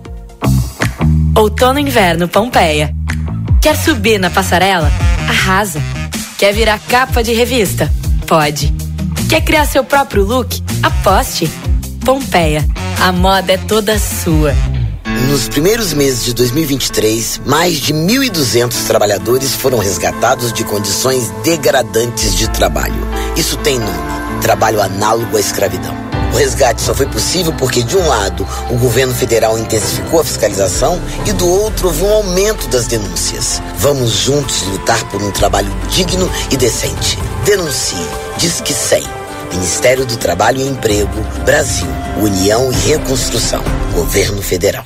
Outono e inverno Pompeia. Quer subir na passarela? Arrasa. Quer virar capa de revista? Pode. Quer criar seu próprio look? Aposte. Pompeia. A moda é toda sua. Nos primeiros meses de 2023, mais de 1.200 trabalhadores foram resgatados de condições degradantes de trabalho. Isso tem nome: trabalho análogo à escravidão. O resgate só foi possível porque, de um lado, o governo federal intensificou a fiscalização e, do outro, houve um aumento das denúncias. Vamos juntos lutar por um trabalho digno e decente. Denuncie. Disque 100. Ministério do Trabalho e Emprego, Brasil, União e Reconstrução, Governo Federal.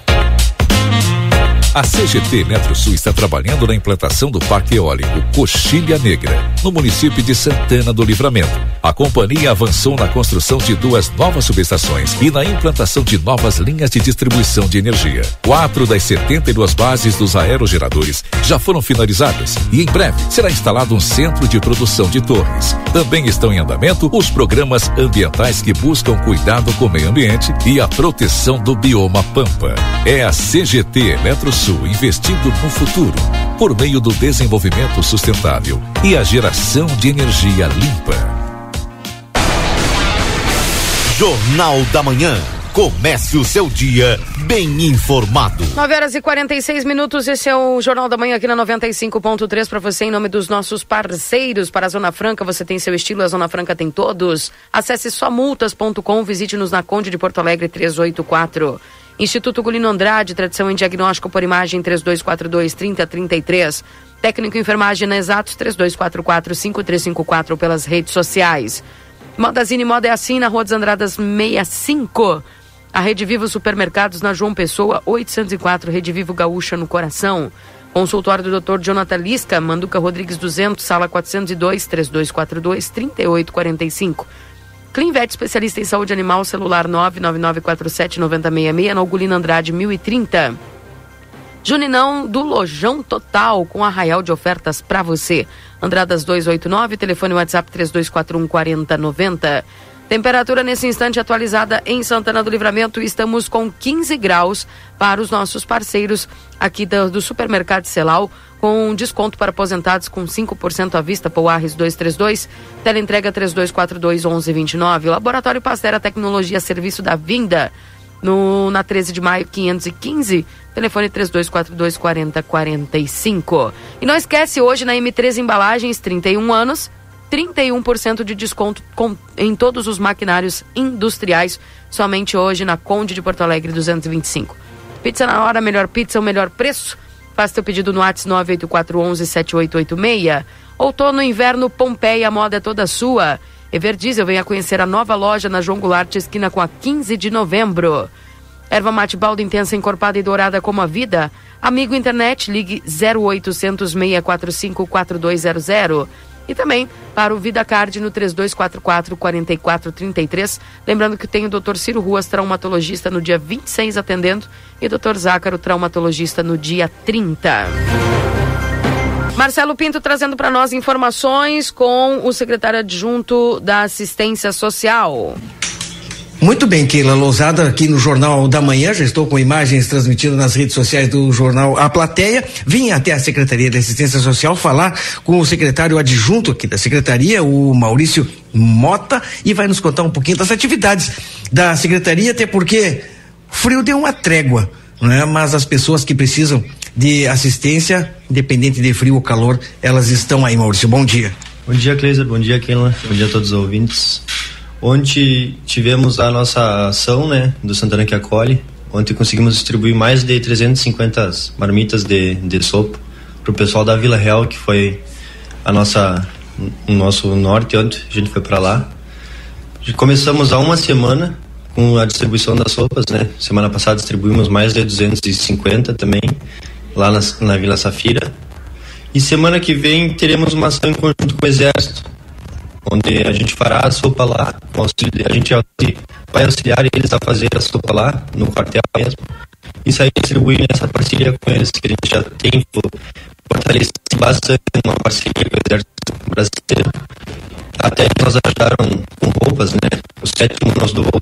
A CGT Eletrosul está trabalhando na implantação do Parque Eólico Coxilha Negra, no município de Santana do Livramento. A companhia avançou na construção de 2 novas subestações e na implantação de novas linhas de distribuição de energia. 4 das 72 bases dos aerogeradores já foram finalizadas e em breve será instalado um centro de produção de torres. Também estão em andamento os programas ambientais que buscam cuidado com o meio ambiente e a proteção do bioma Pampa. É a CGT Eletrosul investindo no futuro, por meio do desenvolvimento sustentável e a geração de energia limpa. Jornal da Manhã. Comece o seu dia bem informado. 9h46, esse é o Jornal da Manhã aqui na 95.3 para você, em nome dos nossos parceiros. Para a Zona Franca, você tem seu estilo, a Zona Franca tem todos. Acesse somultas.com, visite-nos na Conde de Porto Alegre 384. Instituto Gulino Andrade, tradição em diagnóstico por imagem, 3242-3033. Técnico em enfermagem na Exatos, 3244-5354 pelas redes sociais. Modazine Moda é assim, na Rua dos Andradas 65. A Rede Vivo Supermercados na João Pessoa 804, Rede Vivo Gaúcha no coração. Consultório do Dr. Jonathan Lisca, Manduca Rodrigues 200, sala 402, 3242-3845. Clinvet, especialista em saúde animal, celular 99947-9066, na Gulino Andrade 1030. Juninão do Lojão Total, com arraial de ofertas para você. Andradas 289, telefone WhatsApp 3241-4090. Temperatura nesse instante atualizada em Santana do Livramento. Estamos com 15 graus para os nossos parceiros aqui do Supermercado Celal, com desconto para aposentados com 5% à vista, Pouarres 232, teleentrega 3242-1129. Laboratório Pastera Tecnologia, serviço da Vinda, na 13 de maio 515, telefone 3242-4045. E não esquece, hoje na M3 Embalagens, 31 anos, 31% de desconto em todos os maquinários industriais, somente hoje na Conde de Porto Alegre 225. Pizza na hora, melhor pizza, o melhor preço. Faça teu pedido no WhatsApp 98411-7886. Outono, inverno, Pompeia, a moda é toda sua. Everdiesel, venha conhecer a nova loja na João Goulart, esquina com a 15 de novembro. Erva mate balda intensa, encorpada e dourada como a vida. Amigo Internet, ligue 0800 645 4200. E também para o VidaCard no 3244-4433. Lembrando que tem o Dr. Ciro Ruas, traumatologista, no dia 26 atendendo, e o Dr. Zácaro, traumatologista, no dia 30. Marcelo Pinto trazendo para nós informações com o secretário adjunto da Assistência Social. Muito bem, Keila Lousada, aqui no Jornal da Manhã, já estou com imagens transmitidas nas redes sociais do jornal A Plateia. Vim até a Secretaria de Assistência Social falar com o secretário adjunto aqui da Secretaria, o Maurício Mota, e vai nos contar um pouquinho das atividades da Secretaria, até porque o frio deu uma trégua, né? Mas as pessoas que precisam de assistência, independente de frio ou calor, elas estão aí, Maurício. Bom dia. Bom dia, Cleiser. Bom dia, Keila. Bom dia a todos os ouvintes. Ontem tivemos a nossa ação, né, do Santana que Acolhe. Ontem conseguimos distribuir mais de 350 marmitas de sopa para o pessoal da Vila Real, que foi o nosso norte. Ontem a gente foi para lá. Começamos há uma semana com a distribuição das sopas, né? Semana passada distribuímos mais de 250 também lá na Vila Safira. E semana que vem teremos uma ação em conjunto com o Exército, onde a gente fará a sopa lá, a gente vai auxiliar eles a fazer a sopa lá, no quartel mesmo, e sair distribuindo essa parceria com eles, que a gente já tem fortalecido bastante uma parceria com o Exército Brasileiro. Até que nos ajudaram com roupas, né? O 7º nos doou.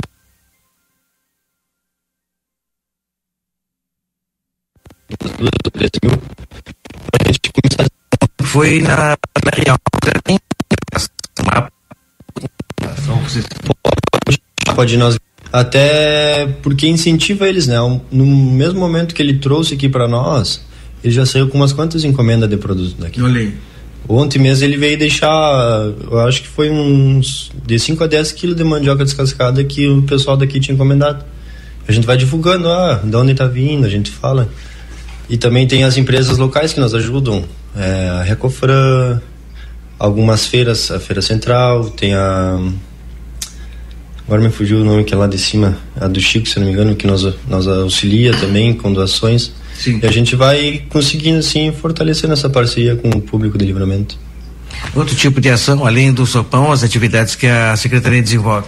Foi na Real. Pode nós, até porque incentiva eles, né? No mesmo momento que ele trouxe aqui para nós, ele já saiu com umas quantas encomendas de produtos daqui. Olhei. Ontem mesmo ele veio deixar, eu acho que foi uns de 5 a 10 quilos de mandioca descascada que o pessoal daqui tinha encomendado. A gente vai divulgando, de onde tá vindo, a gente fala. E também tem as empresas locais que nos ajudam, a Recofran, algumas feiras, a Feira Central, tem agora me fugiu o nome que é lá de cima, a do Chico, se não me engano, que nos auxilia também com doações. Sim. E a gente vai conseguindo assim fortalecendo essa parceria com o público de Livramento. Outro tipo de ação, além do sopão, as atividades que a Secretaria desenvolve?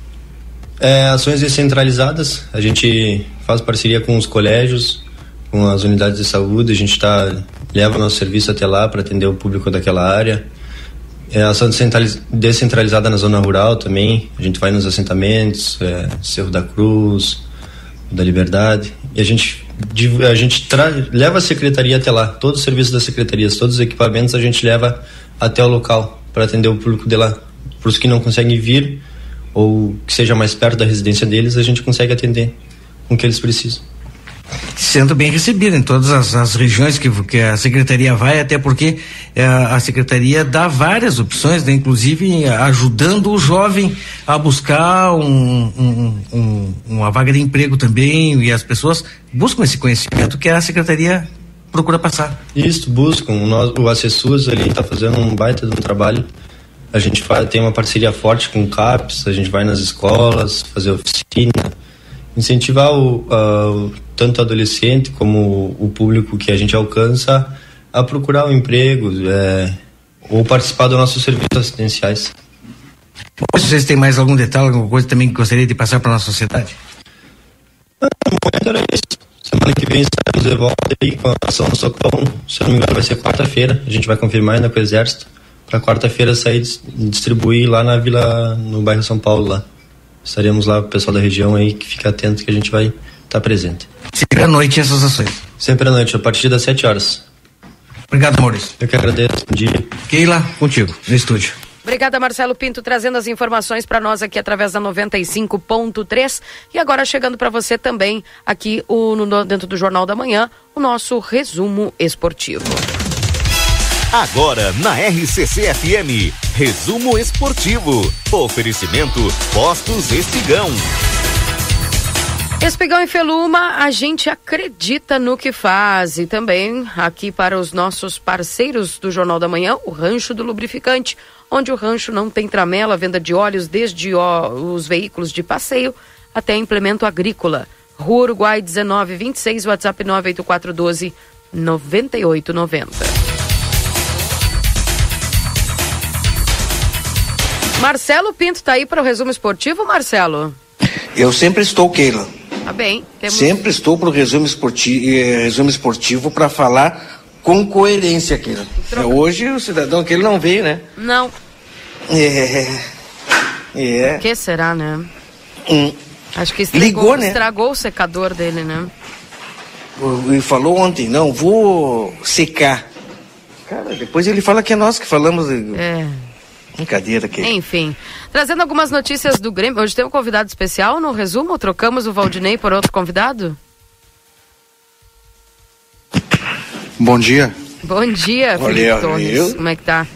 Ações descentralizadas, a gente faz parceria com os colégios, com as unidades de saúde, a gente leva nosso serviço até lá para atender o público daquela área. Ação descentralizada na zona rural também, a gente vai nos assentamentos, Cerro da Cruz, da Liberdade, e a gente leva a secretaria até lá, todos os serviços da secretaria, todos os equipamentos a gente leva até o local para atender o público de lá. Para os que não conseguem vir ou que seja mais perto da residência deles, a gente consegue atender com o que eles precisam. Sendo bem recebido em todas as regiões que a Secretaria vai, até porque a Secretaria dá várias opções, né? Inclusive ajudando o jovem a buscar uma vaga de emprego também, e as pessoas buscam esse conhecimento que a Secretaria procura passar. Isso, buscam. O ACESUS ali está fazendo um baita de um trabalho. A gente tem uma parceria forte com o CAPES, a gente vai nas escolas fazer oficina, incentivar tanto o adolescente como o público que a gente alcança a procurar um emprego ou participar dos nossos serviços assistenciais. Vocês têm mais algum detalhe, alguma coisa também que gostaria de passar para a nossa sociedade? No momento era isso. Semana que vem estaremos de volta aí com a ação do sopão. Se não me engano vai ser quarta-feira, a gente vai confirmar ainda com o Exército, para quarta-feira sair distribuir lá na vila, no bairro São Paulo lá. Estaremos lá, o pessoal da região aí, que fica atento que a gente vai estar presente. Sempre à noite essas ações? Sempre à noite, a partir das 7 horas. Obrigado, Maurício. Eu que agradeço, bom dia. Keila, contigo, no estúdio. Obrigada, Marcelo Pinto, trazendo as informações para nós aqui através da 95.3. E agora chegando para você também aqui dentro do Jornal da Manhã, o nosso resumo esportivo. Agora na RCC FM, resumo esportivo. Oferecimento Postos Espigão. Espigão e Feluma, a gente acredita no que faz. E também aqui para os nossos parceiros do Jornal da Manhã, o Rancho do Lubrificante, onde o rancho não tem tramela, venda de óleos desde os veículos de passeio até implemento agrícola. Rua Uruguai 1926, WhatsApp 98412-9890. Marcelo Pinto tá aí para o resumo esportivo, Marcelo? Eu sempre estou, Keila. Tá bem. Sempre estou para o resumo esportivo para falar com coerência, Keila. Hoje o cidadão aquele não veio, né? Não. O que será, né? Acho que estragou o secador dele, né? Ele falou ontem, não, vou secar. Cara, depois ele fala que é nós que falamos. Brincadeira aqui. Enfim, trazendo algumas notícias do Grêmio. Hoje tem um convidado especial no resumo. Trocamos o Valdinei por outro convidado? Bom dia. Bom dia, Felipe Torres. Como é que tá?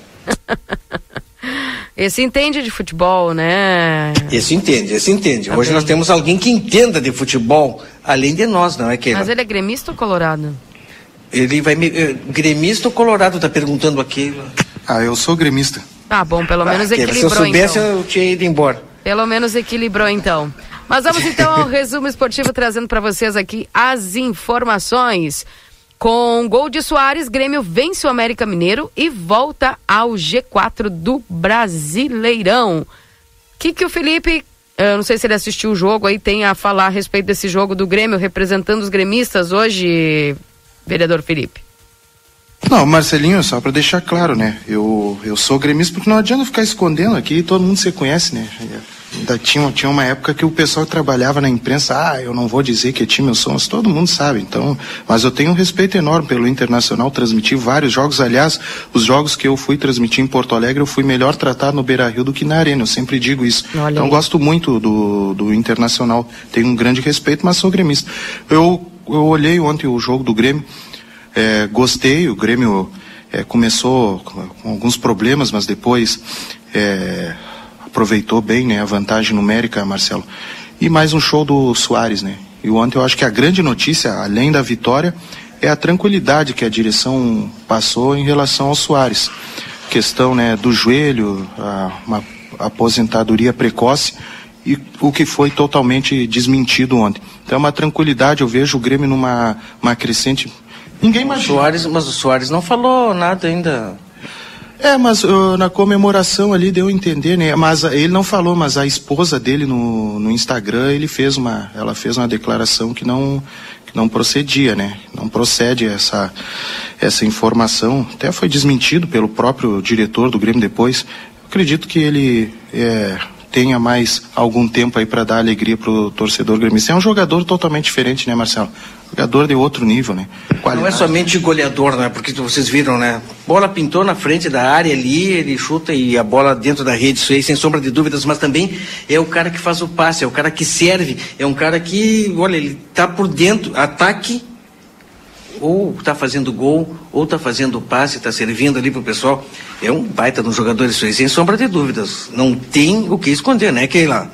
Esse entende de futebol, né? Esse entende. Tá. Hoje bem. Nós temos alguém que entenda de futebol, além de nós, não é, Keila? Mas ele é gremista ou colorado? Ele vai gremista ou colorado, tá perguntando aqui. Eu sou gremista. Tá bom, pelo menos equilibrou, se eu soubesse, então. Eu tinha ido embora. Pelo menos equilibrou, então. Mas vamos então ao resumo esportivo, trazendo para vocês aqui as informações. Com gol de Soares, Grêmio vence o América Mineiro e volta ao G4 do Brasileirão. O que o Felipe, eu não sei se ele assistiu o jogo aí, tem a falar a respeito desse jogo do Grêmio, representando os gremistas hoje, vereador Felipe? Não, Marcelinho, só para deixar claro, né? Eu sou gremista porque não adianta ficar escondendo aqui, todo mundo se conhece, né? Ainda tinha uma época que o pessoal que trabalhava na imprensa, eu não vou dizer que time eu sou, mas todo mundo sabe, então, mas eu tenho um respeito enorme pelo Internacional, transmiti vários jogos, aliás, os jogos que eu fui transmitir em Porto Alegre, eu fui melhor tratado no Beira-Rio do que na Arena, eu sempre digo isso. Então gosto muito do Internacional, tenho um grande respeito, mas sou gremista. Eu olhei ontem o jogo do Grêmio, gostei, o Grêmio começou com alguns problemas, mas depois aproveitou bem, né, a vantagem numérica, Marcelo. E mais um show do Soares, né? E ontem eu acho que a grande notícia, além da vitória, é a tranquilidade que a direção passou em relação ao Soares. Questão, né, do joelho, uma aposentadoria precoce, e o que foi totalmente desmentido ontem. Então é uma tranquilidade, eu vejo o Grêmio numa crescente. Ninguém imagina. Mas o Soares não falou nada ainda. Mas na comemoração ali deu a entender, né? Mas ele não falou, mas a esposa dele no Instagram, ela fez uma declaração que não procedia, né? Não procede essa informação. Até foi desmentido pelo próprio diretor do Grêmio depois. Eu acredito que ele tenha mais algum tempo aí para dar alegria pro torcedor gremista. É um jogador totalmente diferente, né, Marcelo? Jogador de outro nível, né? Qualidade. Não é somente goleador, né? Porque vocês viram, né? Bola pintou na frente da área ali, ele chuta e a bola dentro da rede, isso aí sem sombra de dúvidas, mas também é o cara que faz o passe, é o cara que serve, é um cara que, olha, ele tá por dentro, ataque, ou tá fazendo gol, ou tá fazendo passe, tá servindo ali pro pessoal. É um baita de um jogador, isso aí, sem sombra de dúvidas. Não tem o que esconder, né, Keila?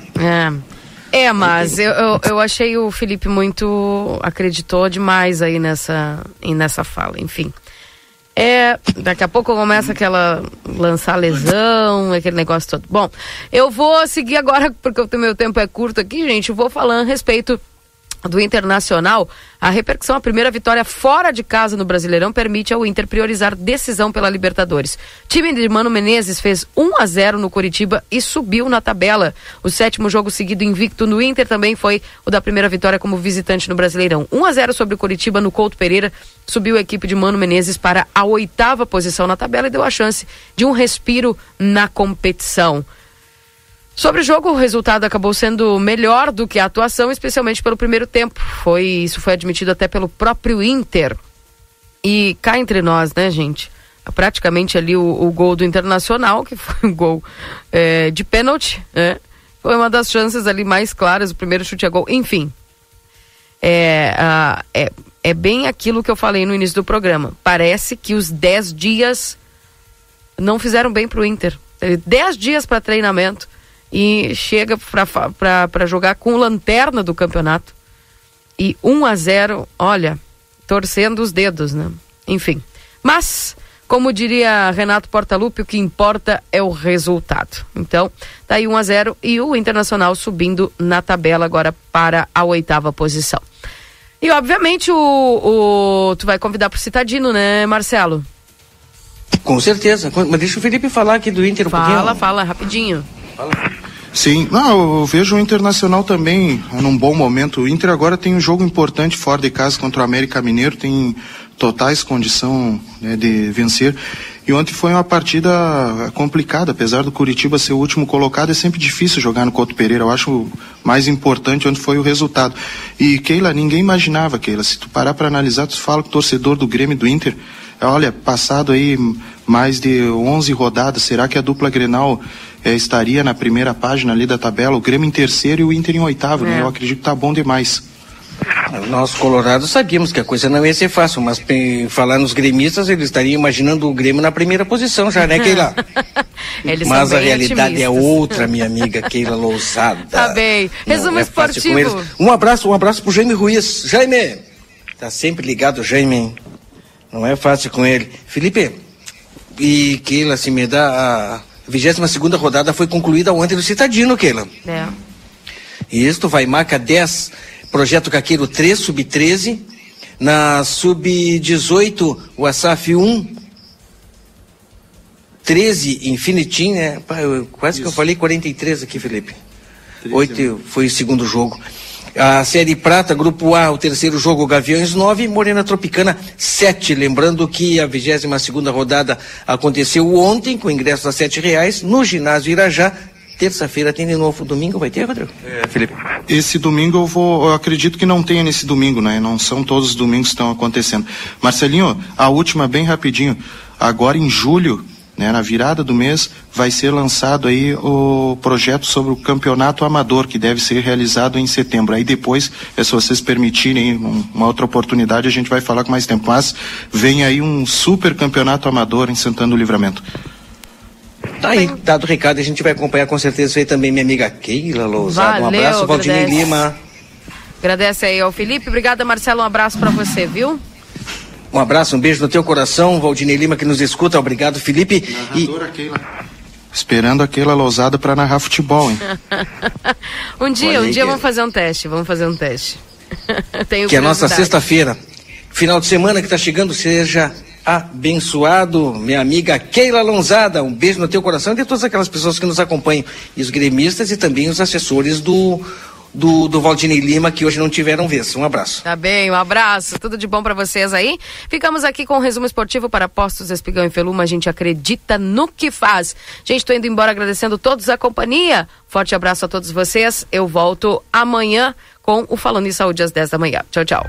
Mas eu achei o Felipe acreditou demais aí nessa fala, enfim. Daqui a pouco começa lançar lesão, aquele negócio todo. Bom, eu vou seguir agora, porque o meu tempo é curto aqui, gente, eu vou falar a respeito do Internacional. A repercussão, a primeira vitória fora de casa no Brasileirão permite ao Inter priorizar decisão pela Libertadores. O time de Mano Menezes fez 1-0 no Coritiba e subiu na tabela. O 7º jogo seguido invicto no Inter também foi o da primeira vitória como visitante no Brasileirão. 1-0 sobre o Coritiba no Couto Pereira, subiu a equipe de Mano Menezes para a 8ª posição na tabela e deu a chance de um respiro na competição. Sobre o jogo, o resultado acabou sendo melhor do que a atuação, especialmente pelo primeiro tempo. Isso foi admitido até pelo próprio Inter. E cá entre nós, né, gente? Praticamente ali o gol do Internacional, que foi um gol de pênalti, né? Foi uma das chances ali mais claras, o primeiro chute a gol. Enfim, é bem aquilo que eu falei no início do programa. Parece que os 10 dias não fizeram bem pro Inter. 10 dias para treinamento. E chega para jogar com lanterna do campeonato. E 1-0, olha, torcendo os dedos, né? Enfim. Mas Como diria Renato Portaluppi, o que importa é o resultado. Então, tá aí 1-0 e o Internacional subindo na tabela agora para a 8ª posição. E, obviamente, tu vai convidar pro Citadino, né, Marcelo? Com certeza. Mas deixa o Felipe falar aqui do Inter um pouquinho. Fala, rapidinho. Sim, eu vejo o Internacional também num bom momento. O Inter agora tem um jogo importante fora de casa contra o América Mineiro, tem totais condição, né, de vencer. E ontem foi uma partida complicada, apesar do Curitiba ser o último colocado, é sempre difícil jogar no Couto Pereira. Eu acho mais importante ontem foi o resultado. E, Keila, ninguém imaginava, Keila, se tu parar para analisar, tu fala com o torcedor do Grêmio e do Inter, olha, passado aí mais de 11 rodadas, será que a dupla Grenal estaria na primeira página ali da tabela, o Grêmio em terceiro e o Inter em 8º, né? Eu acredito que tá bom demais. Nós colorados sabíamos que a coisa não ia ser fácil, mas falar nos gremistas, eles estariam imaginando o Grêmio na primeira posição já, né, Keila? Mas a realidade otimistas. É outra, minha amiga Keila Lousada. Tá bem. Resumo esportivo. Um abraço pro Jaime Ruiz. Jaime, tá sempre ligado, Jaime. Não é fácil com ele. Felipe, e Keila, se me dá a 22ª rodada foi concluída ontem no Citadino, Keila. E isto vai marca 10, Projeto Caqueiro 3, Sub-13, na Sub-18, o Asaf 1, 13, Infinitim, né? Quase que eu falei 43 aqui, Felipe. 8 foi o segundo jogo. A Série Prata, Grupo A, o terceiro jogo, Gaviões 9, Morena Tropicana 7. Lembrando que a 22ª rodada aconteceu ontem, com ingressos a R$7, no ginásio Irajá. Terça-feira tem de novo. Domingo vai ter, Rodrigo? Felipe. Esse domingo eu acredito que não tenha nesse domingo, né? Não são todos os domingos que estão acontecendo. Marcelinho, a última bem rapidinho. Agora em julho, né, na virada do mês, vai ser lançado aí o projeto sobre o campeonato amador, que deve ser realizado em setembro. Aí depois, se vocês permitirem uma outra oportunidade, a gente vai falar com mais tempo. Mas vem aí um super campeonato amador em Santana do Livramento. Tá aí, dado o recado, a gente vai acompanhar com certeza isso aí também, minha amiga Keila Lousada. Um abraço, Valdinei Lima. Agradece aí ao Felipe. Obrigada, Marcelo. Um abraço pra você, viu? Um abraço, um beijo no teu coração, Valdinei Lima, que nos escuta. Obrigado, Felipe. Narradora Keila. Esperando a Keila Lousada pra narrar futebol, hein? um dia vamos fazer um teste. Que a nossa sexta-feira, final de semana que tá chegando, seja abençoado, minha amiga Keila Lousada. Um beijo no teu coração e de todas aquelas pessoas que nos acompanham, e os gremistas e também os assessores do Valdinei Lima, que hoje não tiveram vez. Um abraço. Tá bem, um abraço. Tudo de bom pra vocês aí. Ficamos aqui com o resumo esportivo para Postos Espigão e Feluma. A gente acredita no que faz. Gente, tô indo embora agradecendo todos a companhia. Forte abraço a todos vocês. Eu volto amanhã com o Falando em Saúde às 10 da manhã. Tchau, tchau.